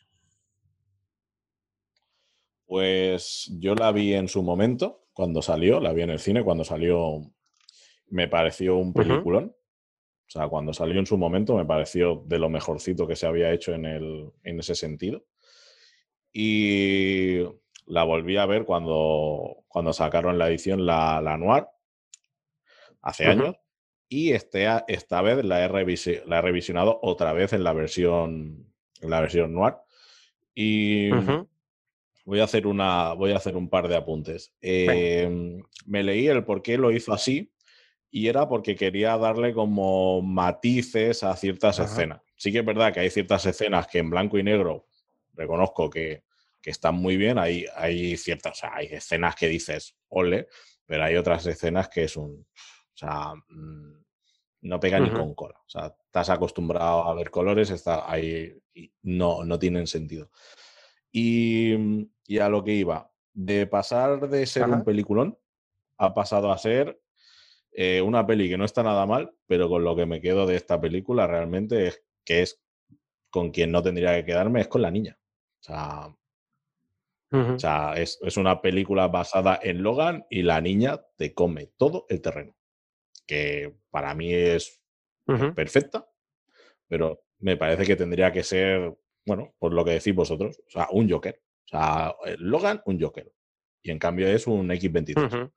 Pues yo la vi en su momento, cuando salió, la vi en el cine, cuando salió me pareció un Ujú. peliculón. O sea, cuando salió en su momento me pareció de lo mejorcito que se había hecho en, el, en ese sentido. Y la volví a ver cuando, cuando sacaron la edición La, la Noir, hace Ujú. años. Y este, esta vez la he, revisi- la he revisionado otra vez en la versión, en la versión Noir. Y Ujú. voy a hacer, una, voy a hacer un par de apuntes. Venga. Eh, me leí el por qué lo hizo así. Y era porque quería darle como matices a ciertas Ajá. escenas. Sí que es verdad que hay ciertas escenas que en blanco y negro reconozco que, que están muy bien. Hay, hay ciertas, o sea, hay escenas que dices, ole, pero hay otras escenas que es un... O sea, mmm, no pega ni Ujú. con cola. O sea, estás acostumbrado a ver colores, está ahí y no, no tienen sentido. Y, y a lo que iba, de pasar de ser Ajá. un peliculón, ha pasado a ser eh, una peli que no está nada mal, pero con lo que me quedo de esta película realmente es que es con quien no tendría que quedarme, es con la niña. O sea, Ujú. o sea es, es una película basada en Logan y la niña te come todo el terreno. Que para mí es, es Ujú. perfecta, pero me parece que tendría que ser, bueno, por lo que decís vosotros, o sea, un Joker. O sea, Logan, un Joker. Y en cambio es un equis veintitrés. Ujú.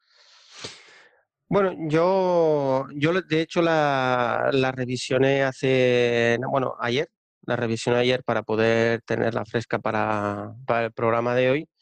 Bueno, yo, yo le- de hecho la, la revisioné hace, no, bueno, ayer, la revisioné ayer para poder tenerla fresca para, para el programa de hoy.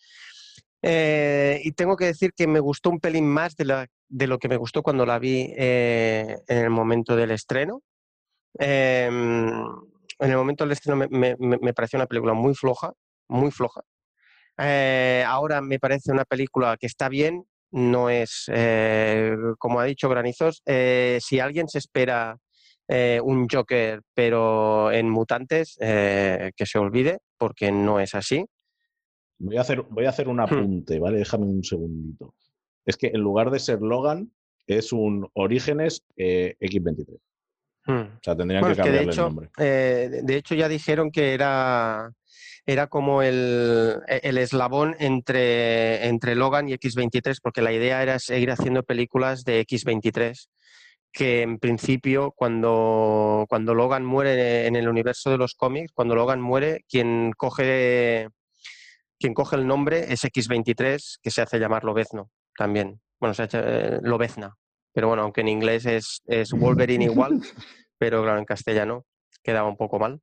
Eh, y tengo que decir que me gustó un pelín más de, la, de lo que me gustó cuando la vi eh, en el momento del estreno. Eh, en el momento del estreno me, me- me- me pareció una película muy floja, muy floja. Eh, ahora me parece una película que está bien, no es, eh, como ha dicho Granizos, eh, si alguien se espera eh, un Joker pero en mutantes, eh, que se olvide, porque no es así. Voy a hacer, voy a hacer un Hmm. apunte, ¿vale? Déjame un segundito. Es que en lugar de ser Logan, es un Orígenes eh, equis veintitrés. Hmm. O sea, tendrían Bueno, que es que de cambiarle el hecho, nombre. eh, de- de hecho ya dijeron que era, era como el, el eslabón entre, entre Logan y equis veintitrés, porque la idea era seguir haciendo películas de equis veintitrés, que en principio cuando, cuando Logan muere en el universo de los cómics, cuando Logan muere, quien coge, quien coge el nombre es equis veintitrés, que se hace llamar Lobezno también. Bueno, se hace eh, Lobezna, pero bueno, aunque en inglés es, es Wolverine igual, pero claro, en castellano quedaba un poco mal.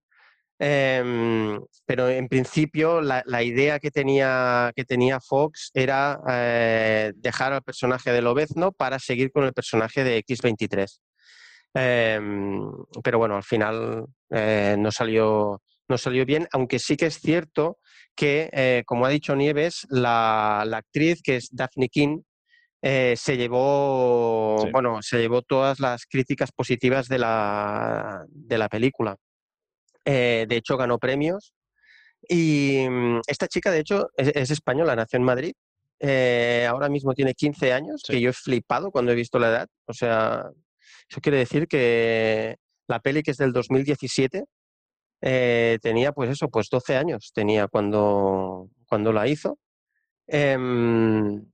Eh, pero en principio la, la idea que tenía, que tenía Fox era eh, dejar al personaje de Lobezno para seguir con el personaje de equis veintitrés. Eh, pero bueno, al final eh, no, salió, no salió bien, aunque sí que es cierto que, eh, como ha dicho Nieves, la, la actriz, que es Daphne King, eh, se llevó, Sí. bueno, se llevó todas las críticas positivas de la, de la película. Eh, de hecho, ganó premios. Y mm, esta chica, de hecho, es, es española, nació en Madrid. Eh, ahora mismo tiene quince años, Sí. que yo he flipado cuando he visto la edad. O sea, eso quiere decir que la peli, que es del dos mil diecisiete, eh, tenía pues eso, pues doce años tenía cuando, cuando la hizo. Em,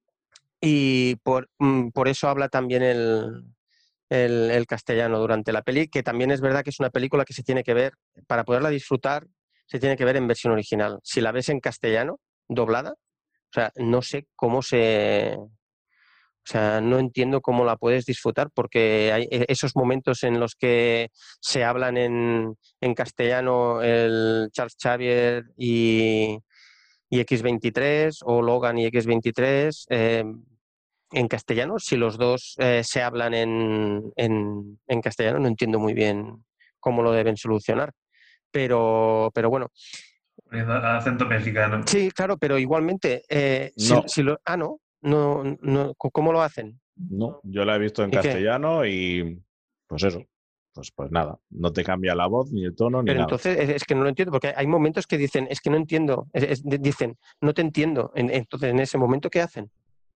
y por, mm, por eso habla también el, el, el castellano durante la peli, que también es verdad que es una película que se tiene que ver, para poderla disfrutar, se tiene que ver en versión original. Si la ves en castellano, doblada, sea, no sé cómo se... O sea, no entiendo cómo la puedes disfrutar porque hay esos momentos en los que se hablan en, en castellano el Charles Xavier y, y equis veintitrés o Logan y equis veintitrés eh, en castellano. Si los dos eh, se hablan en, en, en castellano, no entiendo muy bien cómo lo deben solucionar. Pero, pero bueno. Poniendo acento mexicano. Sí, claro, pero igualmente... Eh, No. si, si lo, ah, no. No, no, ¿cómo lo hacen? No, yo la he visto en ¿Y qué? castellano y pues eso, pues, pues nada, no te cambia la voz, ni el tono, ni Pero nada. entonces es, es que no lo entiendo, porque hay momentos que dicen, es que no entiendo, es, es, dicen, no te entiendo. En, entonces, en ese momento, ¿qué hacen?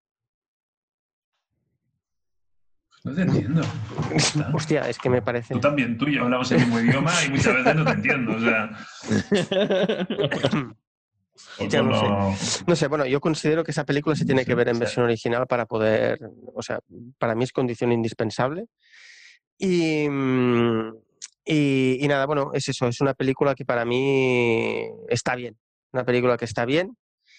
No te entiendo. Hostia, es que me parece... Tú también, tú y yo hablamos el mismo idioma y muchas veces no te entiendo, o sea... Ya no sé. No sé, bueno, yo considero que esa película se tiene que ver en versión original para poder, o sea, para mí es condición indispensable. Y, y, y nada, bueno, es eso, es una película que para mí está bien, una película que está bien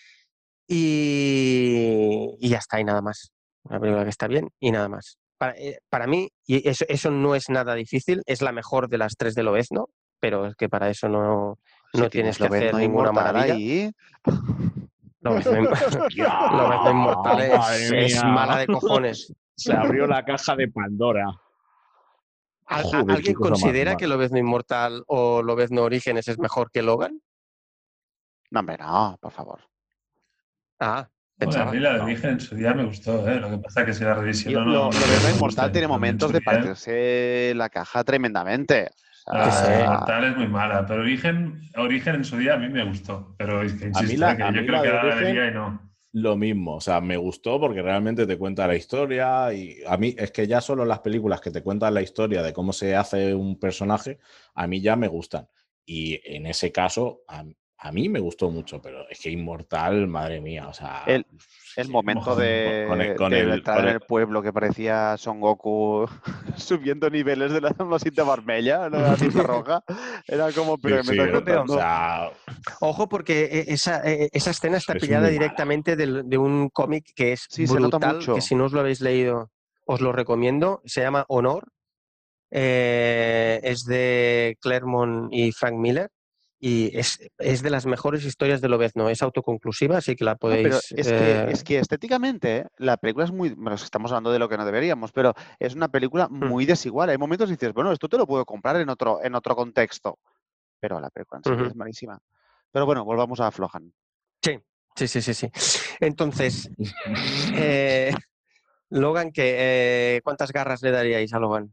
y, y ya está, y nada más. Una película que está bien y nada más. Para, eh, para mí, y eso, eso no es nada difícil, es la mejor de las tres de Lobezno, pero es que para eso no... No si tienes que Lobezno hacer ninguna maravilla. Ahí. Lobezno, Lobezno Inmortal es, es mala de cojones. Se abrió la caja de Pandora. ¿Al, Joder, ¿Alguien considera que Lobezno Inmortal o Lobezno Orígenes es mejor que Logan? No, hombre, no, por favor. Ah, Bueno, a pensaba. mí la de Origen en su día me gustó, ¿eh? Lo que pasa es que si la revisiono no... Lo, no Lobezno me Inmortal gusta, tiene pero en momentos su de día- partirse la caja tremendamente. O La sea, Que de sí. Inmortal es muy mala, pero Origen, Origen en su día a mí me gustó. Pero es que A mí insisto, la, ¿eh? que a yo mí creo la que de ahora Origen, debería y no. lo mismo. O sea, me gustó porque realmente te cuenta la historia y a mí es que ya solo las películas que te cuentan la historia de cómo se hace un personaje, a mí ya me gustan. Y en ese caso, a, a mí me gustó mucho, pero es que Inmortal, madre mía, o sea... el, el momento de, con el- con de el- la entrada con en el- el pueblo que parecía Son Goku subiendo niveles de la, la cinta vermella, la cinta roja, era como, pero Sí, que me sí, estás Ojo, pero- contando. o sea, Ojo, porque eh, esa, eh, esa escena está es pillada muy mala. directamente del- de un cómic que es Sí, se nota brutal, mucho. que si no os lo habéis leído, os lo recomiendo. Se llama Honor. Eh, es de Claremont y Frank Miller. Y es, es de las mejores historias de Lobezno. Es autoconclusiva, así que la No, pero podéis... es que, eh, es que estéticamente la película es muy... Bueno, estamos hablando de lo que no deberíamos, pero es una película muy desigual. Hay momentos que dices, bueno, esto te lo puedo comprar en otro, en otro contexto. Pero la película en sí Ujú. es malísima. Pero bueno, volvamos a Flohan. Sí, sí, sí, sí, sí. Entonces, eh, Logan, ¿qué, eh, ¿cuántas garras le daríais a Logan?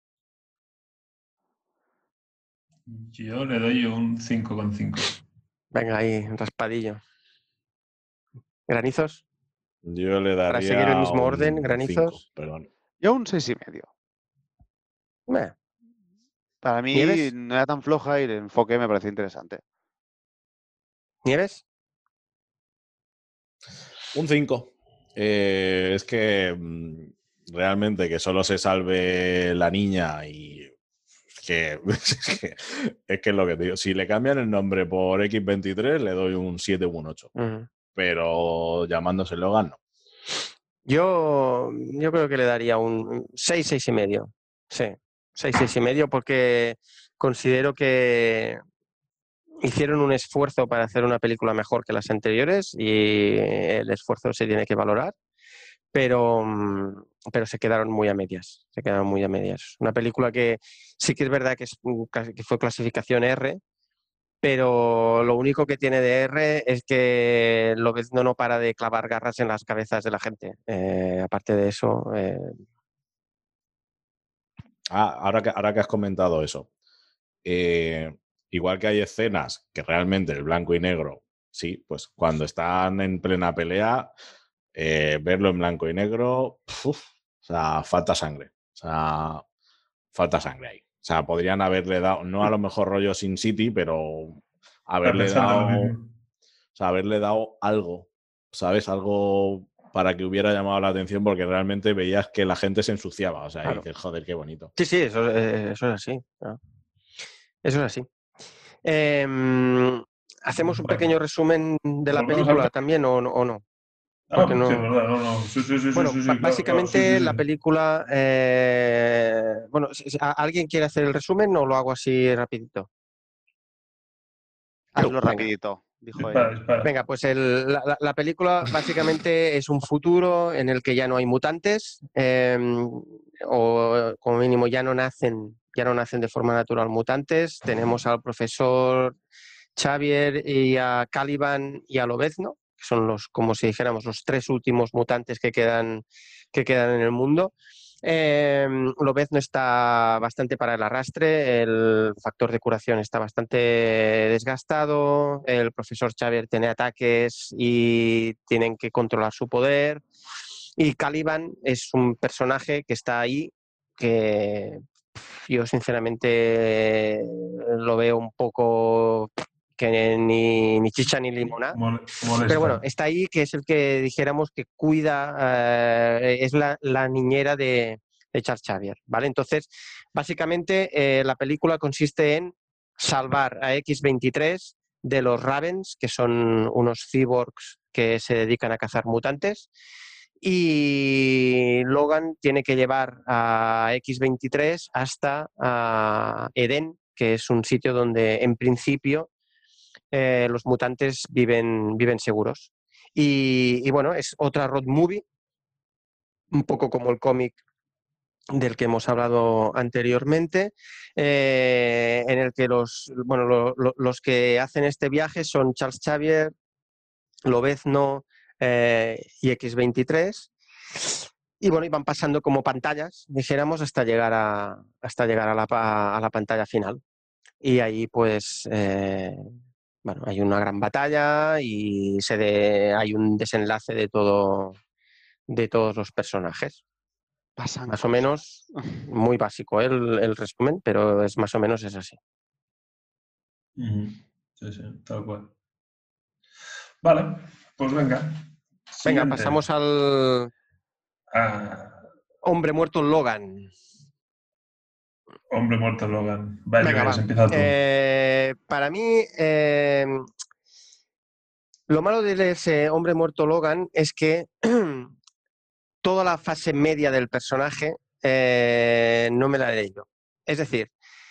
Yo le doy un cinco coma cinco. Venga, ahí, raspadillo. ¿Granizos? Yo le daría Para seguir el mismo un orden, granizos. cinco, perdón. Yo un seis y medio. Meh. Para mí ¿Nieves? no era tan floja y el enfoque me pareció interesante. ¿Nieves? Un cinco. Eh, es que mm, realmente que solo se salve la niña y es que, es que es que es lo que te digo. Si le cambian el nombre por equis veintitrés le doy un siete o un ocho. Ujú. Pero llamándose Logan no. Yo, yo creo que le daría un seis, seis y medio. Sí, seis, seis y medio, porque considero que hicieron un esfuerzo para hacer una película mejor que las anteriores y el esfuerzo se tiene que valorar, pero, mm, pero se quedaron muy a medias. Se quedaron muy a medias. Una película que sí que es verdad que, es, un clas- que fue clasificación R, pero lo único que tiene de R es que Lobezno no para de clavar garras en las cabezas de la gente. Eh, aparte de eso, eh, Ah, ahora que, ahora que has comentado eso. eh, igual que hay escenas que realmente el blanco y negro, sí, pues cuando están en plena pelea, eh, verlo en blanco y negro, uf, o sea, falta sangre. O sea, falta sangre ahí. O sea, podrían haberle dado, no a lo mejor rollo Sin City, pero haberle pensando lo dado, mismo. o sea, haberle dado algo, ¿sabes? Algo para que hubiera llamado la atención porque realmente veías que la gente se ensuciaba. O sea, Claro. y dices, joder, qué bonito. sí, sí, eso, eh, eso es así. ¿no? Eso es así. Eh, ¿Hacemos un Bueno, pequeño resumen de la volvemos película al- también o no? o no? Ah, Porque sí, es no... verdad, no, no. Sí, sí, sí, sí, Bueno, sí, ba- sí, claro, claro, sí, básicamente sí, la sí. película... eh, Bueno, si- si- ¿a- ¿alguien quiere hacer el resumen o lo hago así rapidito? Hazlo Venga. rapidito, dijo Dispara, ella. dispara. Venga, pues el- la, la- la película básicamente es un futuro en el que ya no hay mutantes, eh, o como mínimo ya no nacen, ya no nacen de forma natural mutantes. Tenemos al profesor Xavier y a Caliban y a Lobezno, que son los, como si dijéramos, los tres últimos mutantes que quedan, que quedan en el mundo. Eh, Lobezno está bastante para el arrastre, el factor de curación está bastante desgastado, el profesor Xavier tiene ataques y tienen que controlar su poder, y Caliban es un personaje que está ahí, que yo sinceramente lo veo un poco que ni, ni chicha ni limona. Mol- Pero bueno, Molesta. está ahí, que es el que dijéramos que cuida, eh, es la, la niñera de, de Charles Xavier, ¿vale? Entonces, básicamente eh, la película consiste en salvar a equis veintitrés de los Ravens, que son unos cyborgs que se dedican a cazar mutantes, y Logan tiene que llevar a equis veintitrés hasta uh, Eden, que es un sitio donde en principio eh, los mutantes viven, viven seguros. Y, y bueno, es otra road movie, un poco como el cómic del que hemos hablado anteriormente, eh, en el que los, bueno, lo, lo, los que hacen este viaje son Charles Xavier, Lobezno eh, y equis veintitrés. Y bueno, y van pasando como pantallas, dijéramos, hasta llegar a, hasta llegar a la, a la pantalla final. Y ahí pues eh, bueno, hay una gran batalla y se de, hay un desenlace de todo, de todos los personajes. Pasan Más o cosas. menos, muy básico ¿eh? el, el resumen, pero es más o menos es así. Ujú. Sí, sí, tal cual. Vale, pues venga. Venga, Siguiente. pasamos al Ah, hombre muerto Logan. hombre muerto Logan. Vaya, Venga, ves, va. empieza tú. Eh, para mí, eh, lo malo de ese hombre muerto Logan es que toda la fase media del personaje eh, no me la he leído. Es decir,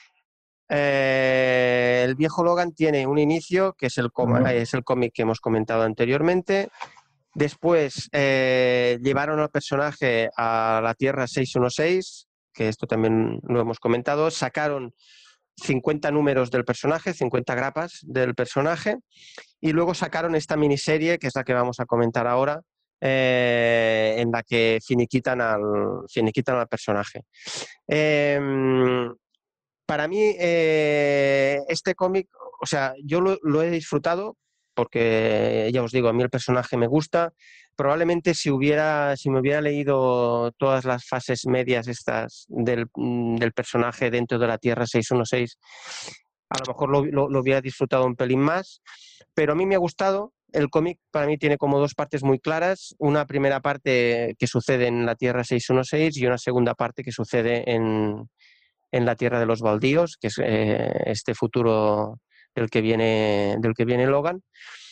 eh, el viejo Logan tiene un inicio, que es el, com Bueno. es el cómic que hemos comentado anteriormente. Después eh, llevaron al personaje a la Tierra seiscientos dieciséis, que esto también lo hemos comentado. Sacaron cincuenta números del personaje, cincuenta grapas del personaje, y luego sacaron esta miniserie, que es la que vamos a comentar ahora, eh, en la que finiquitan al, finiquitan al personaje. Eh, para mí, eh, este cómic, o sea, yo lo, lo he disfrutado porque, ya os digo, a mí el personaje me gusta. Probablemente si hubiera, si me hubiera leído todas las fases medias estas del, del personaje dentro de la Tierra seiscientos dieciséis, a lo mejor lo, lo, lo hubiera disfrutado un pelín más, pero a mí me ha gustado. El cómic para mí tiene como dos partes muy claras, una primera parte que sucede en la Tierra seiscientos dieciséis y una segunda parte que sucede en, en la Tierra de los Baldíos, que es eh, este futuro del que viene, del que viene Logan.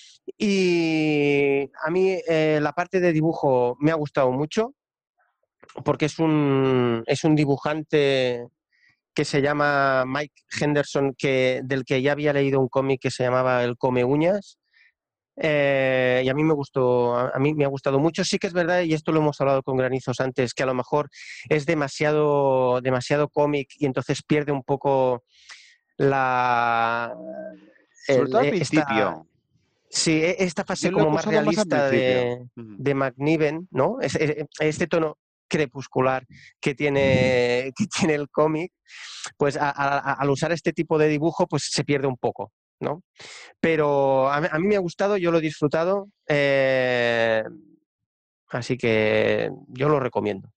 Y a mí eh, la parte de dibujo me ha gustado mucho, porque es un, es un dibujante que se llama Mike Henderson, que, del que ya había leído un cómic que se llamaba El Come Uñas. Eh, y a mí me gustó, a mí me ha gustado mucho. Sí que es verdad, y esto lo hemos hablado con Granizos antes, que a lo mejor es demasiado, demasiado cómic y entonces pierde un poco la Sobre el, todo al esta, principio. sí, esta fase Yo lo he como más acusado más al realista principio. de, Ujú. de McNiven, ¿no? Es, es, este tono crepuscular que tiene, que tiene el cómic, pues a, a, al usar este tipo de dibujo, pues se pierde un poco, ¿no? Pero a, a mí me ha gustado, yo lo he disfrutado, eh, así que yo lo recomiendo.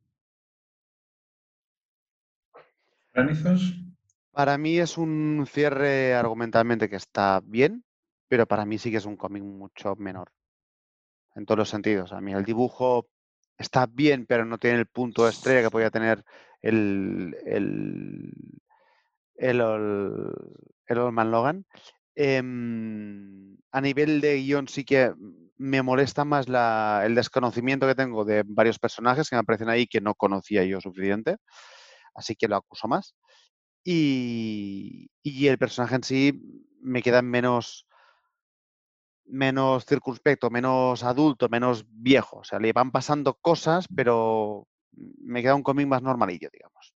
¿Granizos? Para mí es un cierre argumentalmente que está bien, pero para mí sí que es un cómic mucho menor. En todos los sentidos. A mí el dibujo está bien, pero no tiene el punto de estrella que podía tener el, el, el, el, el Old Man Logan. Eh, a nivel de guión sí que me molesta más la, el desconocimiento que tengo de varios personajes que me aparecen ahí que no conocía yo suficiente, así que lo acuso más. Y, y el personaje en sí me queda menos, menos circunspecto, menos adulto, menos viejo. O sea, le van pasando cosas, pero me queda un cómic más normalillo, digamos.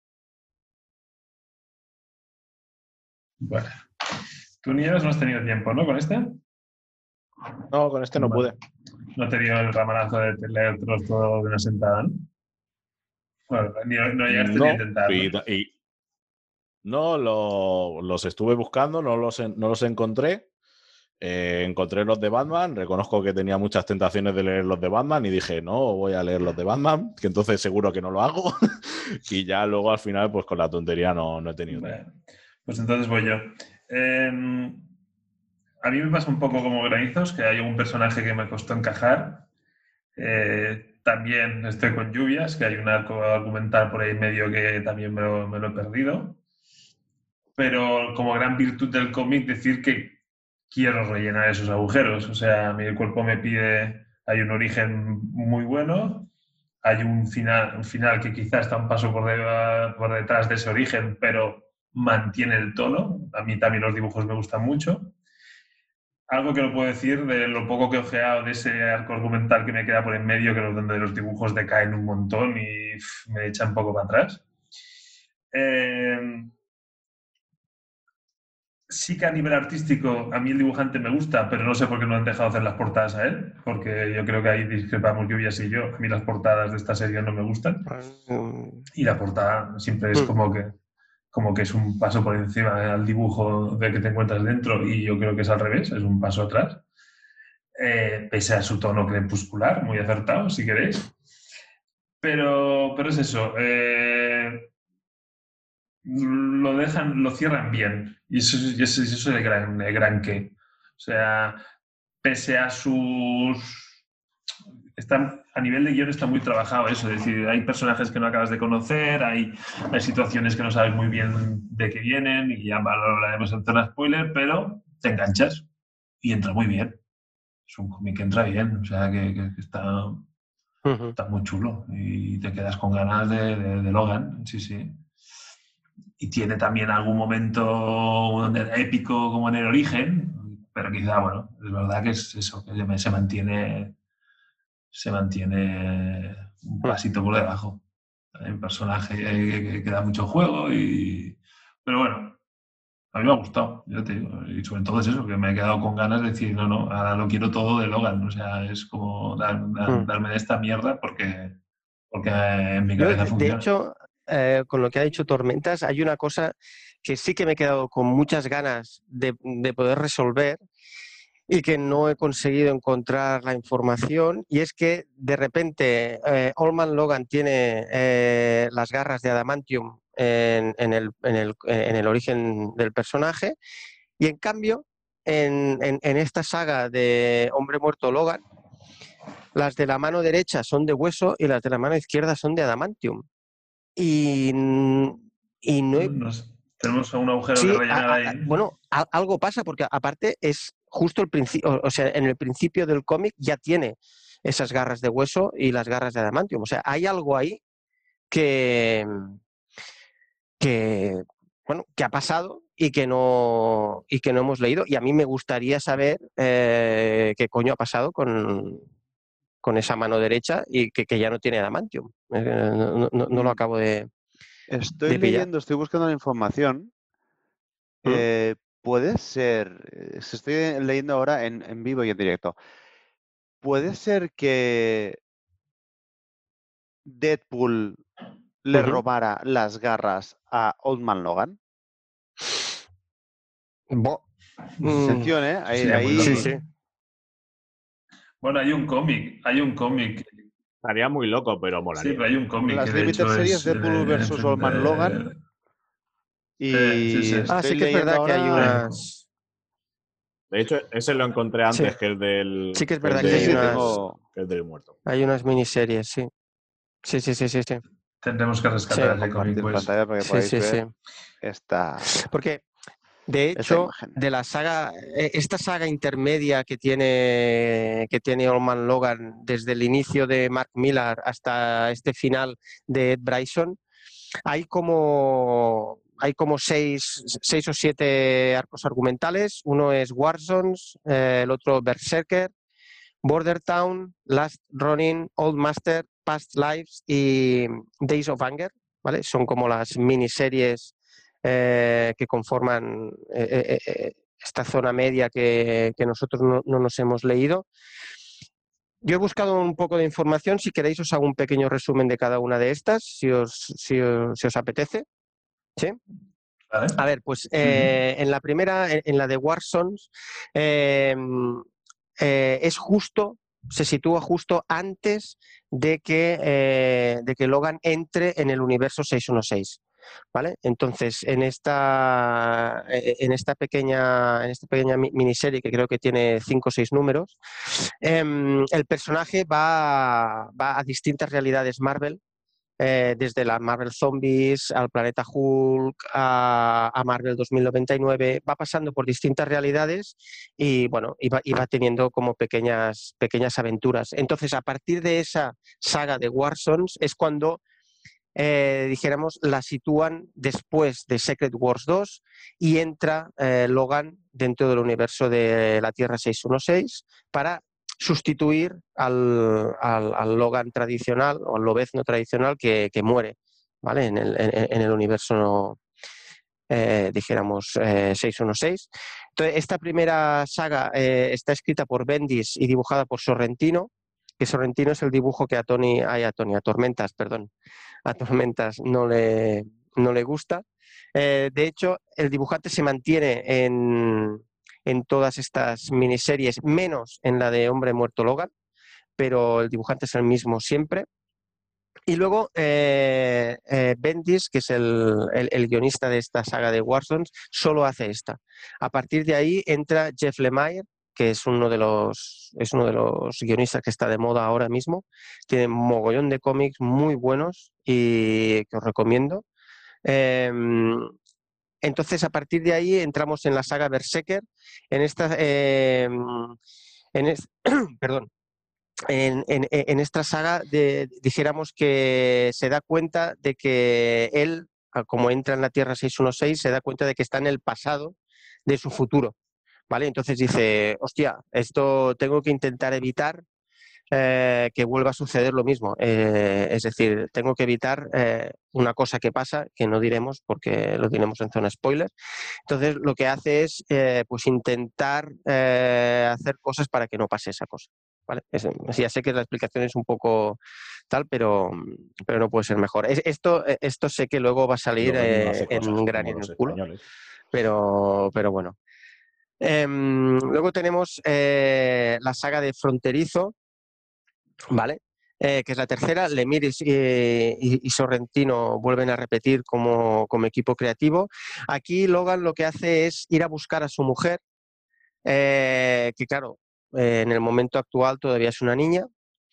Bueno. Tú, Nieves, no has tenido tiempo, ¿no? ¿Con este? No, con este no Vale. pude. No te dio el ramalazo de leértelos todo de una sentada, ¿no? Bueno, ni, no llegaste No, ni a intentarlo. y, y- no lo- los estuve buscando, no los, en- no los encontré. Eh, encontré los de Batman, reconozco que tenía muchas tentaciones de leer los de Batman y dije, no, voy a leer los de Batman, que entonces seguro que no lo hago. Y ya luego al final, pues con la tontería no, no he tenido tiempo. Bueno, pues entonces voy yo. Eh, a mí me pasa un poco como Granizos, que hay un personaje que me costó encajar. Eh, también estoy con Lluvias, que hay un arco argumental por ahí medio que también me lo, me lo he perdido. Pero como gran virtud del cómic, decir que quiero rellenar esos agujeros. O sea, mi cuerpo me pide, hay un origen muy bueno, hay un final, un final que quizás está un paso por, de, por detrás de ese origen, pero mantiene el tono. A mí también los dibujos me gustan mucho. Algo que no puedo decir de lo poco que he ojeado de ese arco argumental que me queda por en medio, que es donde los dibujos decaen un montón y pff, me echan un poco para atrás. Eh, sí que a nivel artístico a mí el dibujante me gusta, pero no sé por qué no han dejado hacer las portadas a él, porque yo creo que ahí discrepamos Lluvias y yo. A mí las portadas de esta serie no me gustan y la portada siempre es como que, como que es un paso por encima al dibujo de que te encuentras dentro y yo creo que es al revés, es un paso atrás, eh, pese a su tono crepuscular, muy acertado si queréis. Pero, pero es eso, eh, lo dejan, lo cierran bien. Y eso, y eso, y eso es el gran, el gran qué. O sea, pese a sus... Están, a nivel de guión está muy trabajado eso, es decir, hay personajes que no acabas de conocer, hay, hay situaciones que no sabes muy bien de qué vienen y ya lo hablaremos en zona spoiler, pero te enganchas y entra muy bien. Es un cómic que entra bien, o sea, que, que, que está, uh-huh. está muy chulo y te quedas con ganas de, de, de Logan, sí, sí. Y tiene también algún momento épico como en el origen, pero quizá, bueno, es verdad que es eso, que se mantiene, se mantiene un pasito por debajo. Hay un personaje que, que da mucho juego, y, pero bueno, a mí me ha gustado, yo te digo, y sobre todo es eso, que me he quedado con ganas de decir, no, no, ahora lo quiero todo de Logan, o sea, es como dar, dar, darme de esta mierda porque, porque en mi cabeza yo, funciona. De hecho, Eh, con lo que ha dicho Tormentas, hay una cosa que sí que me he quedado con muchas ganas de, de poder resolver y que no he conseguido encontrar la información, y es que de repente eh, Old Man Logan tiene eh, las garras de adamantium en, en, el, en, el, en el origen del personaje, y en cambio en, en, en esta saga de Hombre Muerto Logan, las de la mano derecha son de hueso y las de la mano izquierda son de adamantium. Y, y no he... Nos, tenemos un agujero sí, que rellenar a, a, ahí. Bueno, a, algo pasa porque aparte es justo el principio, o sea, en el principio del cómic ya tiene esas garras de hueso y las garras de adamantium. O sea, hay algo ahí que, que bueno, que ha pasado y que no y que no hemos leído. Y a mí me gustaría saber eh, qué coño ha pasado con, con esa mano derecha y que, que ya no tiene adamantium. Eh, no, no, no lo acabo de... Estoy de pillar. leyendo, estoy buscando la información. ¿Mm? Eh, puede ser, estoy leyendo ahora en, en vivo y en directo. ¿Puede ser que Deadpool le uh-huh. robara las garras a Old Man Logan? Bo Atención, ¿eh? Ahí, sí, ahí... sí, sí. Bueno, hay un cómic, hay un cómic. Estaría muy loco, pero molaría. Sí, pero hay un cómic. Las que de limited hecho series es, Deadpool eh, versus Old Man Logan. Y sí, sí, sí. Ah, sí que es verdad ahora... que hay unas... De hecho, ese lo encontré antes sí. que el del... Sí que es verdad que, que hay de, unas... tengo... que el del muerto. Hay unas miniseries, sí. Sí, sí, sí, sí, sí. Tendremos que rescatar sí. ese cómic, pues. Pantalla para que sí, podáis sí, ver sí. esta... Porque De esta hecho, imagen. de la saga, eh, esta saga intermedia que tiene, que tiene Old Man Logan desde el inicio de Mark Millar hasta este final de Ed Brisson, hay como, hay como seis, seis o siete arcos argumentales. Uno es Warzones, eh, el otro Berserker, Border Town, Last Ronin, Old Master, Past Lives y Days of Anger, ¿vale? Son como las miniseries eh, que conforman eh, eh, esta zona media que, que nosotros no, no nos hemos leído. Yo he buscado un poco de información, si queréis os hago un pequeño resumen de cada una de estas, si os, si os, si os apetece. ¿Sí? ¿Vale? A ver, pues eh, en la primera, en, en la de Warzones, eh, eh, es justo, se sitúa justo antes de que, eh, de que Logan entre en el universo seiscientos dieciséis. ¿Vale? Entonces, en esta, en esta pequeña, en esta pequeña miniserie, que creo que tiene cinco o seis números, eh, el personaje va, va a distintas realidades Marvel, eh, desde la Marvel Zombies al Planeta Hulk, a, a Marvel dos mil noventa y nueve, va pasando por distintas realidades y bueno, iba, iba teniendo como pequeñas, pequeñas aventuras. Entonces, a partir de esa saga de Warzones es cuando Eh, dijéramos, la sitúan después de Secret Wars dos y entra eh, Logan dentro del universo de la Tierra seiscientos dieciséis para sustituir al, al, al Logan tradicional o al Lobezno tradicional que, que muere, ¿vale? En el, en, en el universo, eh, dijéramos, eh, seiscientos dieciséis. Entonces, esta primera saga eh, está escrita por Bendis y dibujada por Sorrentino, que Sorrentino es el dibujo que a Tony, ay, a Tony, a Tormentas, perdón, a Tormentas no le, no le gusta. Eh, de hecho, el dibujante se mantiene en, en todas estas miniseries, menos en la de Hombre Muerto Logan, pero el dibujante es el mismo siempre. Y luego eh, eh, Bendis, que es el, el, el guionista de esta saga de Warzones, solo hace esta. A partir de ahí entra Jeff Lemire, que es uno de los es uno de los guionistas que está de moda ahora mismo. Tiene un mogollón de cómics muy buenos y que os recomiendo. Eh, entonces, a partir de ahí entramos en la saga Berserker. En esta, eh, en es, perdón, en, en, en esta saga de, dijéramos que se da cuenta de que él, como entra en la Tierra seiscientos dieciséis, se da cuenta de que está en el pasado de su futuro. ¿Vale? Entonces dice, hostia, esto tengo que intentar evitar eh, que vuelva a suceder lo mismo. Eh, es decir, tengo que evitar eh, una cosa que pasa, que no diremos porque lo diremos en zona spoiler. Entonces lo que hace es eh, pues intentar eh, hacer cosas para que no pase esa cosa. ¿Vale? Es, ya sé que la explicación es un poco tal, pero, pero no puede ser mejor. Es, esto, esto sé que luego va a salir Logan no eh, hace en cosas un gran como en los el culo, españoles. pero, pero bueno. Eh, luego tenemos eh, la saga de Fronterizo, ¿vale? Eh, que es la tercera. Lemire y, y, y Sorrentino vuelven a repetir como, como equipo creativo. Aquí Logan lo que hace es ir a buscar a su mujer, eh, que claro, eh, en el momento actual todavía es una niña,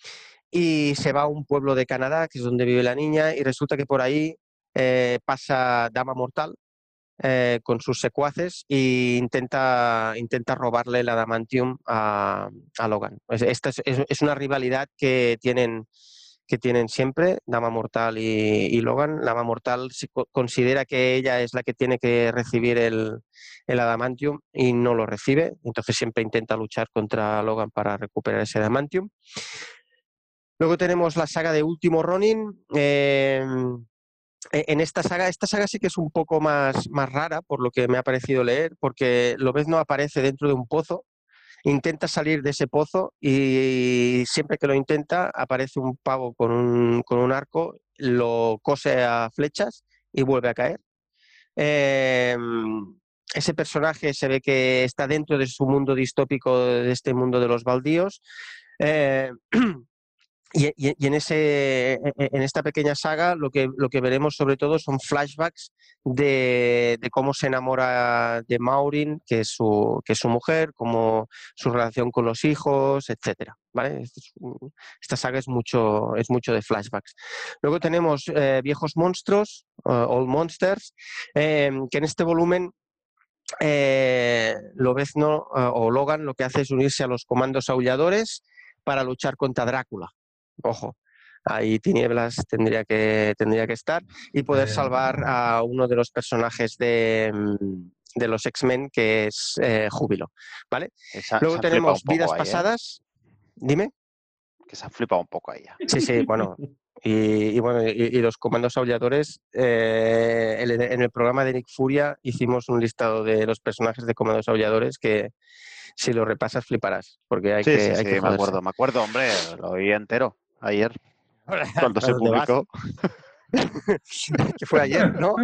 y se va a un pueblo de Canadá, que es donde vive la niña, y resulta que por ahí eh, pasa Dama Mortal, Eh, con sus secuaces e intenta, intenta robarle el adamantium a, a Logan. Esta es, es, es una rivalidad que tienen, que tienen siempre, Dama Mortal y, y Logan. Dama Mortal considera que ella es la que tiene que recibir el, el adamantium y no lo recibe, entonces siempre intenta luchar contra Logan para recuperar ese adamantium. Luego tenemos la saga de Último Ronin. Eh, En esta saga, esta saga sí que es un poco más, más rara, por lo que me ha parecido leer, porque Lobezno aparece dentro de un pozo, intenta salir de ese pozo y siempre que lo intenta aparece un pavo con un, con un arco, lo cose a flechas y vuelve a caer. Eh, ese personaje se ve que está dentro de su mundo distópico, de este mundo de los baldíos. Eh, Y, y, y en, ese, en esta pequeña saga lo que, lo que veremos sobre todo son flashbacks de, de cómo se enamora de Maureen, que es su, que es su mujer, cómo su relación con los hijos, etcétera. ¿Vale? Esta saga es mucho, es mucho de flashbacks. Luego tenemos eh, Viejos Monstruos, uh, Old Monsters, eh, que en este volumen eh, Lobezno eh, o Logan lo que hace es unirse a los comandos aulladores para luchar contra Drácula. Ojo, ahí Tinieblas tendría que, tendría que estar y poder Eh, salvar a uno de los personajes de, mm, de los X-Men, que es eh, Júbilo, ¿vale? Esa- Luego se han flipado un tenemos Vidas poco ahí, ¿eh? pasadas. Dime. Que se han flipado un poco ahí ya. Sí, sí, bueno. Y, y bueno, y, y los comandos aulladores, eh, el- en el programa de Nick Furia hicimos un listado de los personajes de comandos aulladores que si lo repasas fliparás, porque hay Sí, que, sí, hay sí, que me joderse. acuerdo, me acuerdo, hombre, lo oí entero ayer, cuando ¿A se dónde vas? publicó. Que fue ayer, ¿no?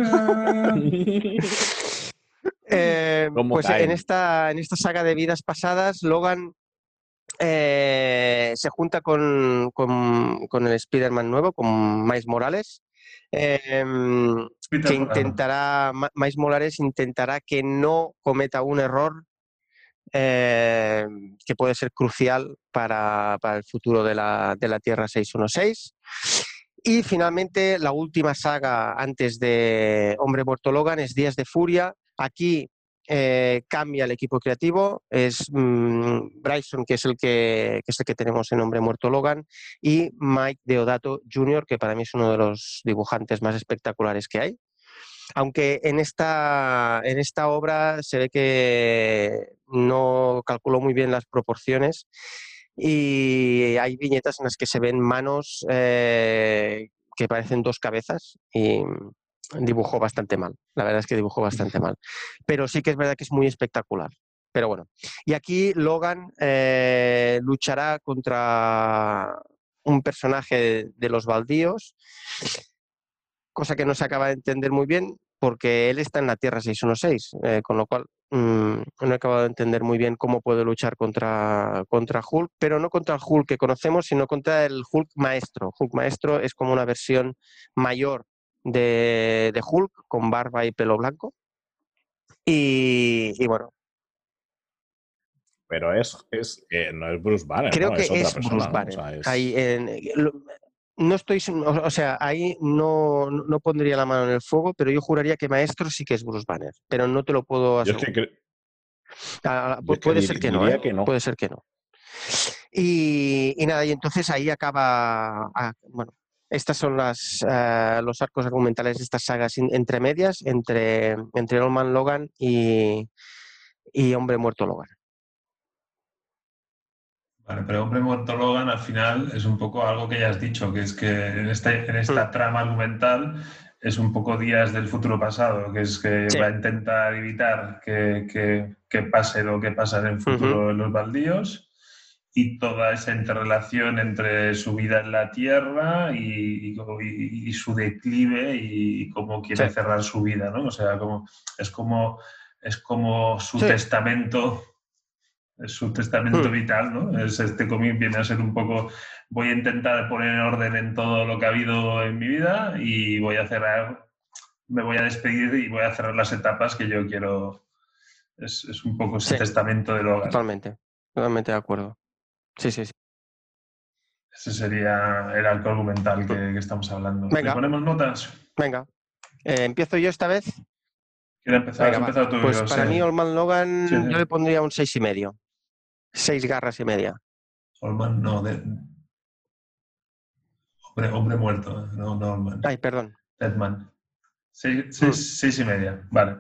Eh, ¿Cómo pues en caen? esta, en esta saga de vidas pasadas, Logan eh, se junta con, con, con el Spider-Man nuevo, con Miles Morales, eh, Peter que Parker. intentará, Ma- Miles Morales intentará que no cometa un error eh, que puede ser crucial para, para el futuro de la, de la Tierra seiscientos dieciséis. Y finalmente, la última saga antes de Hombre Muerto Logan es Días de Furia. Aquí eh, cambia el equipo creativo, es mm, Bryson, que es, el que, que es el que tenemos en Hombre Muerto Logan, y Mike Deodato junior, que para mí es uno de los dibujantes más espectaculares que hay. Aunque en esta, en esta obra se ve que no calculó muy bien las proporciones y hay viñetas en las que se ven manos eh, que parecen dos cabezas y dibujó bastante mal. La verdad es que dibujó bastante mal. Pero sí que es verdad que es muy espectacular. Pero bueno, y aquí Logan eh, luchará contra un personaje de, de los baldíos, cosa que no se acaba de entender muy bien porque él está en la Tierra seiscientos dieciséis, eh, con lo cual mmm, no he acabado de entender muy bien cómo puede luchar contra, contra Hulk, pero no contra el Hulk que conocemos, sino contra el Hulk maestro. Hulk maestro es como una versión mayor de, de Hulk, con barba y pelo blanco. Y, y bueno, Pero es, es eh, no es Bruce Banner, creo ¿no? que Es otra es persona, Bruce ¿no? O Banner. sea, es... Ahí en, lo, no estoy, o, o sea, ahí no, no pondría la mano en el fuego, pero yo juraría que maestro sí que es Bruce Banner, pero no te lo puedo Yo es asegurar. que, cre- Ah, yo pu- es que puede ser dir- que no, diría ¿eh? que no. Puede ser que no. Y, y nada, y entonces ahí acaba, ah, bueno, estas son las, eh, los arcos argumentales de estas sagas in- entre medias, entre, entre Old Man Logan y, y Hombre Muerto Logan. Vale, pero Hombre Muerto Logan al final es un poco algo que ya has dicho, que es que en, este, en esta Mm. trama argumental es un poco días del futuro pasado, que es que Sí. va a intentar evitar que, que, que pase lo que pasa en el futuro Ujú. en los baldíos y toda esa interrelación entre su vida en la Tierra y, y, y su declive y cómo quiere Sí. cerrar su vida, ¿no? O sea, como, es, como, es como su Sí. testamento. Es su testamento Mm. vital, ¿no? Es, este cómic viene a ser un poco, voy a intentar poner en orden en todo lo que ha habido en mi vida y voy a cerrar, me voy a despedir y voy a cerrar las etapas que yo quiero. Es, es un poco ese Sí, testamento de Logan. totalmente, totalmente de acuerdo. Sí, sí, sí. Ese sería el arco argumental que, que estamos hablando. Venga. ¿Le ponemos notas? Venga, eh, ¿empiezo yo esta vez? ¿Quieres empezar? Venga, Has va. empezado tú, Pues yo para sé. mí Old Man Logan Sí, sí. yo le pondría un seis y medio. Seis garras y media. Oldman, no, de... hombre, hombre muerto, no, no Oldman. Ay, perdón. Deadman. Seis, seis, Mm. seis y media, vale.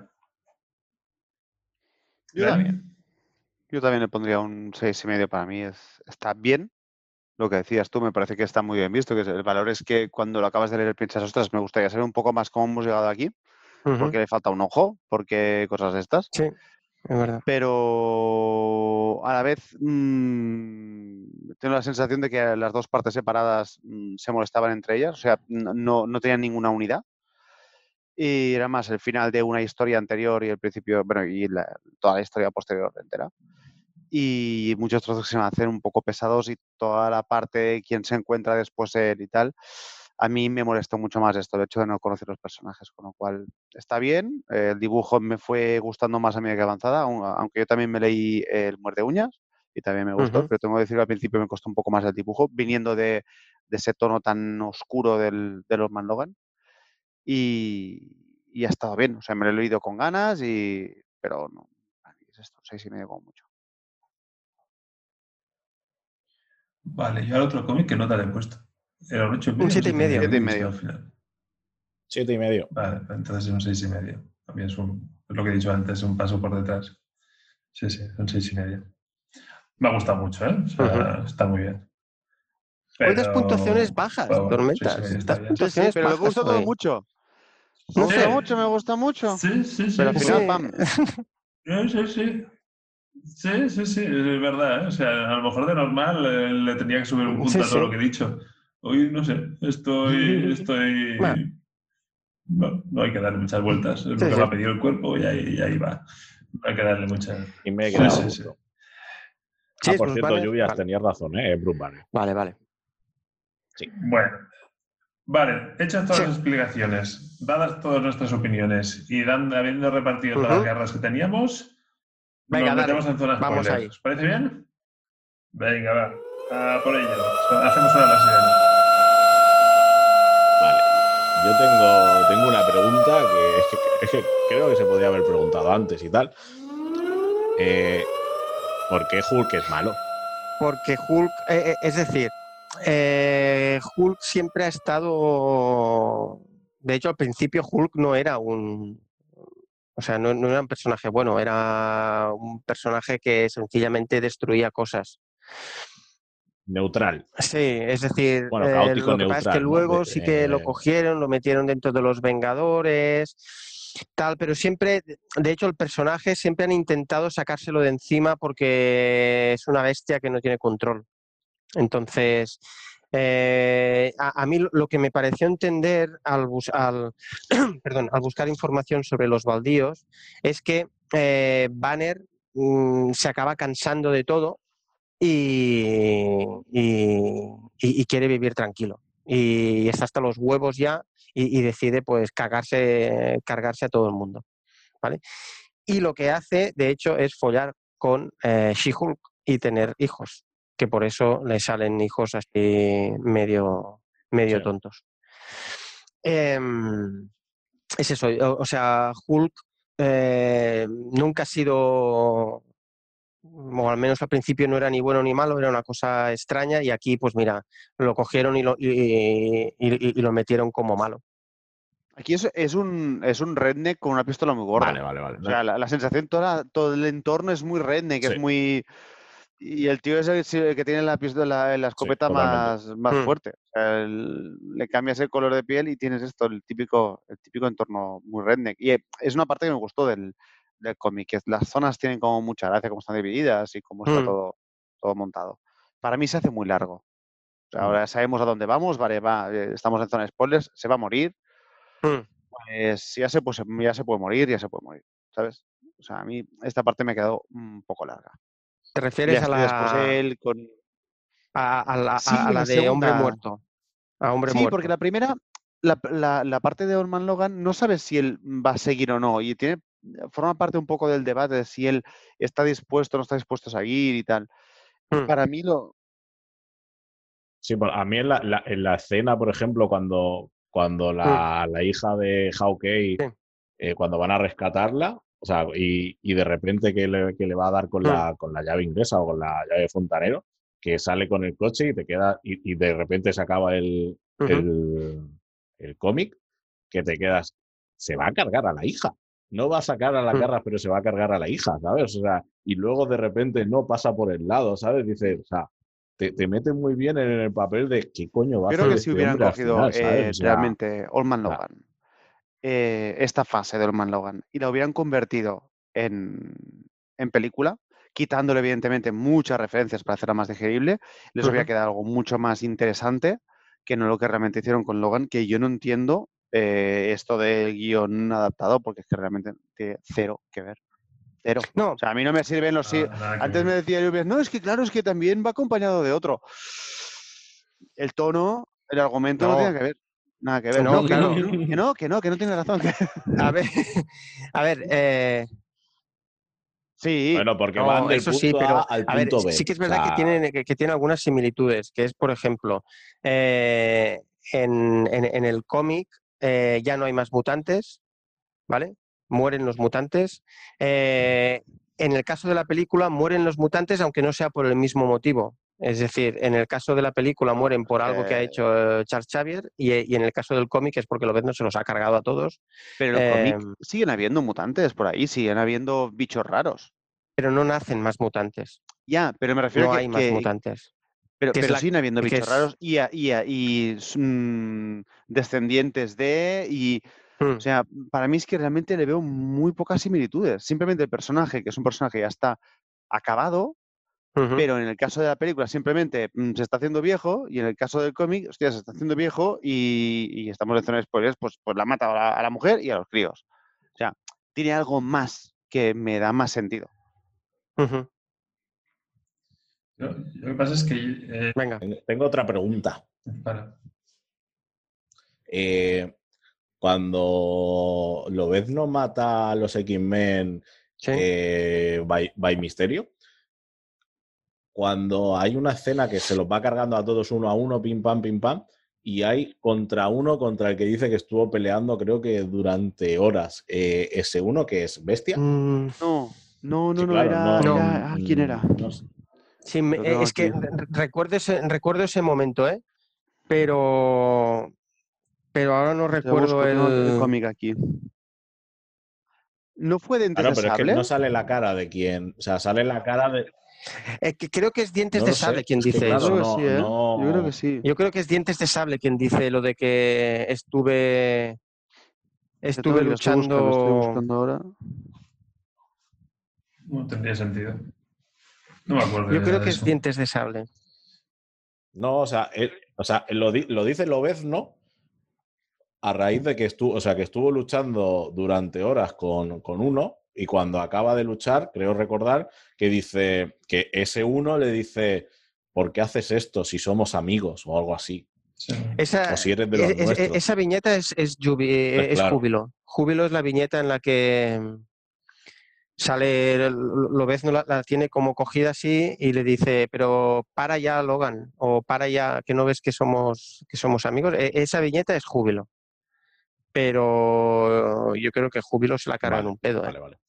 Yo ¿Glenn? también. Yo también le pondría un seis y medio. Para mí es, está bien. Lo que decías tú me parece que está muy bien visto, que el valor es que cuando lo acabas de leer piensas, ostras, me gustaría saber un poco más cómo hemos llegado aquí, Ujú. porque le falta un ojo, porque cosas de estas. Sí, es verdad. Pero a la vez mmm, tengo la sensación de que las dos partes separadas mmm, se molestaban entre ellas, o sea, no, no tenían ninguna unidad. Y era más el final de una historia anterior y el principio, bueno, y la, toda la historia posterior entera. Y muchos trozos que se van a hacer un poco pesados y toda la parte de quién se encuentra después de él y tal, a mí me molestó mucho más esto, el hecho de no conocer los personajes, con lo cual está bien, eh, el dibujo me fue gustando más a medida que avanzada, aunque yo también me leí El Muerde Uñas y también me gustó, Ujú. pero tengo que decir que al principio me costó un poco más el dibujo, viniendo de, de ese tono tan oscuro del, de los Man Logan y, y ha estado bien, o sea, me lo he leído con ganas y pero no. ¿Qué es esto? seis y medio como mucho. Vale, yo al otro cómic, ¿qué nota le he puesto? Era un ocho y medio. Un siete y medio. Siete y ¿no? medio. Al final. Siete y medio. Vale, entonces es un seis y medio. También es, un, es lo que he dicho antes, un paso por detrás. Sí, sí, un seis y medio. Me ha gustado mucho, ¿eh? O sea, uh-huh. Está muy bien. Hoy das puntuaciones bajas, bueno, Tormentas. Sí, sí, das bien. puntuaciones sí, sí, pero bajas me gusta todo hoy. mucho. Me No gusta sé. mucho, me gusta mucho. Sí, sí, sí. Pero al final, sí. pam. Sí, sí, sí. Sí, sí, sí, es verdad. ¿eh? O sea, a lo mejor de normal eh, le tendría que subir un punto Sí, a todo sí. lo que he dicho. Hoy, no sé, estoy... estoy... Bueno. No, no hay que darle muchas vueltas. Es lo Sí, que sí. me ha pedido el cuerpo y ahí, y ahí va. No hay que darle muchas... Y me he Sí, quedado. sí, sí. Sí, Ah, es por Bruce cierto, Banner. Lluvias, Vale. tenías razón, ¿eh? Es Bruce Banner. Vale, vale. Sí. Bueno. Vale, hechas todas Sí. las explicaciones, dadas todas nuestras opiniones y dando, habiendo repartido todas Uh-huh. las guerras que teníamos, Venga, nos metemos dale. en zona Vamos spoiler. ahí. ¿Os parece bien? Venga, va. A por ello. Hacemos una la siguiente. Vale. Yo tengo, tengo una pregunta que, es que, es que creo que se podría haber preguntado antes y tal. Eh, ¿Por qué Hulk es malo? Porque Hulk, eh, eh, es decir, eh, Hulk siempre ha estado... De hecho, al principio Hulk no era un... O sea, no, no era un personaje bueno, era un personaje que sencillamente destruía cosas. Neutral. Sí, es decir, Bueno, eh, caótico lo que pasa es que neutral, ¿no? luego De- sí que lo eh, cogieron, lo metieron dentro de los Vengadores, tal, pero siempre, de hecho, el personaje siempre han intentado sacárselo de encima porque es una bestia que no tiene control. Entonces, eh, a, a mí lo que me pareció entender al, bus al, perdón, al buscar información sobre los baldíos es que eh, Banner mmm, se acaba cansando de todo y, y, y quiere vivir tranquilo. Y está hasta los huevos ya y, y decide pues cargarse, cargarse a todo el mundo, ¿vale? Y lo que hace, de hecho, es follar con eh, She-Hulk y tener hijos, que por eso le salen hijos así medio, medio Sí. tontos. Eh, es eso, o, o sea, Hulk eh, nunca ha sido... o al menos al principio no era ni bueno ni malo, era una cosa extraña y aquí pues mira, lo cogieron y lo, y, y, y, y lo metieron como malo. Aquí es, es, un, es un redneck con una pistola muy gorda. Vale, vale, vale. O sea, la, la sensación, toda, todo el entorno es muy redneck, Sí. es muy... Y el tío es el, el que tiene la pistola, la escopeta Sí, más, más Hmm. fuerte. O sea, el- le cambias el color de piel y tienes esto, el típico, el típico entorno muy redneck. Y eh, es una parte que me gustó del, del cómic, que las zonas tienen como mucha gracia, cómo están divididas y cómo está Hmm. todo, todo montado. Para mí se hace muy largo. O sea, Mm. ahora sabemos a dónde vamos, vale, va, eh, estamos en zona de spoilers, se va a morir. Hmm. Pues ya se, pues, ya se puede morir, ya se puede morir, ¿sabes? O sea, a mí esta parte me ha quedado un poco larga. ¿Te Y, refieres a hasta- y después la, él con... a, a la, Sí, a la la de hombre segunda. muerto? A hombre Sí, muerto. porque la primera, la, la- la parte de Old Man Logan, no sabes si él va a seguir o no. Y tiene, forma parte un poco del debate de si él está dispuesto o no está dispuesto a seguir y tal. Y Hmm. para mí lo... Sí, pues a mí en la, la- en la escena, por ejemplo, cuando, cuando la, la hija de Hawkeye, Sí. eh, cuando van a rescatarla, o sea, y, y de repente que le, que le va a dar con, Hmm. la, con la llave inglesa o con la llave de fontanero, que sale con el coche y te queda, y, y de repente se acaba el, Ujú. el, el cómic, que te quedas, se va a cargar a la hija. No va a sacar a la Hmm. garra, pero se va a cargar a la hija, ¿sabes? O sea, y luego de repente no pasa por el lado, ¿sabes? Dice, o sea, te, te mete muy bien en el papel de qué coño va a Creo hacer que si este hubieran hombre al cogido final, ¿sabes? eh, O sea, realmente Old Man sea, Logan, eh, esta fase de Old Man Logan, y la hubieran convertido en, en película, quitándole evidentemente muchas referencias para hacerla más digerible, les hubiera Ujú. quedado algo mucho más interesante que no lo que realmente hicieron con Logan, que yo no entiendo eh, esto del guión adaptado, porque es que realmente tiene cero que ver. Cero. No, O sea, a mí no me sirven los... Nada, nada que Antes ver. me decía Lluvias, no, es que claro, es que también va acompañado de otro. El tono, el argumento no, No. tiene que ver. Nada que ver. No, No, que no, claro. que no, que no, que no, que no tiene razón. que- A ver, a ver, eh, Sí, bueno, porque van no, del eso sí, punto pero A al a ver, punto B. sí que es O verdad que sea, tiene, que, que tiene algunas similitudes, que es, por ejemplo, eh, en, en- en el cómic eh, ya no hay más mutantes, ¿vale? mueren los mutantes. Eh, en el caso de la película mueren los mutantes, aunque no sea por el mismo motivo. Es decir, en el caso de la película mueren por algo que ha hecho eh, Charles Xavier y, y en el caso del cómic es porque Lobezno se los ha cargado a todos. Pero en el Eh, cómic siguen habiendo mutantes por ahí, siguen habiendo bichos raros. pero no nacen más mutantes. Ya, pero me refiero No a que, hay más que- mutantes. pero, que es pero la- siguen habiendo que bichos es- raros y, a- y, a- y mm, descendientes de y Hmm. o sea, para mí es que realmente le veo muy pocas similitudes. Simplemente el personaje, que es un personaje ya está acabado, Ujú. pero en el caso de la película simplemente mm, se está haciendo viejo y en el caso del cómic, hostia, se está haciendo viejo y, y estamos en zona de spoilers, pues, pues la mata a la, a la mujer y a los críos. O sea, tiene algo más que me da más sentido. Ujú. Lo, lo que pasa es que... eh, Venga. Tengo- Tengo otra pregunta. para. Eh, cuando Lobezno mata a los X-Men Sí. eh, by, by Misterio, cuando hay una escena que se los va cargando a todos uno a uno, pim pam, pim pam, y hay contra uno contra el que dice que estuvo peleando creo que durante horas. Eh, ¿ese uno que es Bestia? Mm, No, no, no, Sí, no, claro, era, no, era- ah, ¿quién era? no sé. sí, me- Lo tengo es que aquí. re- recuerdo ese, recuerdo ese momento, ¿eh? Pero, pero ahora no Te lo recuerdo busco, tengo el el... cómic aquí. ¿No fue Dentes Claro, de pero es que Sable? no sale la cara de quien. O sea, sale la cara de. Eh, que creo que es Dientes No de lo Sable sé. quien Es que, dice Yo claro, eso. creo que no, sí, ¿eh? no- Yo creo que sí. Yo creo que es Dientes de Sable quien dice lo de que estuve Te estuve tengo que- lo estoy buscando, lo estoy luchando. buscando ahora. No tendría sentido. No me acuerdo Yo ya creo de que es eso. Dientes de Sable. No, o sea, él- o sea lo, di- lo dice Lobezno a raíz de que estuvo, o sea, que estuvo luchando durante horas con, con uno y cuando acaba de luchar, creo recordar que dice que ese uno le dice, ¿por qué haces esto si somos amigos? O algo así. Sí. Esa, O si eres de los es- es- nuestros. esa viñeta es, es, Jubi- Pues es claro. Júbilo. Júbilo es la viñeta en la que mm, sale, el- Lobezno la, la tiene como cogida así y le dice, pero para ya, Logan, o para ya, que no ves que somos, que somos amigos. E- esa viñeta es Júbilo. Pero yo creo que Júbilo se la carga en Vale, un pedo. ¿eh? vale, vale.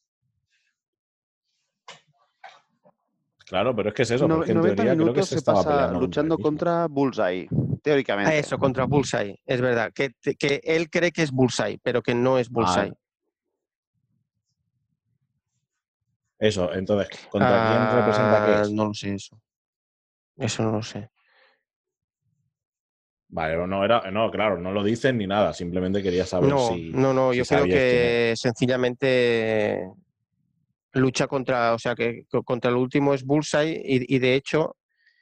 Claro, pero es que es eso, No- porque en noventa teoría creo que minutos se se estaba pasa peleando luchando contra contra Bullseye, teóricamente. Ah, eso, contra Bullseye, es verdad. Que, que él cree que es Bullseye, pero que no es Bullseye. Ah, eso, entonces, ¿contra quién Ah, representa que es? No lo sé eso. Eso no lo sé. Vale, no era, no, claro, no lo dicen ni nada, simplemente quería saber No, si. no, no, si yo creo sabíais quién era. que sencillamente lucha contra, o sea, que que contra el último es Bullseye y, y de hecho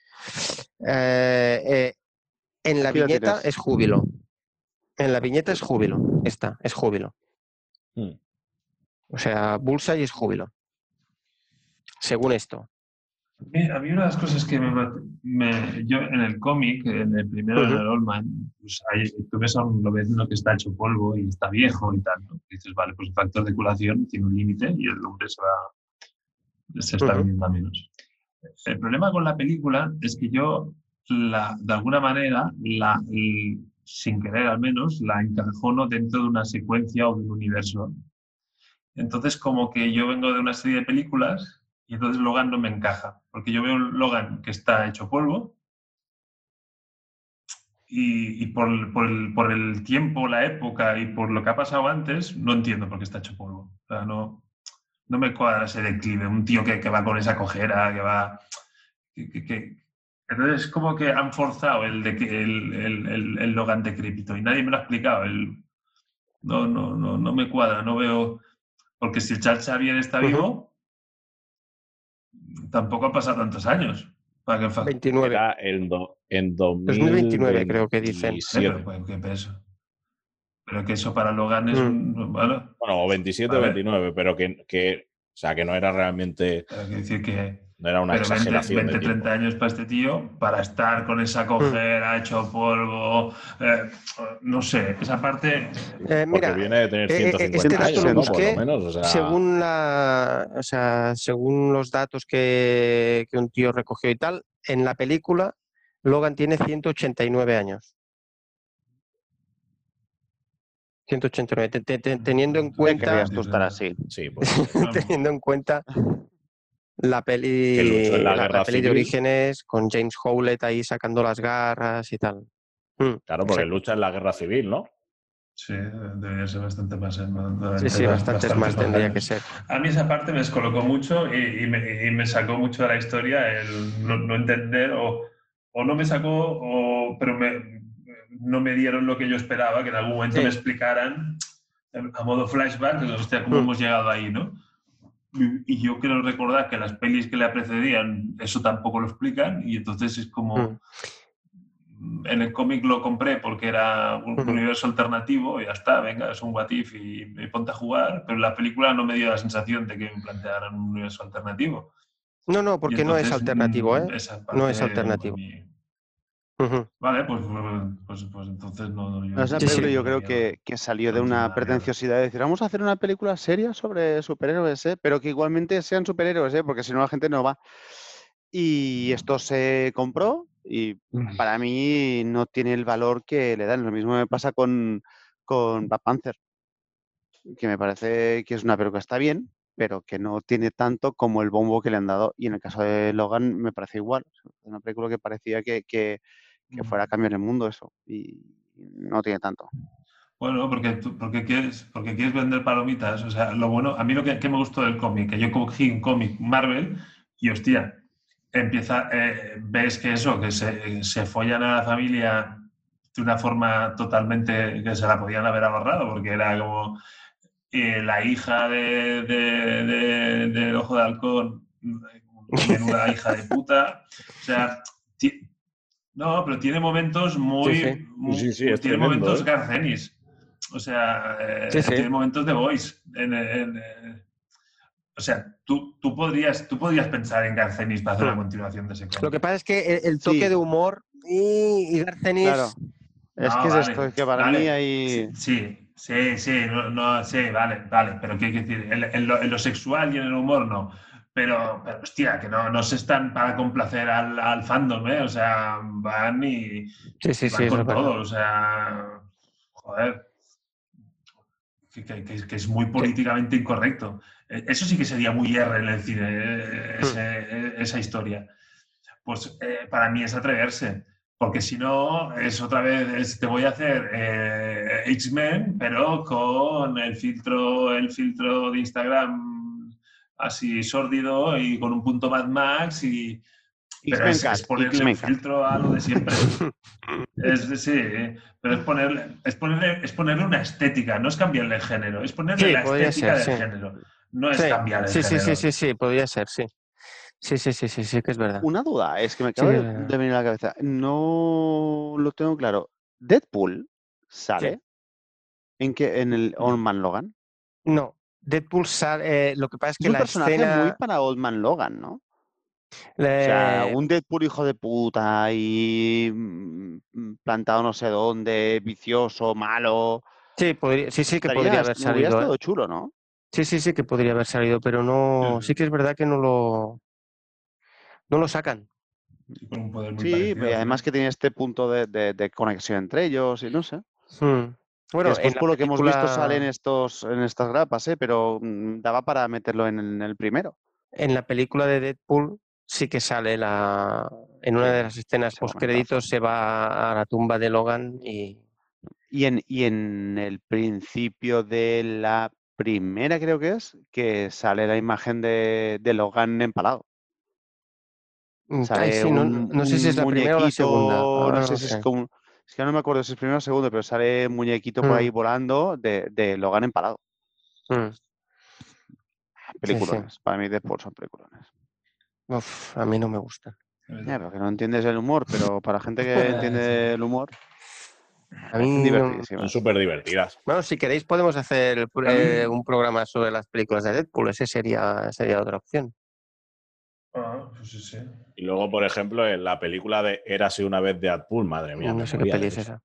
eh, eh, en la Aquí la viñeta tienes. es Júbilo. En la viñeta es Júbilo. Esta, es Júbilo. Hmm. O sea, Bullseye es Júbilo. Según esto. A mí, a mí una de las cosas que me, me- yo en el cómic, en el primero, en Ujú. el Old Man, pues hay, tú ves a un Lobezno que está hecho polvo y está viejo y tal, ¿no? Y dices, vale, pues el factor de curación tiene un límite y el hombre se va, se está Ujú. viniendo a menos. El problema con la película es que yo, la, de alguna manera, la, y sin querer al menos, la encajono dentro de una secuencia o de un universo. Entonces, como que yo vengo de una serie de películas y entonces Logan no me encaja, porque yo veo un Logan que está hecho polvo y, y por, por, el, por el tiempo, la época y por lo que ha pasado antes, no entiendo por qué está hecho polvo. O sea, no, no me cuadra ese declive. Un tío que, que va con esa cojera, que va... Que, que, que... Entonces, como que han forzado el, de que el, el, el, el Logan decrépito y nadie me lo ha explicado. El... No, no, no, no me cuadra, no veo... Porque si Charles Xavier está vivo, tampoco han pasado tantos años. Para que fa- veintinueve. Era el do- en dos mil veintinueve creo que dicen. veintisiete. Pero, pues, ¿qué peso? Pero que eso para Logan es Mm. un... Bueno, Bueno, o veintisiete A o ver. veintinueve, pero que, que, o sea, que no era realmente, hay que decir que... no era una Pero veinte, exageración de veinte, tiempo. treinta años para este tío, para estar con esa cojera, hecho polvo, eh, no sé, esa parte... Eh, Porque mira, viene de tener eh, eh, ciento cincuenta este dato años, lo ¿no? Por busqué lo menos, o sea, según la, o sea, según los datos que, que un tío recogió y tal, en la película Logan tiene ciento ochenta y nueve años. ciento ochenta y nueve. Te- te- te- Teniendo en Ya cuenta, querrías tú estar así. Sí, pues teniendo en cuenta la Que peli, luchó en la la, la guerra peli de civil. Orígenes con James Howlett ahí sacando las garras y tal. Mm, Claro, porque exacto. lucha en la guerra civil, ¿no? Sí, debería ser bastante más. ¿eh? Sí, sí, bastantes más tendría que ser. A mí esa parte me descolocó mucho y, y me, y me sacó mucho de la historia el no, no entender o, o no me sacó, o, pero me, no me dieron lo que yo esperaba, que en algún momento Sí. me explicaran a modo flashback, hostia, cómo Mm. hemos llegado ahí, ¿no? Y, y yo quiero recordar que las pelis que le precedían eso tampoco lo explican y entonces es como... Mm. En el cómic lo compré porque era un Ujú. universo alternativo y ya está, venga, es un what if y, y ponte a jugar, pero en la película no me dio la sensación de que me plantearan un universo alternativo. No, no, Y porque no es entonces, alternativo, ¿eh? mm, esa No es parte, alternativo. a mí- Ujú. Vale, pues, pues, pues entonces no... Yo No, esa Sí, película sí. yo creo que, que salió de No me una da miedo. pretenciosidad de decir, vamos a hacer una película seria sobre superhéroes, ¿eh? Pero que igualmente sean superhéroes, ¿eh? Porque si no la gente no va. Y esto se compró y para mí no tiene el valor que le dan. Lo mismo me pasa con, con Black Panther, que me parece que es una película que está bien, pero que no tiene tanto como el bombo que le han dado. Y en el caso de Logan me parece igual. Es una película que parecía que, que, que fuera a cambiar el mundo eso. Y no tiene tanto. Bueno, porque, tú- porque, quieres, porque quieres vender palomitas. O sea, lo bueno, a mí lo que, que me gustó del cómic, que yo cogí un cómic Marvel y hostia, empieza, eh, ves que eso, que se, se follan a la familia de una forma totalmente que se la podían haber ahorrado, porque era como eh, la hija de, de, de- del Ojo de Halcón, menuda hija de puta. O sea, ti- no, pero tiene momentos muy. Sí, sí. muy- Sí, sí, es tiene tremendo, momentos ¿eh? Garcenis. O sea, eh, Sí, sí. tiene momentos de Voice. En, en, en- o sea, tú, tú, podrías, tú podrías pensar en Garcenis para hacer una Hmm. continuación de ese cómic. Lo que pasa es que el, el toque Sí. de humor y, y Garcenis... Claro. Es No, que es vale, esto, es que para vale. mí hay... Sí, sí, sí, no, no, sí, vale, vale. Pero ¿qué hay que decir? En, en lo, en lo sexual y en el humor no. Pero, pero hostia, que no, no se están para complacer al, al fandom, ¿eh? O sea, van y, Sí, sí, y sí, van eso con es verdad. todo. O sea, joder. Que, que- que es- que es muy políticamente incorrecto. Eh, Eso sí que sería muy R en el cine, eh, ese- eh, esa historia. Pues eh, para mí es atreverse, porque si no es otra vez, es, te voy a hacer eh, X-Men, pero con el filtro, el filtro de Instagram así sórdido y con un punto Mad Max y... Pero X-Men es, es Cat, ponerle X-Men un Cat. filtro a lo de siempre. Es, sí, pero es ponerle, es, ponerle, es ponerle una estética, no es cambiarle el género, es ponerle Sí, la podría estética ser, del sí. género, no es Sí, cambiar el sí, sí, género. sí, sí, sí, podría ser, sí. Sí, sí, sí, sí, sí, que es verdad. Una duda, es que me Sí, acaba que de, es verdad. de venir a la cabeza. No lo tengo claro. ¿Deadpool sale Sí. en que en el Old Man Logan? No, Deadpool sale... eh, lo que pasa es Es que un la personaje escena... muy para Old Man Logan, ¿no? O sea, eh, un Deadpool hijo de puta y mm, plantado no sé dónde, vicioso, malo. sí, podría, sí, sí que Estaría, podría haber hubiera salido, ¿eh? estado chulo, ¿no? Sí, sí, sí que podría haber salido, pero no... Sí, Sí que es verdad que no lo... No lo sacan. sí, con un poder muy Sí, parecido. y al además final. que tiene este punto de, de- de conexión entre ellos y no sé. Hmm. Que Bueno, después en la por lo que hemos visto sale en película... estos, en estas grapas, ¿eh? Pero mm, daba para meterlo en el, en el primero. En la película de Deadpool sí que sale la... En una Sí, de las escenas ese postcréditos se va a la tumba de Logan y... Y en, y en el principio de la primera, creo que es, que sale la imagen de, de Logan empalado. Mm, Ay, Sale sí, no, un, no sé si un es la primera o la segunda. muñequito, Ahora no no sé lo si es sé. como, es que no me acuerdo si es primero o segundo, pero sale un muñequito por ahí Mm, volando de, de Logan empalado. mm. Sí, sí. Peliculones. Para mí Deadpool son peliculones. Uf, a mí no me gusta. Ya, pero que no entiendes el humor, pero para gente que entiende el humor, A parecen mí no... Son divertidísimas. súper divertidas. Bueno, si queréis podemos hacer el pr- A mí- eh, un programa sobre las películas de Deadpool. Ese sería, sería otra opción. Ah, pues sí, sí. Y luego, por ejemplo, en la película de Érase una vez de Deadpool, madre mía, No me sé qué moría peli de es risa.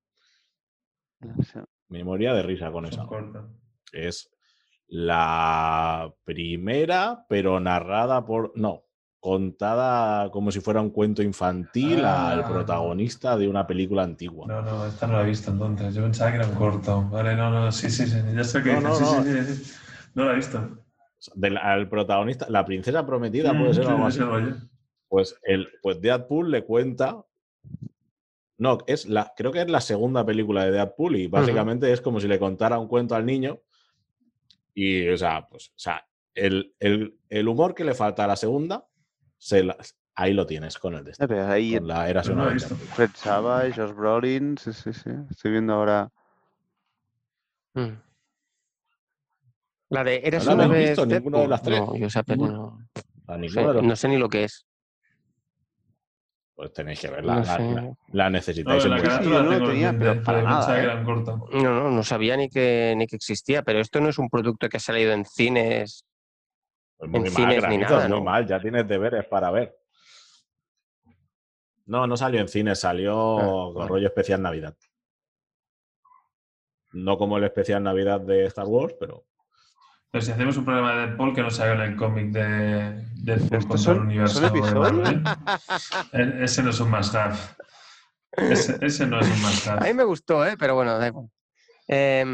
esa. Me moría de risa con Son esa. cortas. Es la primera, pero narrada por... No, contada como si fuera un cuento infantil Ah. al protagonista de una película antigua. No, no, esta no la he visto entonces. Yo pensaba que era un corto. Vale, no, no, sí, sí, sí. Ya sé que No, dices. no, Sí, no. sí, sí, sí. No la he visto. Del, al protagonista, la princesa prometida, puede Mm, ser sí, algo sí, así. ese rollo. Pues, el, pues Deadpool le cuenta. No, es la, creo que es la segunda película de Deadpool y básicamente uh-huh. es como si le contara un cuento al niño. Y, o sea, pues, o sea, el, el, el humor que le falta a la segunda, se la, ahí lo tienes con el de este, ahí con la Érase una vez. Fred Savage, Josh Brolin, sí, sí, sí. Estoy viendo ahora. Mm. La de Érase ¿No una la vez visto ninguna de las tres? No, yo sé, pero no. A No sé, los... no sé ni lo que es. Pues tenéis que verla, No la, sé. la, la necesitáis. No, la en carátula sí, yo no tengo tenía, de, pero de, para de, nada, que ¿eh? eran corto. No, no, no sabía ni que, ni que existía, pero esto no es un producto que ha salido en cines. Pues muy en mal, cines Granizo, ni nada, muy ¿no? mal, ya tienes deberes para ver. No, no salió en cines, salió Ah, con vale. rollo especial Navidad. No como el especial Navidad de Star Wars, pero... Pero si hacemos un programa de Deadpool que no se haga en el cómic de Deadpool ¿Estos contra son, el universo son de episodios? Marvel, ¿eh? Ese no es un must-have. Ese, ese no es un A mí must-have. me gustó, ¿eh? Pero bueno, da igual. Eh,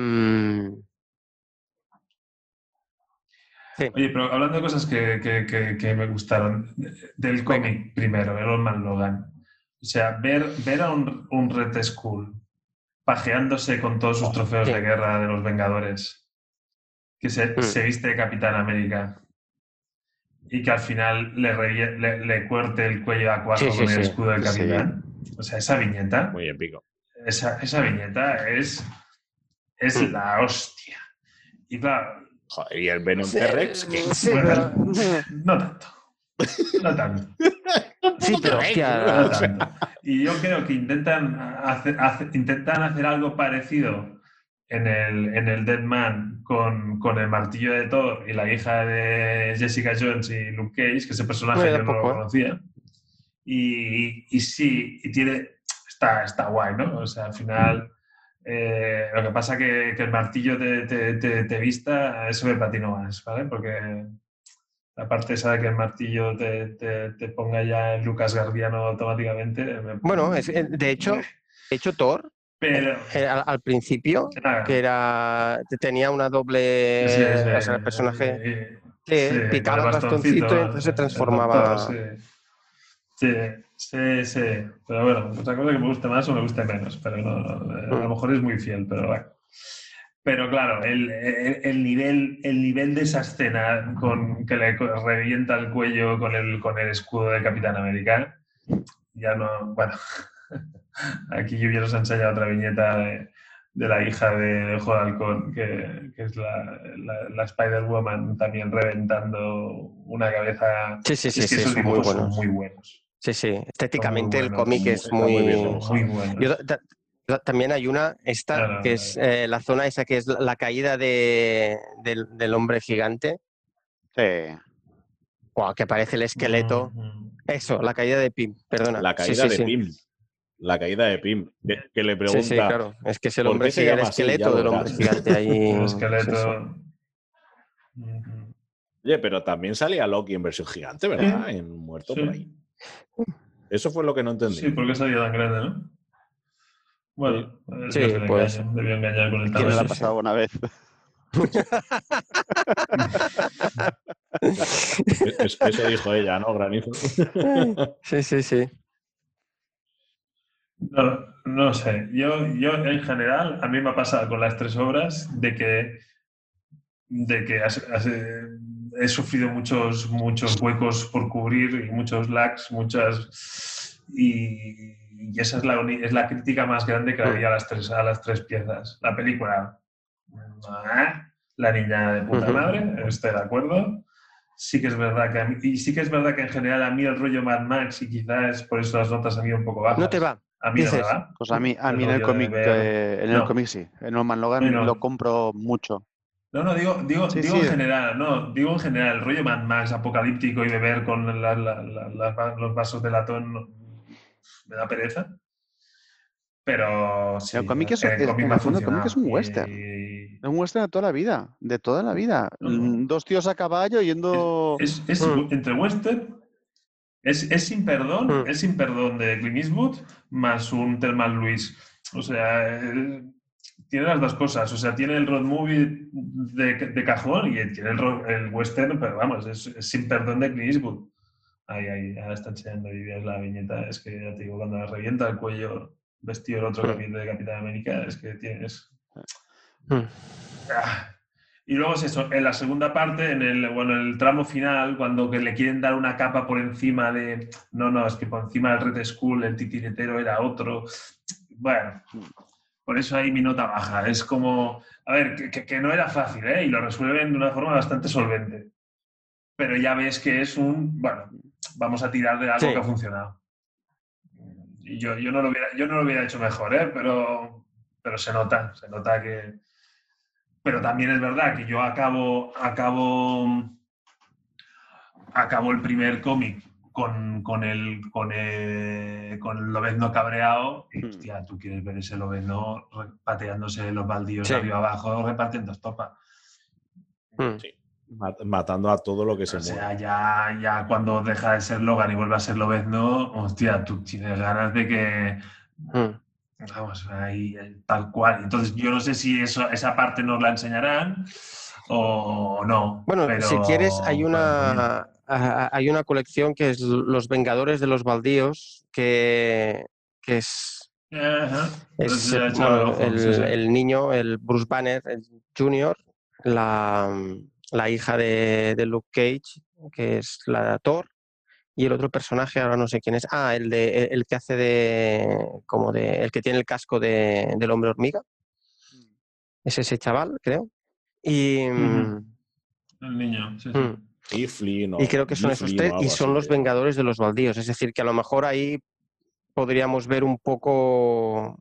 sí. Oye, pero hablando de cosas que, que, que, que me gustaron, del cómic primero, el Old Man Logan. O sea, ver, ver a un, un Red Skull pajeándose con todos sus Oh, trofeos sí. de guerra de los Vengadores, que se, Mm. se viste de Capitán América y que al final le, revie- le, le corte el cuello a cuajo Sí, sí, con el sí. escudo del Sí. Capitán. O sea, esa viñeta, Muy épico. esa, esa viñeta es, es Mm. la hostia. Y claro, Joder, y el Venom Sí, T-Rex, que sí, bueno, pero, no tanto. No tanto. sí, pero No hostia. tanto. Y yo creo que intentan hacer, hacer- intentan hacer algo parecido en el, en el Dead Man con, con el martillo de Thor y la hija de Jessica Jones y Luke Cage, que ese personaje No, yo yo no lo tampoco, ¿eh? conocía. Y, y sí, y tiene, está, está guay, ¿no? O sea, al final, eh, lo que pasa que, que el martillo te, te, te, te vista, eso me patino más, ¿vale? Porque la parte esa de que el martillo te, te, te ponga ya en Lucas Gardiano automáticamente. Me... Bueno, es, de hecho, de hecho Thor, Pero, eh, al, al principio, ah, que era tenía una doble, sí, sí, o sea, el personaje eh, que sí, picaba con el bastoncito y el entonces se el doctor, transformaba. sí. Sí, sí, sí. Pero bueno, otra cosa que me guste más o me guste menos, pero no, no, a lo Mm. mejor es muy fiel, pero bueno. Pero claro, el, el, el, nivel, el nivel de esa escena con que le revienta el cuello con el, con el escudo de Capitán América, ya no. Bueno, aquí yo os he enseñado otra viñeta de, de la hija de Ojo de Halcón, que, que es la, la, la Spider-Woman también reventando una cabeza. Sí, sí, sí, es que sí, esos son muy dibujos buenos. son muy buenos. Sí, sí, estéticamente muy el buenos, cómic muy, es está muy... muy bien dibujado. muy bueno. Yo, ta- ta- también hay una, esta, Claro, que es claro. eh, la zona esa que es la, la caída de, del, del hombre gigante. Sí. Wow, que aparece el esqueleto. Mm-hmm. Eso, la caída de Pym, perdona. La caída sí, sí, de sí. Pym. La caída de Pym. Que, que le pregunta... Sí, sí, claro. Es que es el ¿por hombre qué se gigante, el llama así? Ya esqueleto lo del hombre verás. gigante ahí. El Sí, sí. esqueleto. Mm-hmm. Oye, pero también salía Loki en versión gigante, ¿verdad? Sí. En muerto Sí. por ahí. Eso fue lo que no entendí. Sí, porque salía tan grande, ¿no? Bueno, es Sí, que se le puede engaña, debió engañar con el ¿Quién no le ha tamaño. pasado una vez? Es- Eso dijo ella, ¿no, Granizo? Sí, sí, sí. No, no sé. Yo, yo, en general, a mí me ha pasado con las tres obras de que, de que has- has, eh, he sufrido muchos, muchos huecos por cubrir y muchos lags, muchas... Y, y esa es la, uni- es la crítica más grande que le haría a las tres, a las tres piezas. La película, ah, la niña de puta Ujú. madre, estoy de acuerdo. Sí que es verdad que a mí, y sí que es verdad que en general a mí el rollo Mad Max, y quizás por eso las notas han ido un poco bajas. No te va. A mí no me Dices. va. Pues a mí, a El mí en el rollo de cómic, ver- de- en el No. cómic sí. En Old Man Logan Sí, no. lo compro mucho. No, no, digo, digo, Sí, digo sí. en general, no, digo en general, el rollo Mad Max apocalíptico y beber con la- la- la- la- los vasos de latón no- me da pereza. Pero sí, El cómic es- el es- cómic en me ha el fondo el cómic es un funcionado. western. Y- Es un western de toda la vida. De toda la vida. No. Mm, Dos tíos a caballo yendo... Es, es Mm. entre western Es, es sin perdón, Mm. es sin perdón de Clint Eastwood más un Thelma Luis. O sea, eh, tiene las dos cosas. O sea, tiene el road movie de, de cajón y tiene el, ro- el western, pero vamos, es, es sin perdón de Clint Eastwood. Ahí, ahí, ahora está enseñando Vivian la viñeta. Es que ya te digo, cuando le revienta el cuello vestido el otro Mm. capítulo de Capitán América, es que tienes. Mm. Ah. Y luego es eso, en la segunda parte, en el, bueno, en el tramo final, cuando que le quieren dar una capa por encima de. No, no, es que por encima del Red Skull el titiritero era otro. Bueno, por eso ahí mi nota baja. Es como. A ver, que, que- que no era fácil, ¿eh? Y lo resuelven de una forma bastante solvente. Pero ya ves que es un. Bueno, vamos a tirar de algo Sí. que ha funcionado. Y yo, yo, no lo hubiera, yo no lo hubiera hecho mejor, ¿eh? Pero, pero se nota, se nota que. Pero también es verdad que yo acabo, acabo, acabo el primer cómic con, con el con el, con el Lobezno cabreado y, hostia, tú quieres ver ese Lobezno re- pateándose los baldíos Sí. de arriba abajo, repartiendo estopa. Mm. Sí. Mat- Matando a todo lo que se O mueve. sea, ya, ya cuando deja de ser Logan y vuelve a ser Lobezno, hostia, tú tienes ganas de que... Mm. Vamos, ahí, tal cual. Entonces, yo no sé si eso, esa parte nos la enseñarán o no. Bueno, pero, si quieres, hay pero, una, a- hay una colección que es Los Vengadores de los Baldíos, que, que es, Ajá. es Entonces, eh, ya echarle el bueno, ojo, el, sí, sí. el niño, el Bruce Banner el junior, la, la hija de, de Luke Cage, que es la de Thor, y el otro personaje, ahora no sé quién es. Ah, el, de, el que hace de, como de, el que tiene el casco de, del hombre hormiga. Es ese chaval, creo. Y, Ujú. El niño, sí, sí. mm, Iflin y o, creo que son esos Iflin tres, o y algo son así los se llama. Vengadores de los Baldíos. Es decir, que a lo mejor ahí podríamos ver un poco.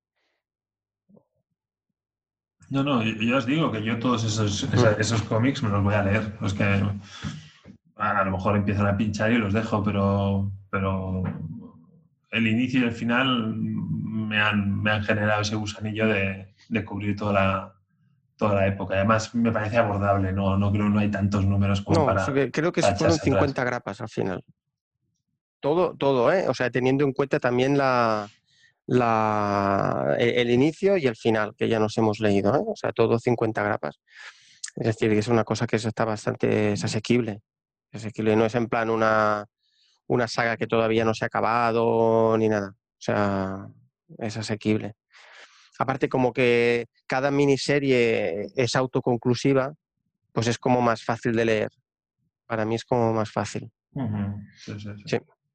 No, no, yo, yo os digo que yo todos esos, esa- Mm. esos cómics me los voy a leer. Los que a, a lo mejor empiezan a pinchar y los dejo, pero, pero el inicio y el final me han, me han generado ese gusanillo de, de cubrir toda la, toda la época. Además, me parece abordable, no, no creo que no hay tantos números como No, sí para, que- creo que para fueron echarse atrás. cincuenta grapas al final. Todo, todo, ¿eh? O sea, teniendo en cuenta también la, la, el, el inicio y el final, que ya nos hemos leído, ¿eh? O sea, todo cincuenta grapas. Es decir, que es una cosa que eso está bastante es asequible. Es asequible. No es en plan una, una saga que todavía no se ha acabado ni nada. O sea, es asequible. Aparte, como que cada miniserie es autoconclusiva, pues es como más fácil de leer. Para mí es como más fácil. Ujú. Sí, sí, sí. Sí,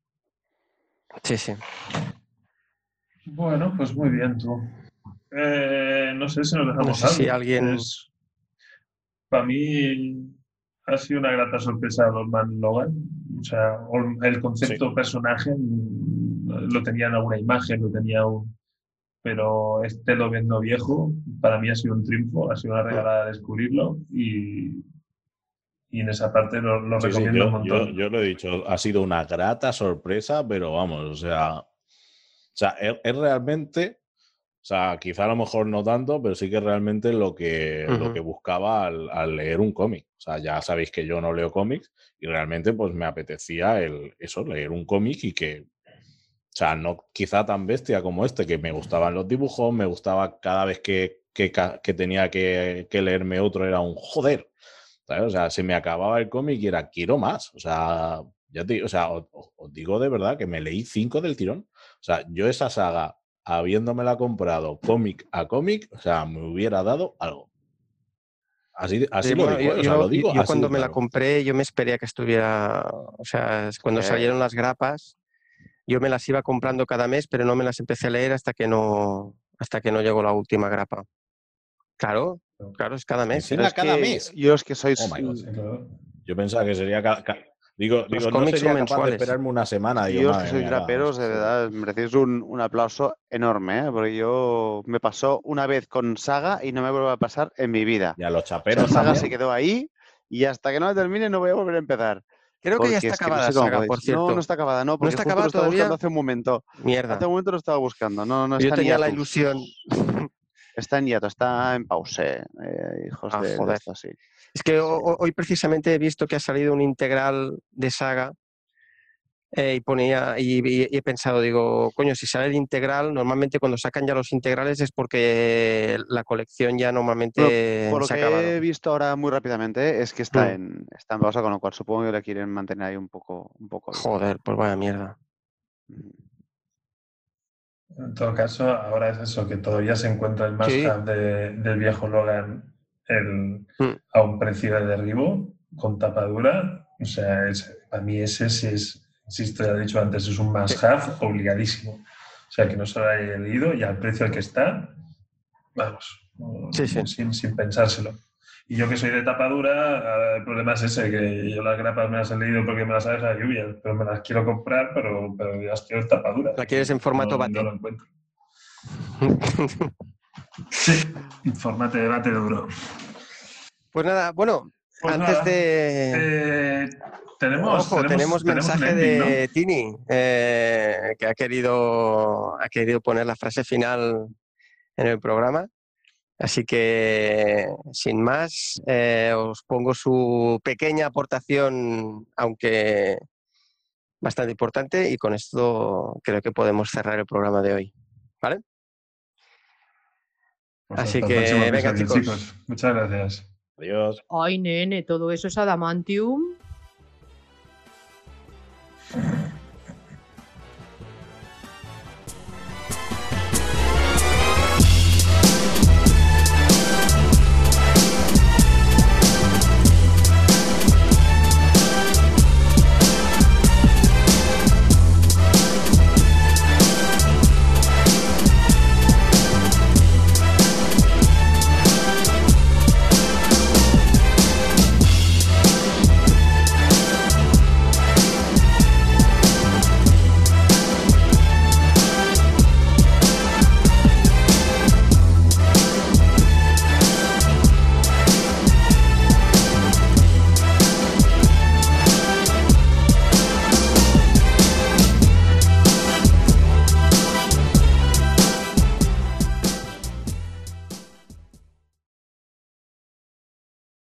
sí, sí. Bueno, pues muy bien tú. Eh, no sé si nos No dejamos sé si algo. alguien... Es, para mí ha sido una grata sorpresa Lordman Logan. O sea, ol- el concepto personaje mm, lo tenía en alguna imagen, lo tenía un... Pero este lo viendo viejo, para mí ha sido un triunfo, ha sido una regalada descubrirlo y, y en esa parte lo, lo Sí, sí, recomiendo un yo, yo, montón. yo lo he dicho, ha sido una grata sorpresa, pero vamos, o sea, o sea, es, es realmente, o sea, quizá a lo mejor no tanto, pero sí que realmente lo que, lo que Ujú. buscaba al, al leer un cómic. O sea, ya sabéis que yo no leo cómics y realmente pues me apetecía el, eso, leer un cómic y que, o sea, no quizá tan bestia como este, que me gustaban los dibujos, me gustaba cada vez que, que, ca- que tenía que, que leerme otro, era un joder. ¿Sabes? O sea, se me acababa el cómic y era, quiero más. O sea, ya te, o sea, os, os- os digo de verdad que me leí cinco del tirón. O sea, yo esa saga, habiéndomela comprado cómic a cómic, o sea, me hubiera dado algo. Así, así Sí, lo bueno, digo, yo, ¿eh? O sea, yo, lo digo yo así cuando de me la claro. compré, yo me esperé a que estuviera, o sea, cuando Sí. salieron las grapas, yo me las iba comprando cada mes, pero no me las empecé a leer hasta que no, hasta que no llegó la última grapa. Claro, claro, es cada mes. Pero Encima es cada que mes. yo es que soy... Oh my God. Sí, claro. Yo pensaba que sería cada. ca- Digo, Los digo, no cómics son sería capaz de mensuales. esperarme una semana. Digo, Yo es que madre sois mía, cada mes, raperos, de joder. verdad, merecéis un, un aplauso enorme, ¿eh? Porque yo me pasó una vez con Saga y no me vuelve a pasar en mi vida. Y a los O sea, chaperos Saga también. se quedó ahí y hasta que no la termine no voy a volver a empezar. Creo que ya Porque está es que no acabada sé cómo Saga, podéis. por No, cierto. no está acabada, no, ¿No porque está justo lo acabada estaba buscando todavía? hace un momento. Mierda. Hace un momento lo estaba buscando. No, no Yo está en tenía la hiatus. ilusión. Está en hiato, está en pause, eh, hijos Ah, de, de joder. esto, sí. Es que ho- ho- hoy precisamente he visto que ha salido un integral de Saga Eh, y ponía y, y- y he pensado, digo, coño, si sale el integral, normalmente cuando sacan ya los integrales es porque la colección ya Bueno, normalmente por lo se ha que acabado. he visto ahora muy rápidamente es que está Mm. en, está en pausa, con lo cual supongo que la quieren mantener ahí un poco, un poco viva. Joder, pues vaya mierda. Mm. En todo caso, ahora es eso, que todavía se encuentra el Sí. must-have de- del viejo Logan el- Mm. a un precio de derribo, con tapadura. O sea, es- para mí ese sí es, insisto, ya he dicho antes, es un must-have obligadísimo. O sea, que no se lo haya leído y al precio al que está, vamos, Sí, sí. sin, sin pensárselo. Y yo que soy de tapadura, eh, el problema es ese, que yo las grapas me las he leído porque me las ha dejado lluvia, pero me las quiero comprar, pero, pero ya quiero en tapadura. La quieres en formato no, bate. no lo encuentro. Sí, formato de bate duro. Pues nada, bueno, Pues antes nada, de... eh, tenemos, Ojo, tenemos, tenemos, tenemos un mensaje ending, ¿no? de Tini, eh, que ha querido, ha querido poner la frase final en el programa. Así que, sin más, eh, os pongo su pequeña aportación, aunque bastante importante, y con esto creo que podemos cerrar el programa de hoy. ¿Vale? Pues Así hasta el que, próximo venga, episodio, chicos. chicos. Muchas gracias. Adiós. Ay, nene, todo eso es adamantium.